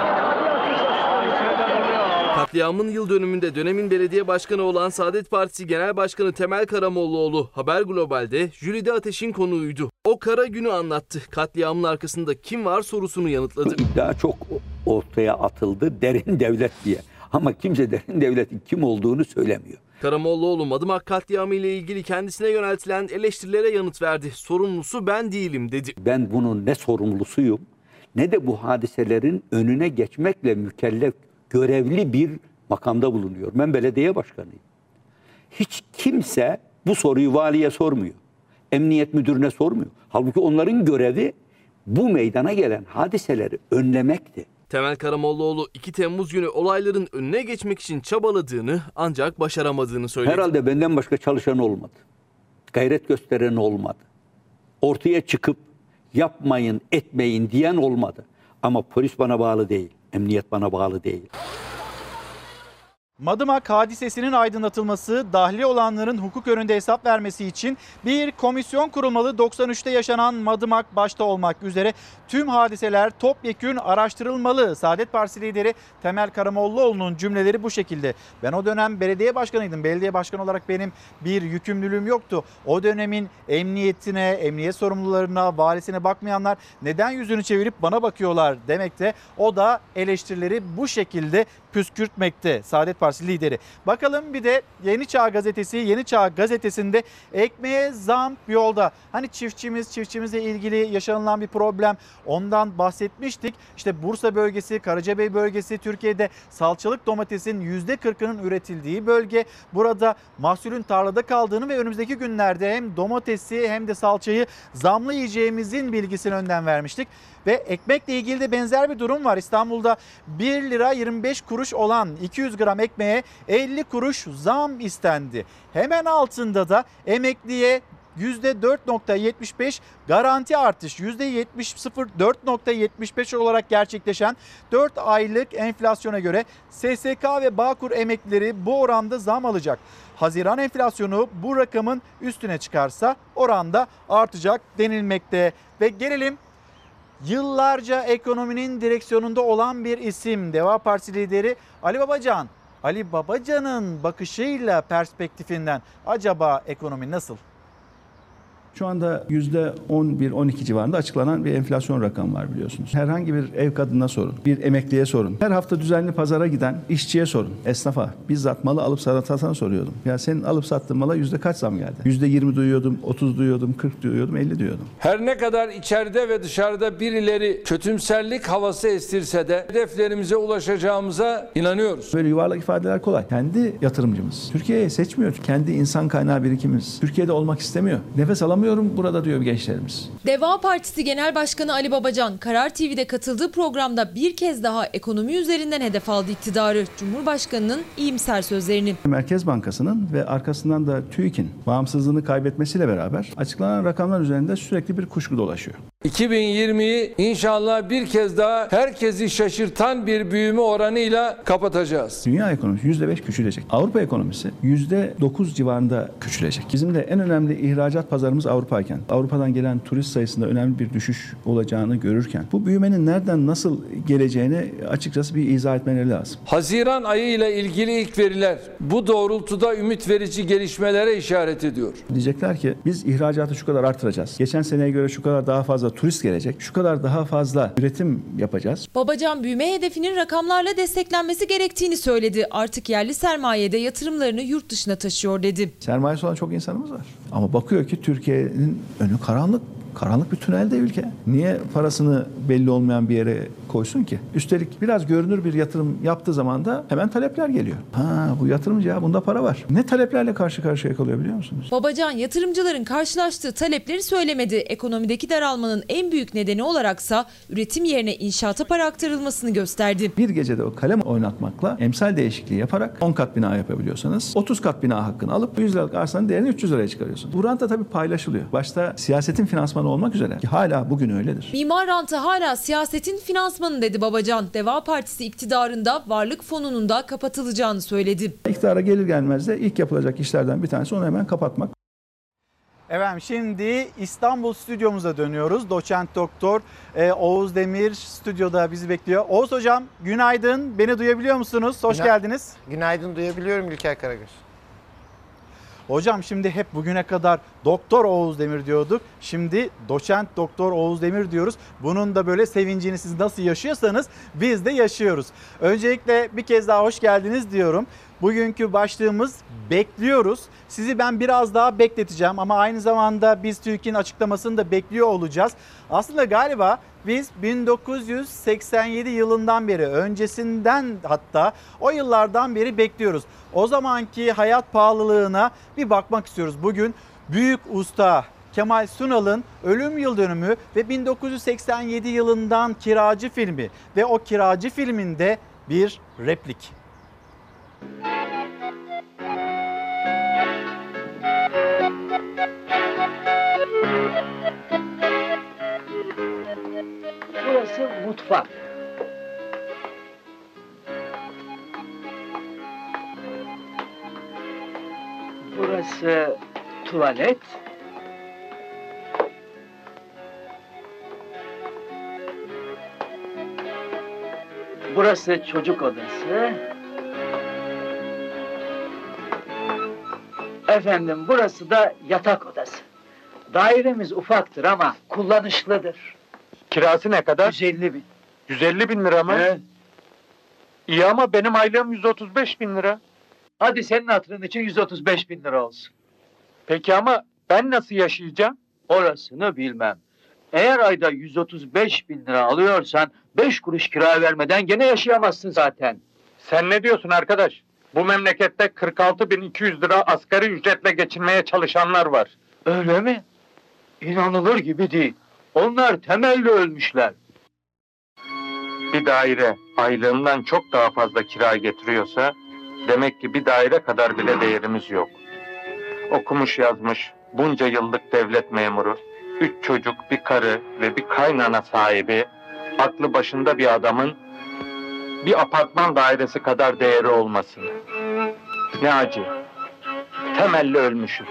Katliamın yıl dönümünde dönemin belediye başkanı olan Saadet Partisi Genel Başkanı Temel Karamollaoğlu Haber Global'de Jülide Ateş'in konuğuydu. O kara günü anlattı. Katliamın arkasında kim var sorusunu yanıtladı.
İddia çok ortaya atıldı, derin devlet diye. Ama kimse derin devletin kim olduğunu söylemiyor.
Karamollaoğlu Madımak katliamı ile ilgili kendisine yöneltilen eleştirilere yanıt verdi. Sorumlusu ben değilim dedi.
Ben bunun ne sorumlusuyum ne de bu hadiselerin önüne geçmekle mükellef, görevli bir makamda bulunuyor. Ben belediye başkanıyım. Hiç kimse bu soruyu valiye sormuyor. Emniyet müdürüne sormuyor. Halbuki onların görevi bu meydana gelen hadiseleri önlemekti.
Temel Karamollaoğlu iki Temmuz günü olayların önüne geçmek için çabaladığını ancak başaramadığını söyledi.
Herhalde benden başka çalışan olmadı. Gayret gösteren olmadı. Ortaya çıkıp yapmayın, etmeyin diyen olmadı. Ama polis bana bağlı değil, emniyet bana bağlı değil.
Madımak hadisesinin aydınlatılması, dahli olanların hukuk önünde hesap vermesi için bir komisyon kurulmalı. doksan üçte yaşanan Madımak başta olmak üzere tüm hadiseler topyekün araştırılmalı. Saadet Partisi lideri Temel Karamollaoğlu'nun cümleleri bu şekilde. Ben o dönem belediye başkanıydım. Belediye başkanı olarak benim bir yükümlülüğüm yoktu. O dönemin emniyetine, emniyet sorumlularına, valisine bakmayanlar neden yüzünü çevirip bana bakıyorlar demekte. O da eleştirileri bu şekilde püskürtmekte Saadet Partisi lideri. Bakalım bir de Yeni Çağ Gazetesi, Yeni Çağ Gazetesi'nde ekmeğe zam yolda. Hani çiftçimiz, çiftçimizle ilgili yaşanılan bir problem, ondan bahsetmiştik. İşte Bursa bölgesi, Karacabey bölgesi Türkiye'de salçalık domatesin yüzde kırkının üretildiği bölge. Burada mahsulün tarlada kaldığını ve önümüzdeki günlerde hem domatesi hem de salçayı zamlı yiyeceğimizin bilgisini önden vermiştik. Ve ekmekle ilgili de benzer bir durum var. İstanbul'da bir lira yirmi beş kuruş olan iki yüz gram ekmeğe elli kuruş zam istendi. Hemen altında da emekliye yüzde dört nokta yetmiş beş garanti artış, yüzde yetmiş dört nokta yetmiş beş olarak gerçekleşen dört aylık enflasyona göre S S K ve Bağkur emeklileri bu oranda zam alacak. Haziran enflasyonu bu rakamın üstüne çıkarsa oranda artacak denilmekte. Ve gelelim yıllarca ekonominin direksiyonunda olan bir isim, Deva Partisi lideri Ali Babacan. Ali Babacan'ın bakışıyla, perspektifinden acaba ekonomi nasıl?
Şu anda yüzde on bir on iki civarında açıklanan bir enflasyon rakamı var biliyorsunuz. Herhangi bir ev kadınına sorun, bir emekliye sorun. Her hafta düzenli pazara giden işçiye sorun, esnafa. Bizzat malı alıp satanına soruyordum. Ya senin alıp sattığın mala yüzde kaç zam geldi? yüzde yirmi duyuyordum, otuz duyuyordum, kırk duyuyordum, elli duyuyordum.
Her ne kadar içeride ve dışarıda birileri kötümserlik havası estirse de hedeflerimize ulaşacağımıza inanıyoruz.
Böyle yuvarlak ifadeler kolay. Kendi yatırımcımız. Türkiye'yi seçmiyor. Kendi insan kaynağı birikimimiz. Türkiye'de olmak istemiyor. Nefes alamıyor burada diyor gençlerimiz.
Deva Partisi Genel Başkanı Ali Babacan, Karar T V'de katıldığı programda bir kez daha ekonomi üzerinden hedef aldı iktidarı. Cumhurbaşkanının iyimser sözlerini.
Merkez Bankası'nın ve arkasından da TÜİK'in bağımsızlığını kaybetmesiyle beraber açıklanan rakamlar üzerinde sürekli bir kuşku dolaşıyor.
iki bin yirmiyi inşallah bir kez daha herkesi şaşırtan bir büyüme oranıyla kapatacağız.
Dünya ekonomisi yüzde beş küçülecek. Avrupa ekonomisi yüzde dokuz civarında küçülecek. Bizim de en önemli ihracat pazarımız Avrupa'yken, Avrupa'dan gelen turist sayısında önemli bir düşüş olacağını görürken, bu büyümenin nereden nasıl geleceğini açıkçası bir izah etmeleri lazım.
Haziran ayı ile ilgili ilk veriler bu doğrultuda ümit verici gelişmelere işaret ediyor.
Diyecekler ki biz ihracatı şu kadar artıracağız. Geçen seneye göre şu kadar daha fazla turist gelecek. Şu kadar daha fazla üretim yapacağız.
Babacan büyüme hedefinin rakamlarla desteklenmesi gerektiğini söyledi. Artık yerli sermayede yatırımlarını yurt dışına taşıyor dedi.
Sermayesi olan çok insanımız var. Ama bakıyor ki Türkiye'nin önü karanlık. Karanlık bir tünelde ülke. Niye parasını belli olmayan bir yere koysun ki? Üstelik biraz görünür bir yatırım yaptığı zaman da hemen talepler geliyor. Ha, bu yatırımcı ya, bunda para var. Ne taleplerle karşı karşıya kalıyor biliyor musunuz?
Babacan yatırımcıların karşılaştığı talepleri söylemedi. Ekonomideki daralmanın en büyük nedeni olaraksa üretim yerine inşaata para aktarılmasını gösterdi.
Bir gecede o kalem oynatmakla emsal değişikliği yaparak on kat bina yapabiliyorsanız otuz kat bina hakkını alıp yüz liralık arsanın değerini üç yüz liraya çıkarıyorsunuz. Bu rant da tabii paylaşılıyor. Başta siyasetin finansmanı olmak üzere ki hala bugün öyledir.
Mimar rantı hala siyasetin finansmanı dedi Babacan. Deva Partisi iktidarında varlık fonunun da kapatılacağını söyledi.
İktidara gelir gelmez de ilk yapılacak işlerden bir tanesi onu hemen kapatmak.
Efendim şimdi İstanbul stüdyomuza dönüyoruz. Doçent Doktor Oğuz Demir stüdyoda bizi bekliyor. Oğuz Hocam günaydın. Beni duyabiliyor musunuz? Hoş
Güna-
geldiniz.
Günaydın, duyabiliyorum İlker Karagöz.
Hocam şimdi hep bugüne kadar Doktor Oğuz Demir diyorduk. Şimdi Doçent Doktor Oğuz Demir diyoruz. Bunun da böyle sevincini siz nasıl yaşıyorsanız biz de yaşıyoruz. Öncelikle bir kez daha hoş geldiniz diyorum. Bugünkü başlığımız bekliyoruz. Sizi ben biraz daha bekleteceğim ama aynı zamanda biz TÜİK'in açıklamasını da bekliyor olacağız. Aslında galiba biz bin dokuz yüz seksen yedi yılından beri, öncesinden hatta o yıllardan beri bekliyoruz. O zamanki hayat pahalılığına bir bakmak istiyoruz. Bugün büyük usta Kemal Sunal'ın ölüm yıl dönümü ve bin dokuz yüz seksen yedi yılından Kiracı filmi ve o Kiracı filminde bir replik.
Burası mutfak. Burası tuvalet. Burası çocuk odası. Efendim burası da yatak odası. Dairemiz ufaktır ama kullanışlıdır.
Kirası ne kadar?
yüz elli bin.
yüz elli bin lira mı?
Evet.
İyi ama benim aylığım yüz otuz beş bin lira.
Hadi senin hatırın için yüz otuz beş bin lira olsun.
Peki ama ben nasıl yaşayacağım?
Orasını bilmem. Eğer ayda yüz otuz beş bin lira alıyorsan beş kuruş kira vermeden gene yaşayamazsın zaten.
Sen ne diyorsun arkadaş? Bu memlekette kırk altı bin iki yüz lira asgari ücretle geçinmeye çalışanlar var.
Öyle mi? İnanılır gibi değil. Onlar temelli ölmüşler.
Bir daire aylığımdan çok daha fazla kira getiriyorsa demek ki bir daire kadar bile değerimiz yok. Okumuş yazmış bunca yıllık devlet memuru, üç çocuk, bir karı ve bir kaynana sahibi, aklı başında bir adamın bir apartman dairesi kadar değeri olması. Ne acı. Temelli ölmüşüz.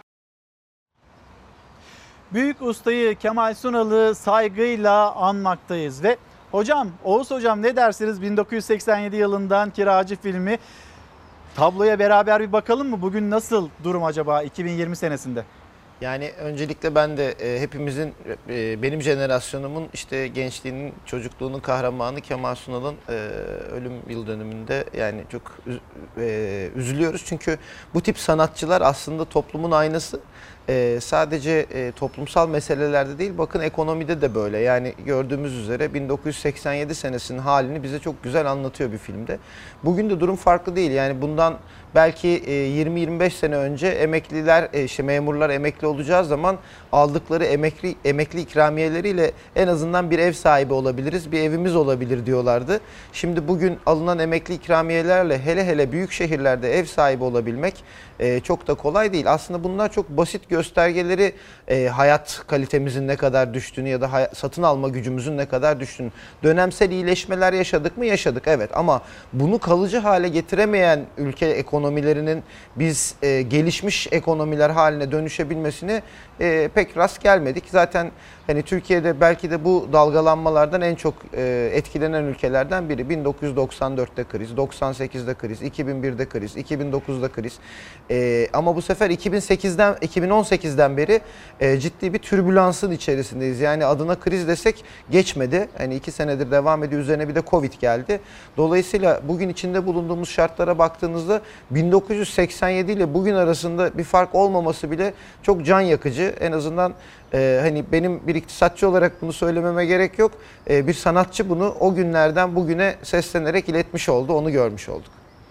Büyük ustayı Kemal Sunal'ı saygıyla anmaktayız ve hocam, Oğuz hocam ne dersiniz bin dokuz yüz seksen yedi yılından Kiracı filmi? Tabloya beraber bir bakalım mı? Bugün nasıl durum acaba iki bin yirmi senesinde?
Yani öncelikle ben de e, hepimizin, e, benim jenerasyonumun işte gençliğinin, çocukluğunun kahramanı Kemal Sunal'ın e, ölüm yıl dönümünde yani çok e, üzülüyoruz. Çünkü bu tip sanatçılar aslında toplumun aynası. Ee, sadece e, toplumsal meselelerde değil, bakın ekonomide de böyle. Yani gördüğümüz üzere bin dokuz yüz seksen yedi senesinin halini bize çok güzel anlatıyor bir filmde. Bugün de durum farklı değil. Yani bundan belki e, yirmi yirmi beş sene önce emekliler, e, işte memurlar emekli olacağı zaman aldıkları emekli emekli ikramiyeleriyle en azından bir ev sahibi olabiliriz, bir evimiz olabilir diyorlardı. Şimdi bugün alınan emekli ikramiyelerle hele hele büyük şehirlerde ev sahibi olabilmek e, çok da kolay değil. Aslında bunlar çok basit görünüyor. göstergeleri e, hayat kalitemizin ne kadar düştüğünü ya da hay- satın alma gücümüzün ne kadar düştüğünü. Dönemsel iyileşmeler yaşadık mı? Yaşadık, evet, ama bunu kalıcı hale getiremeyen ülke ekonomilerinin biz e, gelişmiş ekonomiler haline dönüşebilmesini e, pek rast gelmedik. Zaten hani Türkiye'de belki de bu dalgalanmalardan en çok e, etkilenen ülkelerden biri. bin dokuz yüz doksan dörtte kriz, doksan sekizde kriz, iki bin birde kriz, iki bin dokuzda kriz. E, ama bu sefer iki bin sekizden iki bin on sekizden beri e, ciddi bir türbülansın içerisindeyiz. Yani adına kriz desek geçmedi. Hani iki senedir devam ediyor. Üzerine bir de Covid geldi. Dolayısıyla bugün içinde bulunduğumuz şartlara baktığınızda bin dokuz yüz seksen yedi ile bugün arasında bir fark olmaması bile çok can yakıcı. En azından e, hani benim bir iktisatçı olarak bunu söylememe gerek yok. E, bir sanatçı bunu o günlerden bugüne seslenerek iletmiş oldu. Onu görmüş olduk.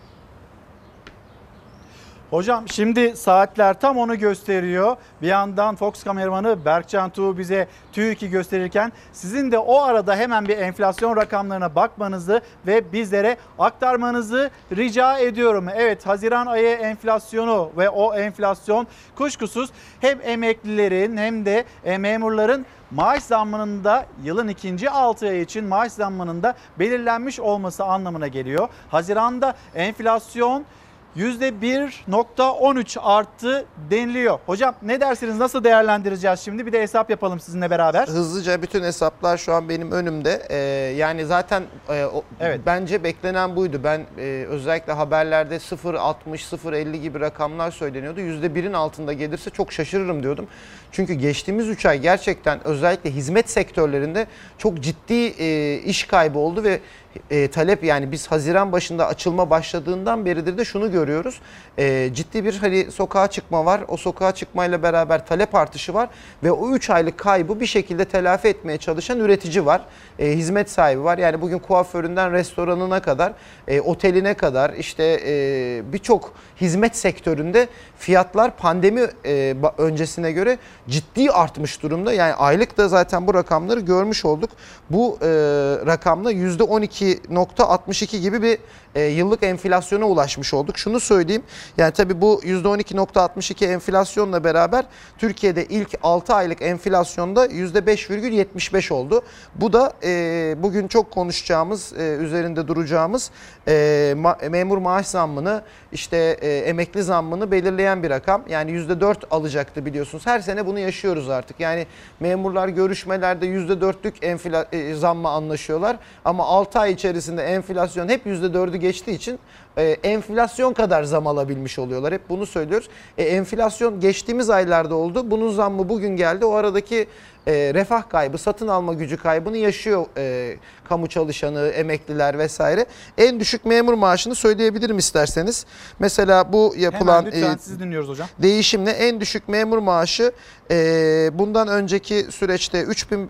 Hocam şimdi saatler tam onu gösteriyor. Bir yandan Fox kameramanı Berkcan Tuğ bize TÜİK'i gösterirken sizin de o arada hemen bir enflasyon rakamlarına bakmanızı ve bizlere aktarmanızı rica ediyorum. Evet, Haziran ayı enflasyonu ve o enflasyon kuşkusuz hem emeklilerin hem de memurların maaş zammının da yılın ikinci altı ayı için maaş zammının da belirlenmiş olması anlamına geliyor. Haziran'da enflasyon yüzde bir nokta on üç arttı deniliyor. Hocam ne dersiniz, nasıl değerlendireceğiz şimdi? Bir de hesap yapalım sizinle beraber.
Hızlıca bütün hesaplar şu an benim önümde. Ee, yani zaten e, o, evet. bence beklenen buydu. Ben e, özellikle haberlerde sıfır virgül altmış, sıfır virgül elli gibi rakamlar söyleniyordu. yüzde birin altında gelirse çok şaşırırım diyordum. Çünkü geçtiğimiz üç ay gerçekten özellikle hizmet sektörlerinde çok ciddi e, iş kaybı oldu ve E, talep, yani biz Haziran başında açılma başladığından beridir de şunu görüyoruz. E, ciddi bir hani sokağa çıkma var. O sokağa çıkmayla beraber talep artışı var ve o üç aylık kaybı bir şekilde telafi etmeye çalışan üretici var. E, hizmet sahibi var. Yani bugün kuaföründen restoranına kadar, e, oteline kadar işte e, birçok hizmet sektöründe fiyatlar pandemi e, öncesine göre ciddi artmış durumda. Yani aylık da zaten bu rakamları görmüş olduk. Bu e, rakamla yüzde on iki nokta altmış iki gibi bir e, yıllık enflasyona ulaşmış olduk. Şunu söyleyeyim, yani tabii bu yüzde on iki nokta altmış iki enflasyonla beraber Türkiye'de ilk altı aylık enflasyonda yüzde beş virgül yetmiş beş oldu. Bu da e, bugün çok konuşacağımız, e, üzerinde duracağımız e, ma memur maaş zammını, işte e, emekli zammını belirleyen bir rakam. Yani yüzde dört alacaktı biliyorsunuz. Her sene bunu yaşıyoruz artık. Yani memurlar görüşmelerde yüzde dörtlük enfla e, zamma anlaşıyorlar ama altı ay içerisinde enflasyon hep yüzde dördü geçtiği için e, enflasyon kadar zam alabilmiş oluyorlar. Hep bunu söylüyoruz. E, enflasyon geçtiğimiz aylarda oldu. Bunun zammı bugün geldi. O aradaki e, refah kaybı, satın alma gücü kaybını yaşıyor e, kamu çalışanı, emekliler vesaire. En düşük memur maaşını söyleyebilirim isterseniz. Mesela bu yapılan
Hemen lütfen,
e,
sizi dinliyoruz hocam.
değişimle en düşük memur maaşı e, bundan önceki süreçte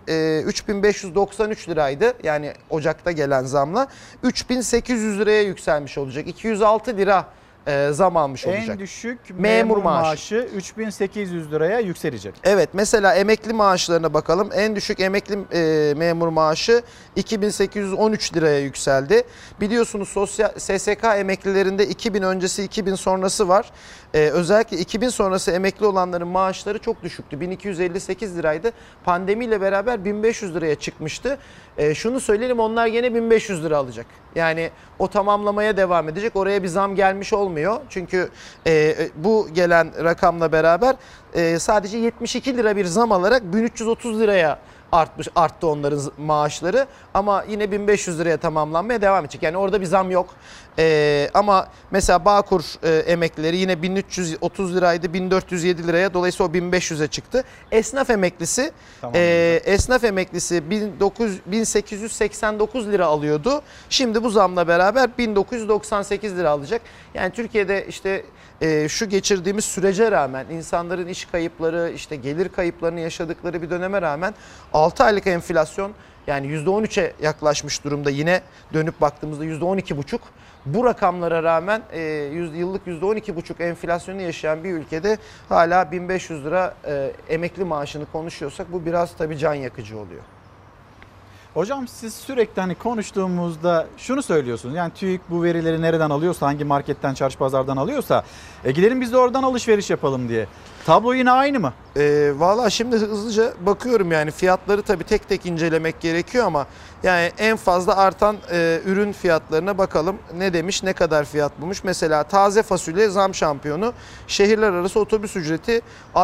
üç bin beş yüz doksan üç liraydı. Yani Ocak'ta gelen zamla üç bin sekiz yüz liraya yükselmiş olacak. iki yüz altı lira e, zam almış olacak.
En düşük memur,
memur maaşı.
maaşı üç bin sekiz yüz liraya yükselecek.
Evet, mesela emekli maaşlarına bakalım. En düşük emekli e, memur maaşı iki bin sekiz yüz on üç liraya yükseldi. Biliyorsunuz sosyal S S K emeklilerinde iki bin öncesi iki bin sonrası var. Ee, özellikle iki bin sonrası emekli olanların maaşları çok düşüktü. bin iki yüz elli sekiz liraydı. Pandemiyle beraber bin beş yüz liraya çıkmıştı. Ee, şunu söyleyelim, onlar gene bin beş yüz lira alacak. Yani o tamamlamaya devam edecek. Oraya bir zam gelmiş olmuyor. Çünkü e, bu gelen rakamla beraber e, sadece yetmiş iki lira bir zam alarak bin üç yüz otuz liraya artmış, arttı onların maaşları ama yine bin beş yüz liraya tamamlanmaya devam edecek. Yani orada bir zam yok. Ee, ama mesela Bağkur e, emeklileri yine bin üç yüz otuz liraydı, bin dört yüz yedi liraya, dolayısıyla o bin beş yüze çıktı. Esnaf emeklisi tamam, e, esnaf emeklisi bin sekiz yüz seksen dokuz lira alıyordu. Şimdi bu zamla beraber bin dokuz yüz doksan sekiz lira alacak. Yani Türkiye'de işte e, şu geçirdiğimiz sürece rağmen, insanların iş kayıpları, işte gelir kayıplarını yaşadıkları bir döneme rağmen altı aylık enflasyon yani yüzde on üçe yaklaşmış durumda. Yine dönüp baktığımızda yüzde on iki buçuk. Bu rakamlara rağmen e, yıllık yüzde on iki buçuk enflasyonu yaşayan bir ülkede hala bin beş yüz lira e, emekli maaşını konuşuyorsak bu biraz tabii can yakıcı oluyor.
Hocam siz sürekli hani konuştuğumuzda şunu söylüyorsunuz. Yani TÜİK bu verileri nereden alıyorsa, hangi marketten, çarşı pazardan alıyorsa e, gidelim biz de oradan alışveriş yapalım diye. Tablo yine aynı mı?
E, Valla şimdi hızlıca bakıyorum, yani fiyatları tabii tek tek incelemek gerekiyor ama yani en fazla artan e, ürün fiyatlarına bakalım. Ne demiş, ne kadar fiyat bulmuş? Mesela taze fasulye zam şampiyonu, şehirler arası otobüs ücreti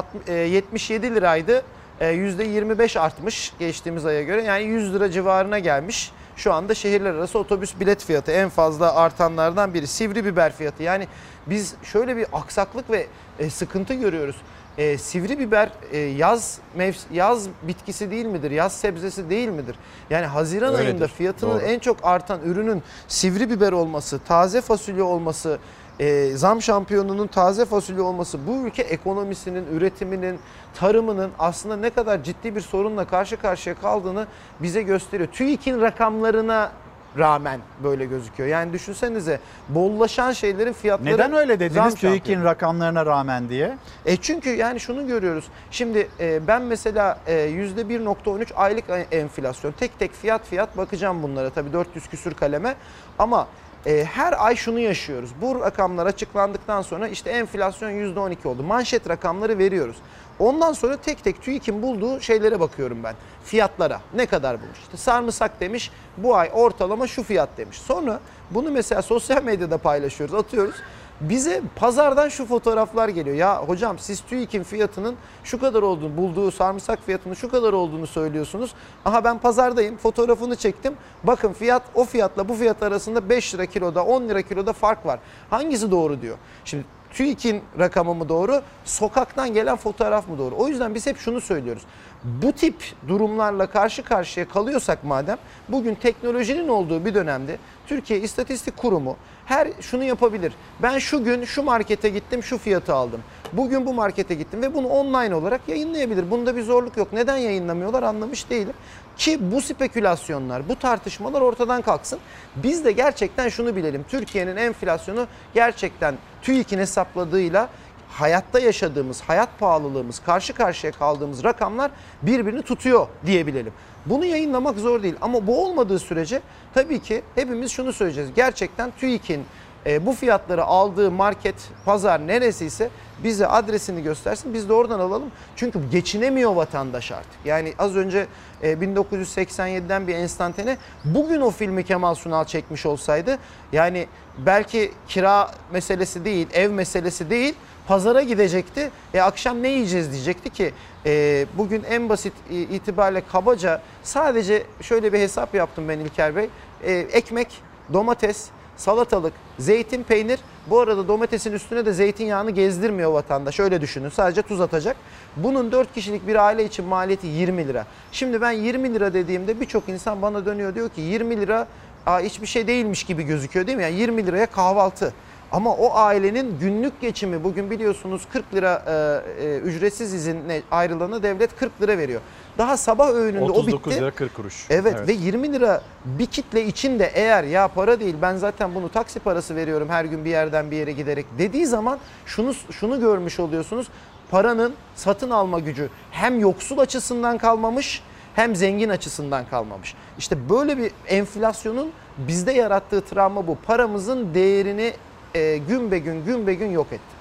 yetmiş yedi liraydı. yüzde yirmi beş artmış geçtiğimiz aya göre, yani yüz lira civarına gelmiş. Şu anda şehirler arası otobüs bilet fiyatı en fazla artanlardan biri. Sivri biber fiyatı, yani biz şöyle bir aksaklık ve e, sıkıntı görüyoruz. E, sivri biber e, yaz mevs yaz bitkisi değil midir? Yaz sebzesi değil midir? Yani Haziran
Öyledir.
ayında fiyatının
Doğru.
en çok artan ürünün sivri biber olması, taze fasulye olması, e, zam şampiyonunun taze fasulye olması bu ülke ekonomisinin, üretiminin, tarımının aslında ne kadar ciddi bir sorunla karşı karşıya kaldığını bize gösteriyor. TÜİK'in rakamlarına rağmen böyle gözüküyor. Yani düşünsenize, bollaşan şeylerin fiyatları...
Neden öyle dediniz
zam
TÜİK'in
şampiyonu.
rakamlarına rağmen diye?
E çünkü yani şunu görüyoruz. Şimdi e, ben mesela e, yüzde bir nokta on üç aylık enflasyon. Tek tek fiyat fiyat bakacağım bunlara. Tabii dört yüz küsür kaleme. Ama e, her ay şunu yaşıyoruz. Bu rakamlar açıklandıktan sonra işte enflasyon yüzde on iki oldu. Manşet rakamları veriyoruz. Ondan sonra tek tek TÜİK'in bulduğu şeylere bakıyorum ben. Fiyatlara ne kadar bulmuş? İşte sarımsak demiş, bu ay ortalama şu fiyat demiş. Sonra bunu mesela sosyal medyada paylaşıyoruz, atıyoruz. Bize pazardan şu fotoğraflar geliyor. Ya hocam siz TÜİK'in fiyatının şu kadar olduğunu, bulduğu sarımsak fiyatının şu kadar olduğunu söylüyorsunuz. Aha ben pazardayım, fotoğrafını çektim. Bakın fiyat o fiyatla bu fiyat arasında beş lira kiloda, on lira kiloda fark var. Hangisi doğru diyor? Şimdi TÜİK'in rakamı mı doğru, sokaktan gelen fotoğraf mı doğru? O yüzden biz hep şunu söylüyoruz. Bu tip durumlarla karşı karşıya kalıyorsak madem, bugün teknolojinin olduğu bir dönemde Türkiye İstatistik Kurumu her şunu yapabilir. Ben şu gün şu markete gittim, şu fiyatı aldım. Bugün bu markete gittim ve bunu online olarak yayınlayabilir. Bunda bir zorluk yok. Neden yayınlamıyorlar anlamış değilim. Ki bu spekülasyonlar, bu tartışmalar ortadan kalksın. Biz de gerçekten şunu bilelim. Türkiye'nin enflasyonu gerçekten TÜİK'in hesapladığıyla hayatta yaşadığımız, hayat pahalılığımız, karşı karşıya kaldığımız rakamlar birbirini tutuyor diyebilelim. Bunu yayınlamak zor değil ama bu olmadığı sürece tabii ki hepimiz şunu söyleyeceğiz. Gerçekten TÜİK'in e, bu fiyatları aldığı market, pazar neresiyse bize adresini göstersin. Biz de oradan alalım. Çünkü geçinemiyor vatandaş artık. Yani az önce e, bin dokuz yüz seksen yediden bir enstantane. Bugün o filmi Kemal Sunal çekmiş olsaydı, yani belki kira meselesi değil, ev meselesi değil, pazara gidecekti. E, akşam ne yiyeceğiz diyecekti ki e, bugün en basit itibariyle kabaca sadece şöyle bir hesap yaptım ben İlker Bey. E, ekmek, domates, salatalık, zeytin, peynir. Bu arada domatesin üstüne de zeytinyağını gezdirmiyor vatandaş. Öyle düşünün. Sadece tuz atacak. Bunun dört kişilik bir aile için maliyeti yirmi lira. Şimdi ben yirmi lira dediğimde birçok insan bana dönüyor, diyor ki yirmi lira aa, hiçbir şey değilmiş gibi gözüküyor değil mi? Yani yirmi liraya kahvaltı. Ama o ailenin günlük geçimi, bugün biliyorsunuz kırk lira e, e, ücretsiz izinle ayrılana devlet kırk lira veriyor. Daha sabah öğününde o bitti.
otuz dokuz lira kırk kuruş.
Evet,
evet
ve yirmi lira bir kitle için de eğer ya para değil, ben zaten bunu taksi parası veriyorum her gün bir yerden bir yere giderek dediği zaman şunu şunu görmüş oluyorsunuz. Paranın satın alma gücü hem yoksul açısından kalmamış hem zengin açısından kalmamış. İşte böyle bir enflasyonun bizde yarattığı travma bu. Paramızın değerini e, gün be gün gün be gün yok etti.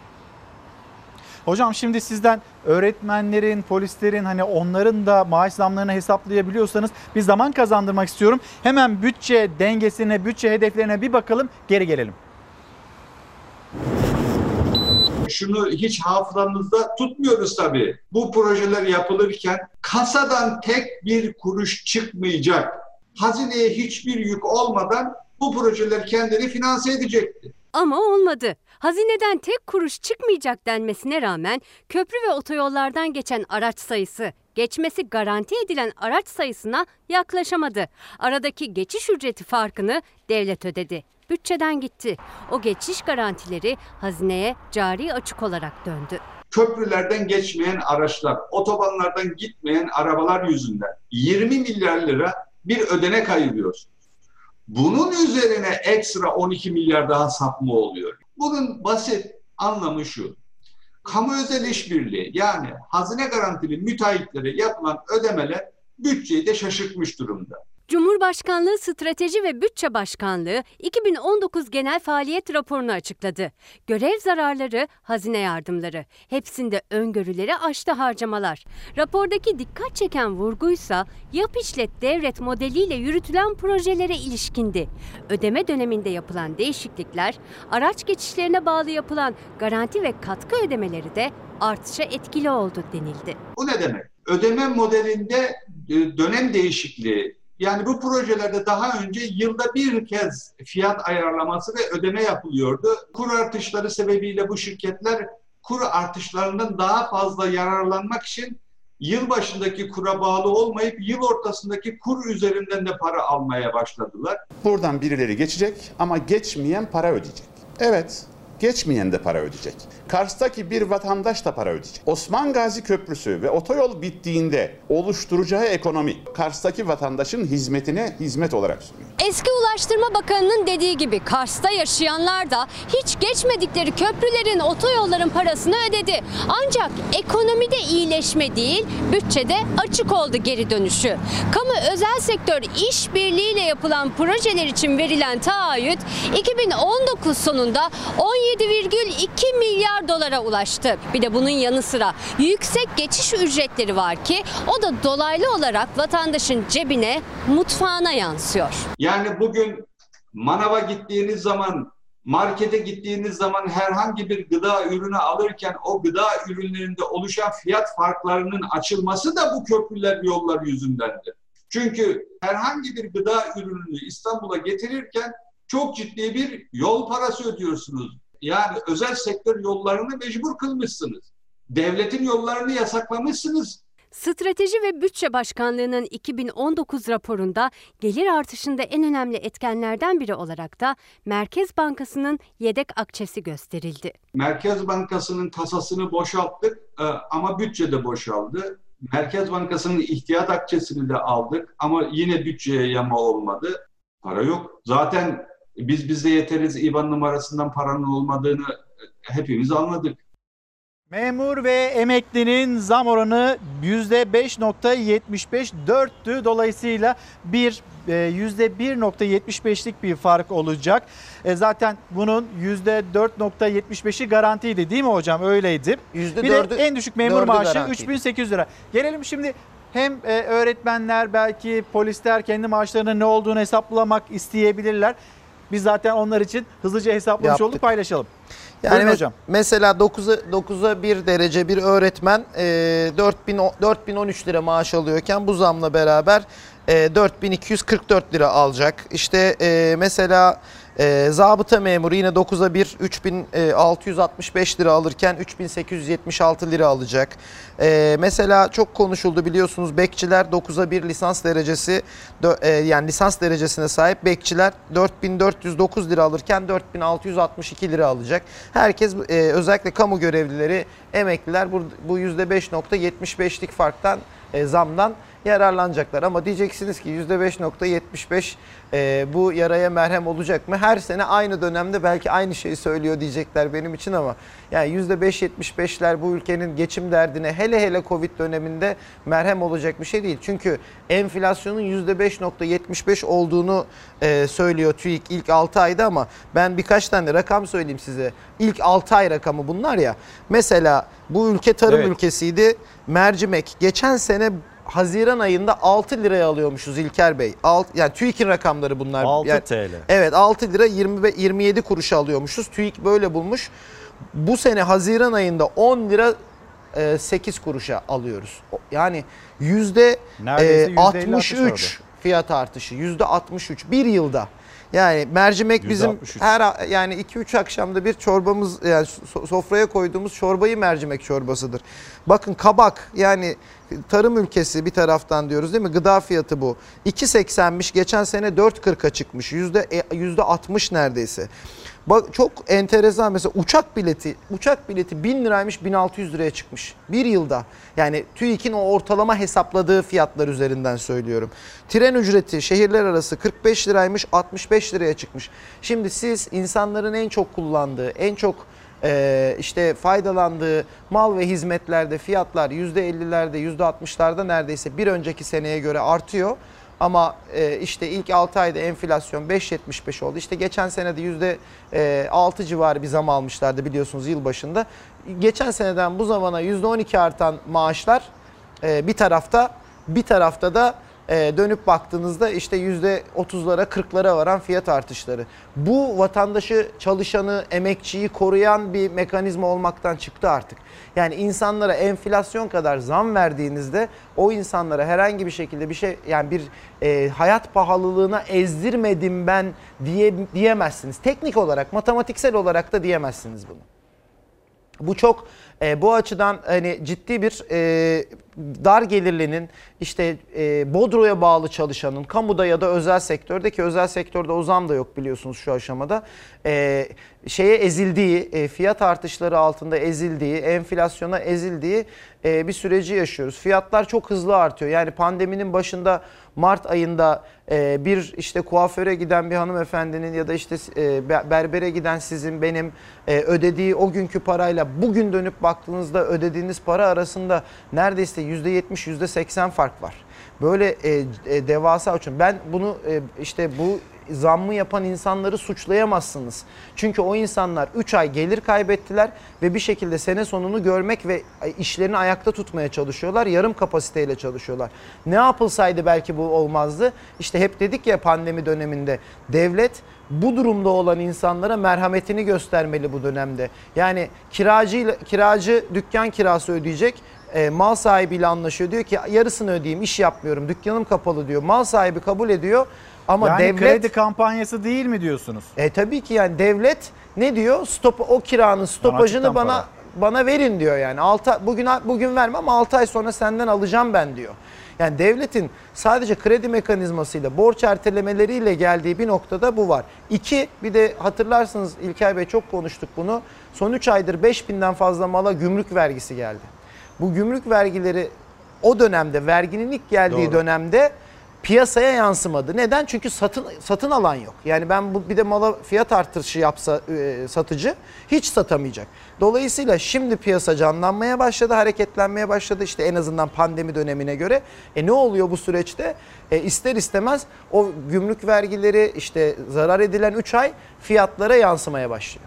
Hocam şimdi sizden öğretmenlerin, polislerin, hani onların da maaş zamlarını hesaplayabiliyorsanız bir zaman kazandırmak istiyorum. Hemen bütçe dengesine, bütçe hedeflerine bir bakalım, geri gelelim.
Şunu hiç hafızamızda tutmuyoruz tabii. Bu projeler yapılırken kasadan tek bir kuruş çıkmayacak. Hazineye hiçbir yük olmadan bu projeler kendini finanse edecekti.
Ama olmadı. Hazineden tek kuruş çıkmayacak denmesine rağmen köprü ve otoyollardan geçen araç sayısı, geçmesi garanti edilen araç sayısına yaklaşamadı. Aradaki geçiş ücreti farkını devlet ödedi. Bütçeden gitti. O geçiş garantileri hazineye cari açık olarak döndü.
Köprülerden geçmeyen araçlar, otobanlardan gitmeyen arabalar yüzünden yirmi milyar lira bir ödenek ayırıyorsunuz. Bunun üzerine ekstra on iki milyar daha sapma oluyor. Bunun basit anlamı şu: kamu özel işbirliği, yani hazine garantili müteahhitlere yapılan ödemeler bütçeyi de şaşırtmış durumda.
Cumhurbaşkanlığı Strateji ve Bütçe Başkanlığı iki bin on dokuz genel faaliyet raporunu açıkladı. Görev zararları, hazine yardımları, hepsinde öngörüleri aştı harcamalar. Rapordaki dikkat çeken vurguysa yap işlet devret modeliyle yürütülen projelere ilişkindi. Ödeme döneminde yapılan değişiklikler, araç geçişlerine bağlı yapılan garanti ve katkı ödemeleri de artışa etkili oldu denildi.
Bu ne demek? Ödeme modelinde dönem değişikliği. Yani bu projelerde daha önce yılda bir kez fiyat ayarlaması ve ödeme yapılıyordu. Kur artışları sebebiyle bu şirketler kur artışlarından daha fazla yararlanmak için yıl başındaki kura bağlı olmayıp yıl ortasındaki kur üzerinden de para almaya başladılar.
Buradan birileri geçecek ama geçmeyen para ödeyecek. Evet, geçmeyen de para ödeyecek. Kars'taki bir vatandaş da para ödeyecek. Osman Gazi Köprüsü ve otoyol bittiğinde oluşturacağı ekonomi Kars'taki vatandaşın hizmetine hizmet olarak sunuyor.
Eski Ulaştırma Bakanı'nın dediği gibi Kars'ta yaşayanlar da hiç geçmedikleri köprülerin, otoyolların parasını ödedi. Ancak ekonomide iyileşme değil, bütçede açık oldu geri dönüşü. Kamu özel sektör işbirliğiyle yapılan projeler için verilen taahhüt iki bin on dokuz sonunda on yedi virgül iki milyar dolara ulaştı. Bir de bunun yanı sıra yüksek geçiş ücretleri var ki o da dolaylı olarak vatandaşın cebine, mutfağına yansıyor.
Yani bugün manava gittiğiniz zaman, markete gittiğiniz zaman herhangi bir gıda ürünü alırken o gıda ürünlerinde oluşan fiyat farklarının açılması da bu köprüler, yollar yüzündendir. Çünkü herhangi bir gıda ürününü İstanbul'a getirirken çok ciddi bir yol parası ödüyorsunuz. Yani özel sektör yollarını mecbur kılmışsınız. Devletin yollarını yasaklamışsınız.
Strateji ve Bütçe Başkanlığı'nın iki bin on dokuz raporunda gelir artışında en önemli etkenlerden biri olarak da Merkez Bankası'nın yedek akçesi gösterildi.
Merkez Bankası'nın kasasını boşalttık ama bütçe de boşaldı. Merkez Bankası'nın ihtiyat akçesini de aldık ama yine bütçeye yama olmadı. Para yok. Zaten biz bize yeteriz İ B A N numarasından paranın olmadığını hepimiz anladık.
Memur ve emeklinin zam oranı yüzde beş virgül yetmiş beş dörttü. Dolayısıyla bir yüzde bir virgül yetmiş beşlik bir fark olacak. E zaten bunun yüzde dört virgül yetmiş beşi garantiydi değil mi hocam? Öyleydi.
yüzde
bir
dördü,
de en düşük memur maaşı
garantiydi.
üç bin sekiz yüz lira. Gelelim şimdi hem öğretmenler, belki polisler kendi maaşlarının ne olduğunu hesaplamak isteyebilirler. Biz zaten onlar için hızlıca hesaplamış
Yaptık.
olduk, paylaşalım.
Yani
Buyurun
me-
hocam.
Mesela dokuza bir derece bir öğretmen e, dört bin on üç lira maaş alıyorken bu zamla beraber e, dört bin iki yüz kırk dört lira alacak. İşte e, mesela e, zabıta memuru yine dokuza bir üç bin altı yüz altmış beş lira alırken üç bin sekiz yüz yetmiş altı lira alacak. E, mesela çok konuşuldu biliyorsunuz, bekçiler dokuza bir lisans derecesi e, yani lisans derecesine sahip bekçiler dört bin dört yüz dokuz lira alırken dört bin altı yüz altmış iki lira alacak. Herkes e, özellikle kamu görevlileri, emekliler bu, bu yüzde beş virgül yetmiş beşlik farktan, e, zamdan yararlanacaklar. Ama diyeceksiniz ki yüzde beş virgül yetmiş beş e, bu yaraya merhem olacak mı? Her sene aynı dönemde belki aynı şeyi söylüyor diyecekler benim için ama yani yüzde beş virgül yetmiş beşler bu ülkenin geçim derdine hele hele Covid döneminde merhem olacak bir şey değil. Çünkü enflasyonun yüzde beş virgül yetmiş beş olduğunu e, söylüyor TÜİK ilk altı ayda ama ben birkaç tane rakam söyleyeyim size. İlk altı ay rakamı bunlar ya. Mesela bu ülke tarım
Evet.
ülkesiydi. Mercimek geçen sene Haziran ayında altı liraya alıyormuşuz İlker Bey. Alt, yani TÜİK'in rakamları bunlar.
altı
yani,
TL.
Evet, altı lira yirmi yedi kuruşa alıyormuşuz. TÜİK böyle bulmuş. Bu sene Haziran ayında on lira sekiz kuruşa alıyoruz. Yani yüzde altmış üç fiyat artışı. yüzde altmış üç bir yılda. Yani mercimek bizim her yani iki üç akşamda bir çorbamız, yani sofraya koyduğumuz çorbayı mercimek çorbasıdır. Bakın kabak, yani tarım ülkesi bir taraftan diyoruz değil mi? Gıda fiyatı bu. iki seksenmiş, geçen sene dört kırka çıkmış. Yüzde yüzde altmış neredeyse. Bak çok enteresan, mesela uçak bileti uçak bileti bin liraymış, bin altı yüz liraya çıkmış bir yılda. Yani TÜİK'in o ortalama hesapladığı fiyatlar üzerinden söylüyorum. Tren ücreti şehirler arası kırk beş liraymış, altmış beş liraya çıkmış. Şimdi siz insanların en çok kullandığı, en çok e, işte faydalandığı mal ve hizmetlerde fiyatlar yüzde ellilerde, yüzde altmışlarda neredeyse bir önceki seneye göre artıyor. Ama e, işte ilk altı ayda enflasyon beş yetmiş beş oldu. İşte geçen sene de yüzde altı civarı bir zam almışlardı biliyorsunuz yılbaşında. Geçen seneden bu zamana yüzde on iki artan maaşlar e, bir tarafta, bir tarafta da e, dönüp baktığınızda işte yüzde otuzlara kırklara varan fiyat artışları. Bu vatandaşı, çalışanı, emekçiyi koruyan bir mekanizma olmaktan çıktı artık. Yani insanlara enflasyon kadar zam verdiğinizde o insanlara herhangi bir şekilde bir şey, yani bir e, hayat pahalılığına ezdirmedim ben diye diyemezsiniz. Teknik olarak, matematiksel olarak da diyemezsiniz bunu. Bu çok e, bu açıdan hani ciddi bir e, dar gelirlinin, işte e, Bodro'ya bağlı çalışanın, kamuda ya da özel sektörde, ki özel sektörde o zam da yok biliyorsunuz şu aşamada, e, şeye ezildiği, e, fiyat artışları altında ezildiği, enflasyona ezildiği e, bir süreci yaşıyoruz. Fiyatlar çok hızlı artıyor. Yani pandeminin başında Mart ayında e, bir işte kuaföre giden bir hanımefendinin ya da işte e, berbere giden sizin, benim e, ödediği o günkü parayla bugün dönüp baktığınızda ödediğiniz para arasında neredeyse yüzde yetmiş yüzde seksen fark var. Böyle e, e, devasa uçum. Ben bunu e, işte bu zammı yapan insanları suçlayamazsınız. Çünkü o insanlar üç ay gelir kaybettiler ve bir şekilde sene sonunu görmek ve işlerini ayakta tutmaya çalışıyorlar. Yarım kapasiteyle çalışıyorlar. Ne yapılsaydı belki bu olmazdı. İşte hep dedik ya, pandemi döneminde devlet bu durumda olan insanlara merhametini göstermeli bu dönemde. Yani kiracı, kiracı dükkan kirası ödeyecek. E, mal sahibiyle anlaşıyor. Diyor ki yarısını ödeyeyim, iş yapmıyorum, dükkanım kapalı diyor. Mal sahibi kabul ediyor. Ama
yani
devlet,
kredi kampanyası değil mi diyorsunuz?
E tabii ki, yani devlet ne diyor? Stop, o kiranın stopajını bana bana, bana verin diyor yani. altı, bugün bugün vermem ama altı ay sonra senden alacağım ben diyor. Yani devletin sadece kredi mekanizmasıyla, borç ertelemeleriyle geldiği bir noktada bu var. İki, bir de hatırlarsınız İlker Bey, çok konuştuk bunu. Son üç aydır beş binden fazla mala gümrük vergisi geldi. Bu gümrük vergileri o dönemde, verginin ilk geldiği Doğru. dönemde piyasaya yansımadı. Neden? Çünkü satın satın alan yok. Yani ben bu bir de mala fiyat artışı yapsa e, satıcı hiç satamayacak. Dolayısıyla şimdi piyasa canlanmaya başladı, hareketlenmeye başladı. İşte en azından pandemi dönemine göre. E ne oluyor bu süreçte? E ister istemez o gümrük vergileri, işte zarar edilen üç ay fiyatlara yansımaya başlıyor.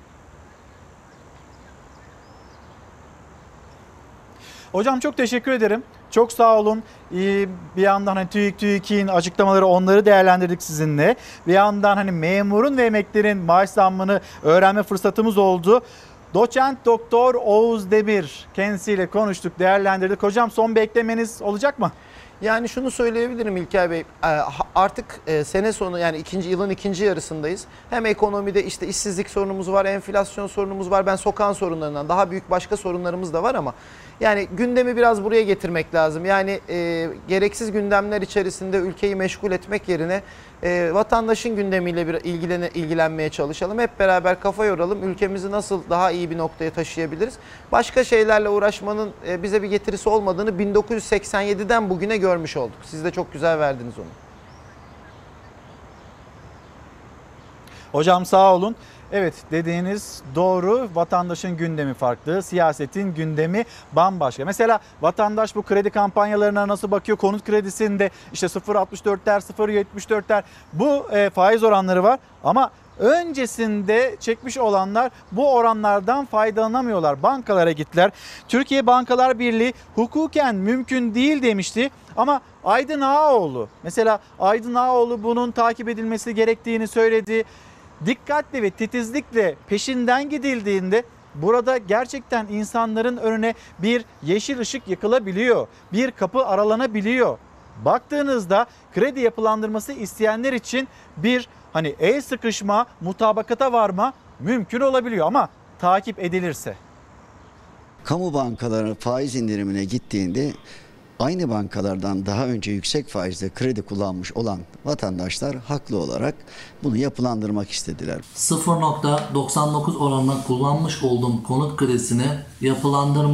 Hocam çok teşekkür ederim. Çok sağ olun. Ee, bir yandan hani TÜİK, TÜİK'in açıklamaları, onları değerlendirdik sizinle. Bir yandan hani memurun ve emeklilerin maaş zammını öğrenme fırsatımız oldu. Doçent Doktor Oğuz Demir kendisiyle konuştuk, değerlendirdik. Hocam son bir eklemeniz olacak mı?
Yani şunu söyleyebilirim İlker Bey, artık sene sonu, yani ikinci yılın ikinci yarısındayız. Hem ekonomide işte işsizlik sorunumuz var, enflasyon sorunumuz var. Ben sokağın sorunlarından daha büyük başka sorunlarımız da var ama yani gündemi biraz buraya getirmek lazım. Yani e, gereksiz gündemler içerisinde ülkeyi meşgul etmek yerine e, vatandaşın gündemiyle bir ilgilene, ilgilenmeye çalışalım. Hep beraber kafa yoralım. Ülkemizi nasıl daha iyi bir noktaya taşıyabiliriz? Başka şeylerle uğraşmanın e, bize bir getirisi olmadığını bin dokuz yüz seksen yediden bugüne görmüş olduk. Siz de çok güzel verdiniz onu.
Hocam sağ olun. Evet, dediğiniz doğru. Vatandaşın gündemi farklı, siyasetin gündemi bambaşka. Mesela vatandaş bu kredi kampanyalarına nasıl bakıyor? Konut kredisinde işte sıfır virgül altmış dörtler, sıfır virgül yetmiş dörtler bu e, faiz oranları var ama öncesinde çekmiş olanlar bu oranlardan faydalanamıyorlar. Bankalara gittiler. Türkiye Bankalar Birliği hukuken mümkün değil demişti ama Aydın Ağaoğlu, mesela Aydın Ağaoğlu bunun takip edilmesi gerektiğini söyledi. Dikkatli ve titizlikle peşinden gidildiğinde burada gerçekten insanların önüne bir yeşil ışık yakılabiliyor. Bir kapı aralanabiliyor. Baktığınızda kredi yapılandırması isteyenler için bir hani el sıkışma, mutabakata varma mümkün olabiliyor ama takip edilirse.
Kamu bankaları faiz indirimine gittiğinde aynı bankalardan daha önce yüksek faizle kredi kullanmış olan vatandaşlar haklı olarak bunu yapılandırmak istediler.
sıfır virgül doksan dokuz oranına kullanmış olduğum konut kredisini yapılandırma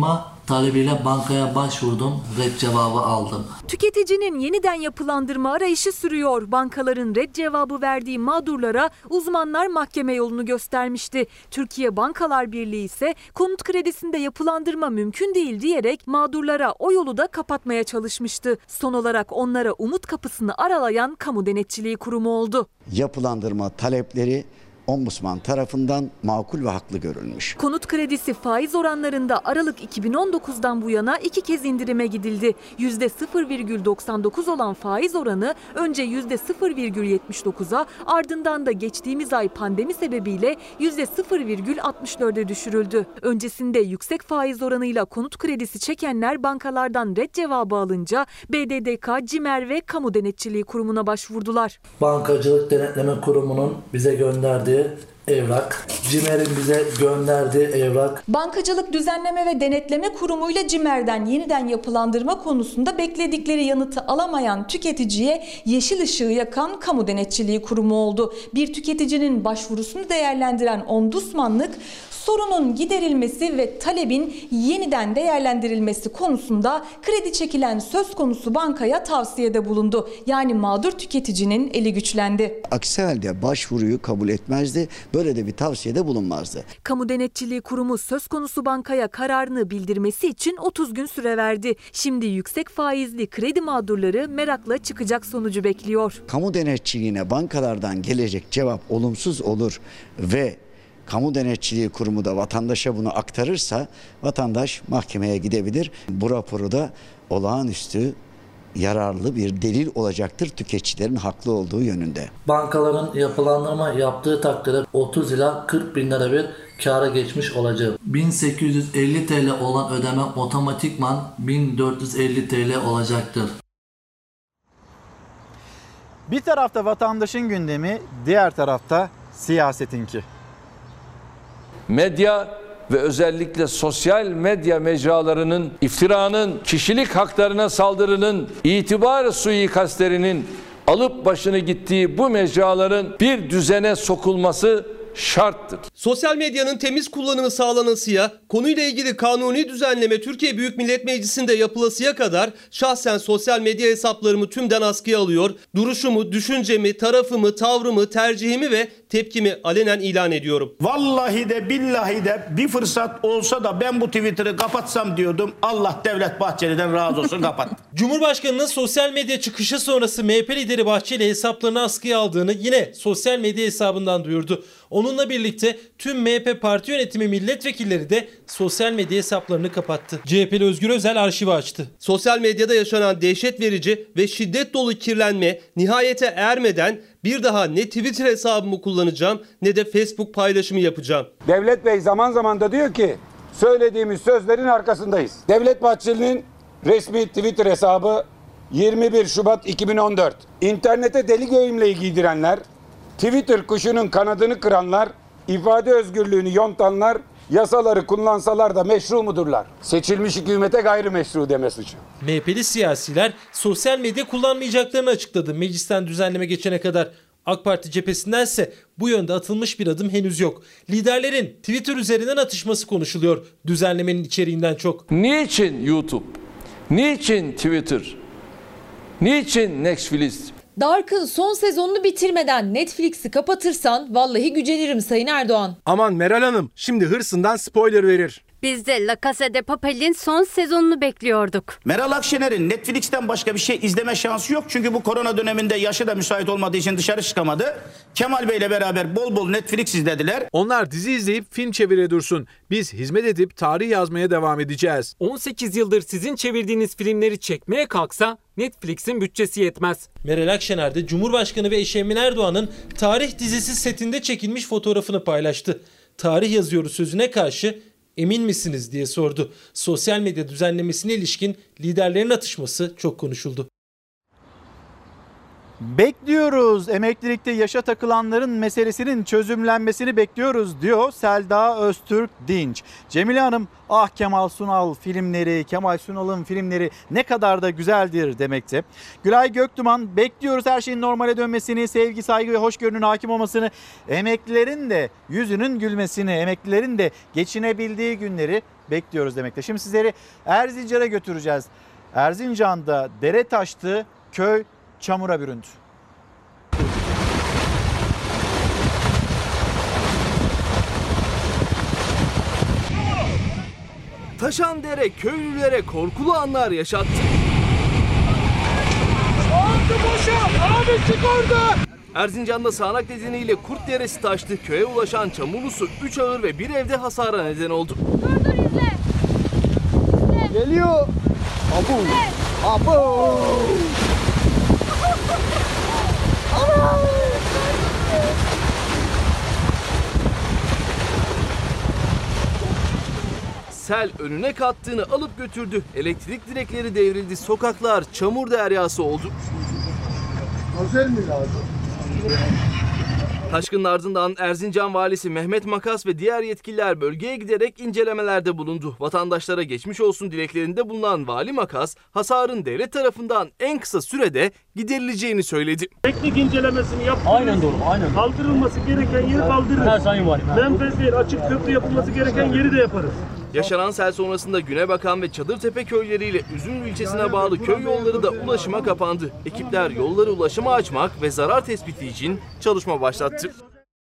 talebiyle bankaya başvurdum, red cevabı aldım.
Tüketicinin yeniden yapılandırma arayışı sürüyor. Bankaların red cevabı verdiği mağdurlara uzmanlar mahkeme yolunu göstermişti. Türkiye Bankalar Birliği ise konut kredisinde yapılandırma mümkün değil diyerek mağdurlara o yolu da kapatmaya çalışmıştı. Son olarak onlara umut kapısını aralayan Kamu Denetçiliği Kurumu oldu.
Yapılandırma talepleri Ombudsman tarafından makul ve haklı görülmüş.
Konut kredisi faiz oranlarında Aralık iki bin on dokuzdan bu yana iki kez indirime gidildi. yüzde sıfır virgül doksan dokuz olan faiz oranı önce yüzde sıfır virgül yetmiş dokuza, ardından da geçtiğimiz ay pandemi sebebiyle yüzde sıfır virgül altmış dörde düşürüldü. Öncesinde yüksek faiz oranıyla konut kredisi çekenler bankalardan red cevabı alınca B D D K, CİMER ve Kamu Denetçiliği Kurumu'na başvurdular.
Bankacılık Denetleme Kurumu'nun bize gönderdiği evrak, CİMER'in bize gönderdiği evrak.
Bankacılık Düzenleme ve Denetleme Kurumu ile CİMER'den yeniden yapılandırma konusunda bekledikleri yanıtı alamayan tüketiciye yeşil ışığı yakan Kamu Denetçiliği Kurumu oldu. Bir tüketicinin başvurusunu değerlendiren Ombudsmanlık, sorunun giderilmesi ve talebin yeniden değerlendirilmesi konusunda kredi çekilen söz konusu bankaya tavsiyede bulundu. Yani mağdur tüketicinin eli güçlendi.
Aksi halde başvuruyu kabul etmezdi, böyle de bir tavsiyede bulunmazdı.
Kamu Denetçiliği Kurumu söz konusu bankaya kararını bildirmesi için otuz gün süre verdi. Şimdi yüksek faizli kredi mağdurları merakla çıkacak sonucu bekliyor.
Kamu denetçiliğine bankalardan gelecek cevap olumsuz olur ve Kamu Denetçiliği Kurumu da vatandaşa bunu aktarırsa vatandaş mahkemeye gidebilir. Bu raporu da olağanüstü yararlı bir delil olacaktır tüketicilerin haklı olduğu yönünde.
Bankaların yapılandırma yaptığı takdirde otuz ila kırk bin lira bir kâra geçmiş olacak. bin sekiz yüz elli TL olan ödeme otomatikman bin dört yüz elli TL olacaktır.
Bir tarafta vatandaşın gündemi, diğer tarafta siyasetinki.
Medya ve özellikle sosyal medya mecralarının iftiranın, kişilik haklarına saldırının, itibar suikastlerinin alıp başını gittiği bu mecraların bir düzene sokulması şarttır.
Sosyal medyanın temiz kullanımı sağlanasıya, konuyla ilgili kanuni düzenleme Türkiye Büyük Millet Meclisi'nde yapılasıya kadar şahsen sosyal medya hesaplarımı tümden askıya alıyor, duruşumu, düşüncemi, tarafımı, tavrımı, tercihimi ve tepkimi alenen ilan ediyorum.
Vallahi de billahi de bir fırsat olsa da ben bu Twitter'ı kapatsam diyordum. Allah Devlet Bahçeli'den razı olsun, kapat.
Cumhurbaşkanı'nın sosyal medya çıkışı sonrası M H P lideri Bahçeli hesaplarını askıya aldığını yine sosyal medya hesabından duyurdu. Onunla birlikte tüm M H P parti yönetimi milletvekilleri de sosyal medya hesaplarını kapattı. C H P'li Özgür Özel arşivi açtı.
Sosyal medyada yaşanan dehşet verici ve şiddet dolu kirlenme nihayete ermeden bir daha ne Twitter hesabımı kullanacağım ne de Facebook paylaşımı yapacağım.
Devlet Bey zaman zaman da diyor ki söylediğimiz sözlerin arkasındayız. Devlet Bahçeli'nin resmi Twitter hesabı yirmi bir Şubat iki bin on dört. İnternete deli göğümleyi giydirenler, Twitter kuşunun kanadını kıranlar, ifade özgürlüğünü yontanlar, yasaları kullansalar da meşru mudurlar? Seçilmiş hükümete gayrimeşru deme suçu.
M H P'li siyasiler sosyal medya kullanmayacaklarını açıkladı meclisten düzenleme geçene kadar. AK Parti cephesinden ise bu yönde atılmış bir adım henüz yok. Liderlerin Twitter üzerinden atışması konuşuluyor düzenlemenin içeriğinden çok.
Niçin YouTube? Niçin Twitter? Niçin Netflix?
Dark'ın son sezonunu bitirmeden Netflix'i kapatırsan vallahi gücenirim Sayın Erdoğan.
Aman Meral Hanım, şimdi hırsından spoiler verir.
Biz de La Casa de Papel'in son sezonunu bekliyorduk.
Meral Akşener'in Netflix'ten başka bir şey izleme şansı yok. Çünkü bu korona döneminde yaşı da müsait olmadığı için dışarı çıkamadı. Kemal Bey'le beraber bol bol Netflix izlediler.
Onlar dizi izleyip film çevire dursun. Biz hizmet edip tarih yazmaya devam edeceğiz.
on sekiz yıldır sizin çevirdiğiniz filmleri çekmeye kalksa Netflix'in bütçesi yetmez.
Meral Akşener de Cumhurbaşkanı ve eşi Emine Erdoğan'ın tarih dizisi setinde çekilmiş fotoğrafını paylaştı. Tarih yazıyoruz sözüne karşı emin misiniz diye sordu. Sosyal medya düzenlemesine ilişkin liderlerin atışması çok konuşuldu.
Bekliyoruz. Emeklilikte yaşa takılanların meselesinin çözümlenmesini bekliyoruz diyor Selda Öztürk Dinç. Cemile Hanım, ah Kemal Sunal filmleri, Kemal Sunal'ın filmleri ne kadar da güzeldir demekte. Gülay Göktuman, bekliyoruz her şeyin normale dönmesini, sevgi, saygı ve hoşgörünün hakim olmasını, emeklilerin de yüzünün gülmesini, emeklilerin de geçinebildiği günleri bekliyoruz demekte. Şimdi sizleri Erzincan'a götüreceğiz. Erzincan'da dere taştı, köy çamura büründü.
Taşan dere köylülere korkulu anlar yaşattı.
Abi boşa! Abi çık orada!
Erzincan'da sağanak nedeniyle Kurt Deresi taştı. Köye ulaşan çamurlu su üç ağır ve bir evde hasara neden oldu.
Dur dur izle. izle. Geliyor. Abu. Abu.
Sel önüne kattığını alıp götürdü. Elektrik direkleri devrildi. Sokaklar çamur deryası oldu.
Özel mi lazım?
Taşkının ardından Erzincan valisi Mehmet Makas ve diğer yetkililer bölgeye giderek incelemelerde bulundu. Vatandaşlara geçmiş olsun dileklerinde bulunan vali Makas, hasarın devlet tarafından en kısa sürede giderileceğini söyledi.
Teknik incelemesini yaptırırız.
Aynen doğru, aynen.
Kaldırılması gereken yeri kaldırırız.
Her sayın valim.
Menfez değil, açık köprü yapılması gereken yeri de yaparız.
Yaşanan sel sonrasında Günebakan ve Çadırtepe köyleriyle Üzümlü ilçesine bağlı köy yolları da ulaşıma kapandı. Ekipler yolları ulaşıma açmak ve zarar tespiti için çalışma başlattı.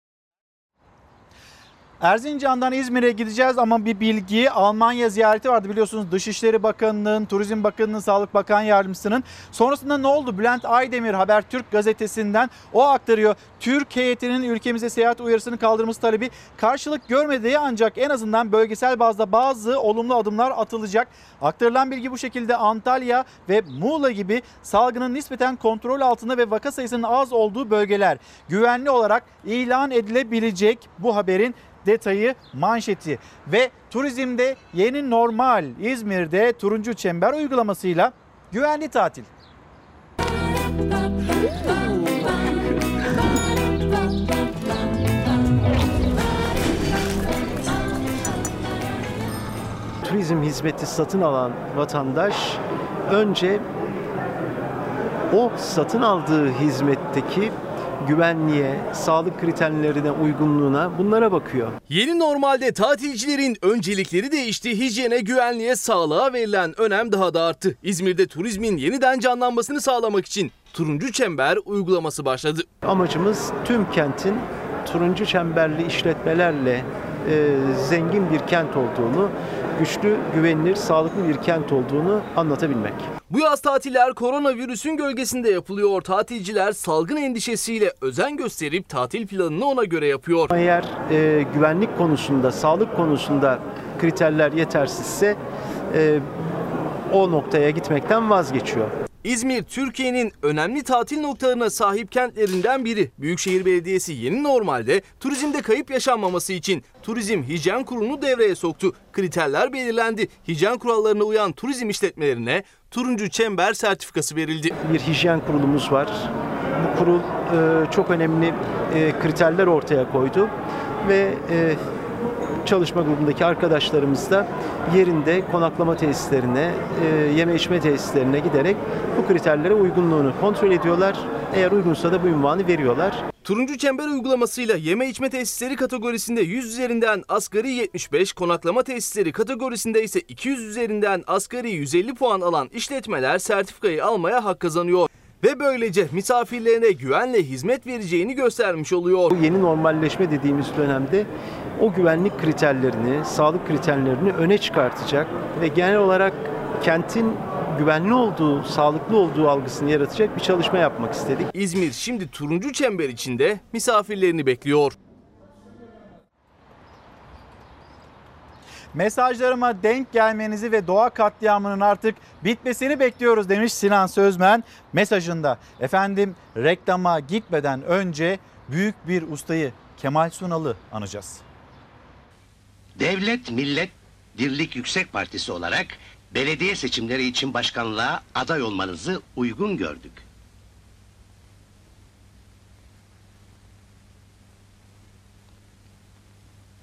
Erzincan'dan İzmir'e gideceğiz ama bir bilgi, Almanya ziyareti vardı biliyorsunuz, Dışişleri Bakanı'nın, Turizm Bakanı'nın, Sağlık Bakan Yardımcısının. Sonrasında ne oldu? Bülent Aydemir Habertürk gazetesinden o aktarıyor. Türk heyetinin ülkemize seyahat uyarısını kaldırması talebi karşılık görmediği ancak en azından bölgesel bazda bazı olumlu adımlar atılacak. Aktarılan bilgi bu şekilde. Antalya ve Muğla gibi salgının nispeten kontrol altında ve vaka sayısının az olduğu bölgeler güvenli olarak ilan edilebilecek bu haberin detayı, manşeti. Ve turizmde yeni normal, İzmir'de turuncu çember uygulamasıyla güvenli tatil.
Turizm hizmeti satın alan vatandaş önce o satın aldığı hizmetteki güvenliğe, sağlık kriterlerine uygunluğuna, bunlara bakıyor.
Yeni normalde tatilcilerin öncelikleri değişti. Hijyene, güvenliğe, sağlığa verilen önem daha da arttı. İzmir'de turizmin yeniden canlanmasını sağlamak için turuncu çember uygulaması başladı.
Amacımız tüm kentin turuncu çemberli işletmelerle e, zengin bir kent olduğunu, güçlü, güvenilir, sağlıklı bir kent olduğunu anlatabilmek.
Bu yaz tatiller koronavirüsün gölgesinde yapılıyor. Tatilciler salgın endişesiyle özen gösterip tatil planını ona göre yapıyor.
Eğer e, güvenlik konusunda, sağlık konusunda kriterler yetersizse e, o noktaya gitmekten vazgeçiyor.
İzmir, Türkiye'nin önemli tatil noktalarına sahip kentlerinden biri. Büyükşehir Belediyesi yeni normalde turizmde kayıp yaşanmaması için Turizm Hijyen Kurulu'nu devreye soktu. Kriterler belirlendi. Hijyen kurallarına uyan turizm işletmelerine turuncu çember sertifikası verildi.
Bir hijyen kurulumuz var. Bu kurul e, çok önemli e, kriterler ortaya koydu ve e, çalışma grubundaki arkadaşlarımız da yerinde konaklama tesislerine, e, yeme içme tesislerine giderek bu kriterlere uygunluğunu kontrol ediyorlar. Eğer uygunsa da bu ünvanı veriyorlar.
Turuncu çember uygulamasıyla yeme içme tesisleri kategorisinde yüz üzerinden asgari yetmiş beş, konaklama tesisleri kategorisinde ise iki yüz üzerinden asgari yüz elli puan alan işletmeler sertifikayı almaya hak kazanıyor. Ve böylece misafirlerine güvenle hizmet vereceğini göstermiş oluyor.
Bu yeni normalleşme dediğimiz dönemde o güvenlik kriterlerini, sağlık kriterlerini öne çıkartacak ve genel olarak kentin güvenli olduğu, sağlıklı olduğu algısını yaratacak bir çalışma yapmak istedik.
İzmir şimdi turuncu çember içinde misafirlerini bekliyor.
Mesajlarıma denk gelmenizi ve doğa katliamının artık bitmesini bekliyoruz demiş Sinan Sözmen mesajında. Efendim, reklama gitmeden önce büyük bir ustayı, Kemal Sunal'ı anacağız.
Devlet Millet Dirlik Yüksek Partisi olarak belediye seçimleri için başkanlığa aday olmanızı uygun gördük.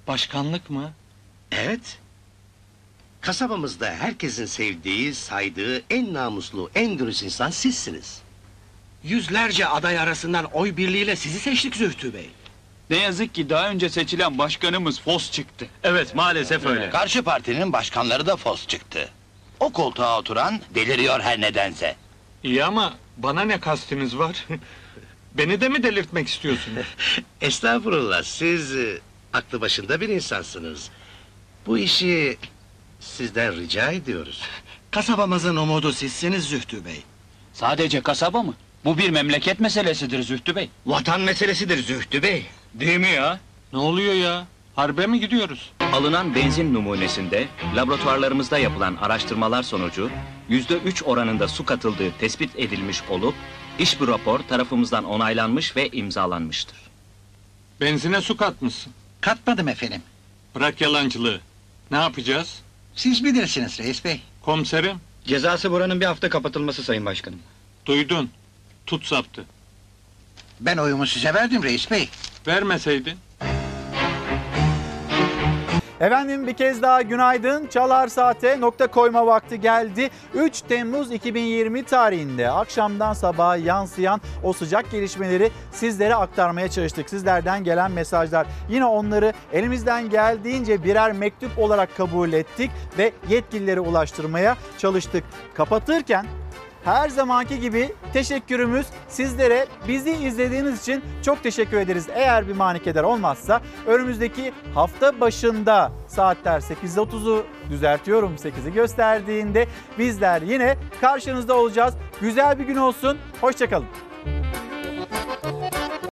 Başkanlık mı?
Evet. Kasabamızda herkesin sevdiği, saydığı en namuslu, en dürüst insan sizsiniz.
Yüzlerce aday arasından oy birliğiyle sizi seçtik Zühtü Bey.
Ne yazık ki daha önce seçilen başkanımız fos çıktı.
Evet, maalesef öyle.
Karşı partinin başkanları da fos çıktı. O koltuğa oturan deliriyor her nedense.
İyi ama bana ne kastınız var? Beni de mi delirtmek istiyorsunuz?
Estağfurullah, siz e, aklı başında bir insansınız. Bu işi sizden rica ediyoruz.
Kasabamızın umudu sizsiniz Zühtü Bey.
Sadece kasaba mı? Bu bir memleket meselesidir Zühtü Bey.
Vatan meselesidir Zühtü Bey.
Değil mi ya?
Ne oluyor ya? Harbe mi gidiyoruz?
Alınan benzin numunesinde laboratuvarlarımızda yapılan araştırmalar sonucu yüzde üç oranında su katıldığı tespit edilmiş olup iş bu rapor tarafımızdan onaylanmış ve imzalanmıştır.
Benzine su katmışsın.
Katmadım efendim.
Bırak yalancılığı. Ne yapacağız?
Siz bilirsiniz reis bey.
Komiserim.
Cezası buranın bir hafta kapatılması sayın başkanım.
Duydun. Tut saptı.
Ben oyumu size verdim reis bey.
Vermeseydin.
Efendim bir kez daha günaydın. Çalar Saat'e nokta koyma vakti geldi. üç Temmuz iki bin yirmi tarihinde akşamdan sabaha yansıyan o sıcak gelişmeleri sizlere aktarmaya çalıştık. Sizlerden gelen mesajlar. Yine onları elimizden geldiğince birer mektup olarak kabul ettik ve yetkililere ulaştırmaya çalıştık. Kapatırken her zamanki gibi teşekkürümüz sizlere. Bizi izlediğiniz için çok teşekkür ederiz. Eğer bir manikeder olmazsa önümüzdeki hafta başında saatler sekiz otuzu düzeltiyorum sekizi gösterdiğinde bizler yine karşınızda olacağız. Güzel bir gün olsun. Hoşça kalın.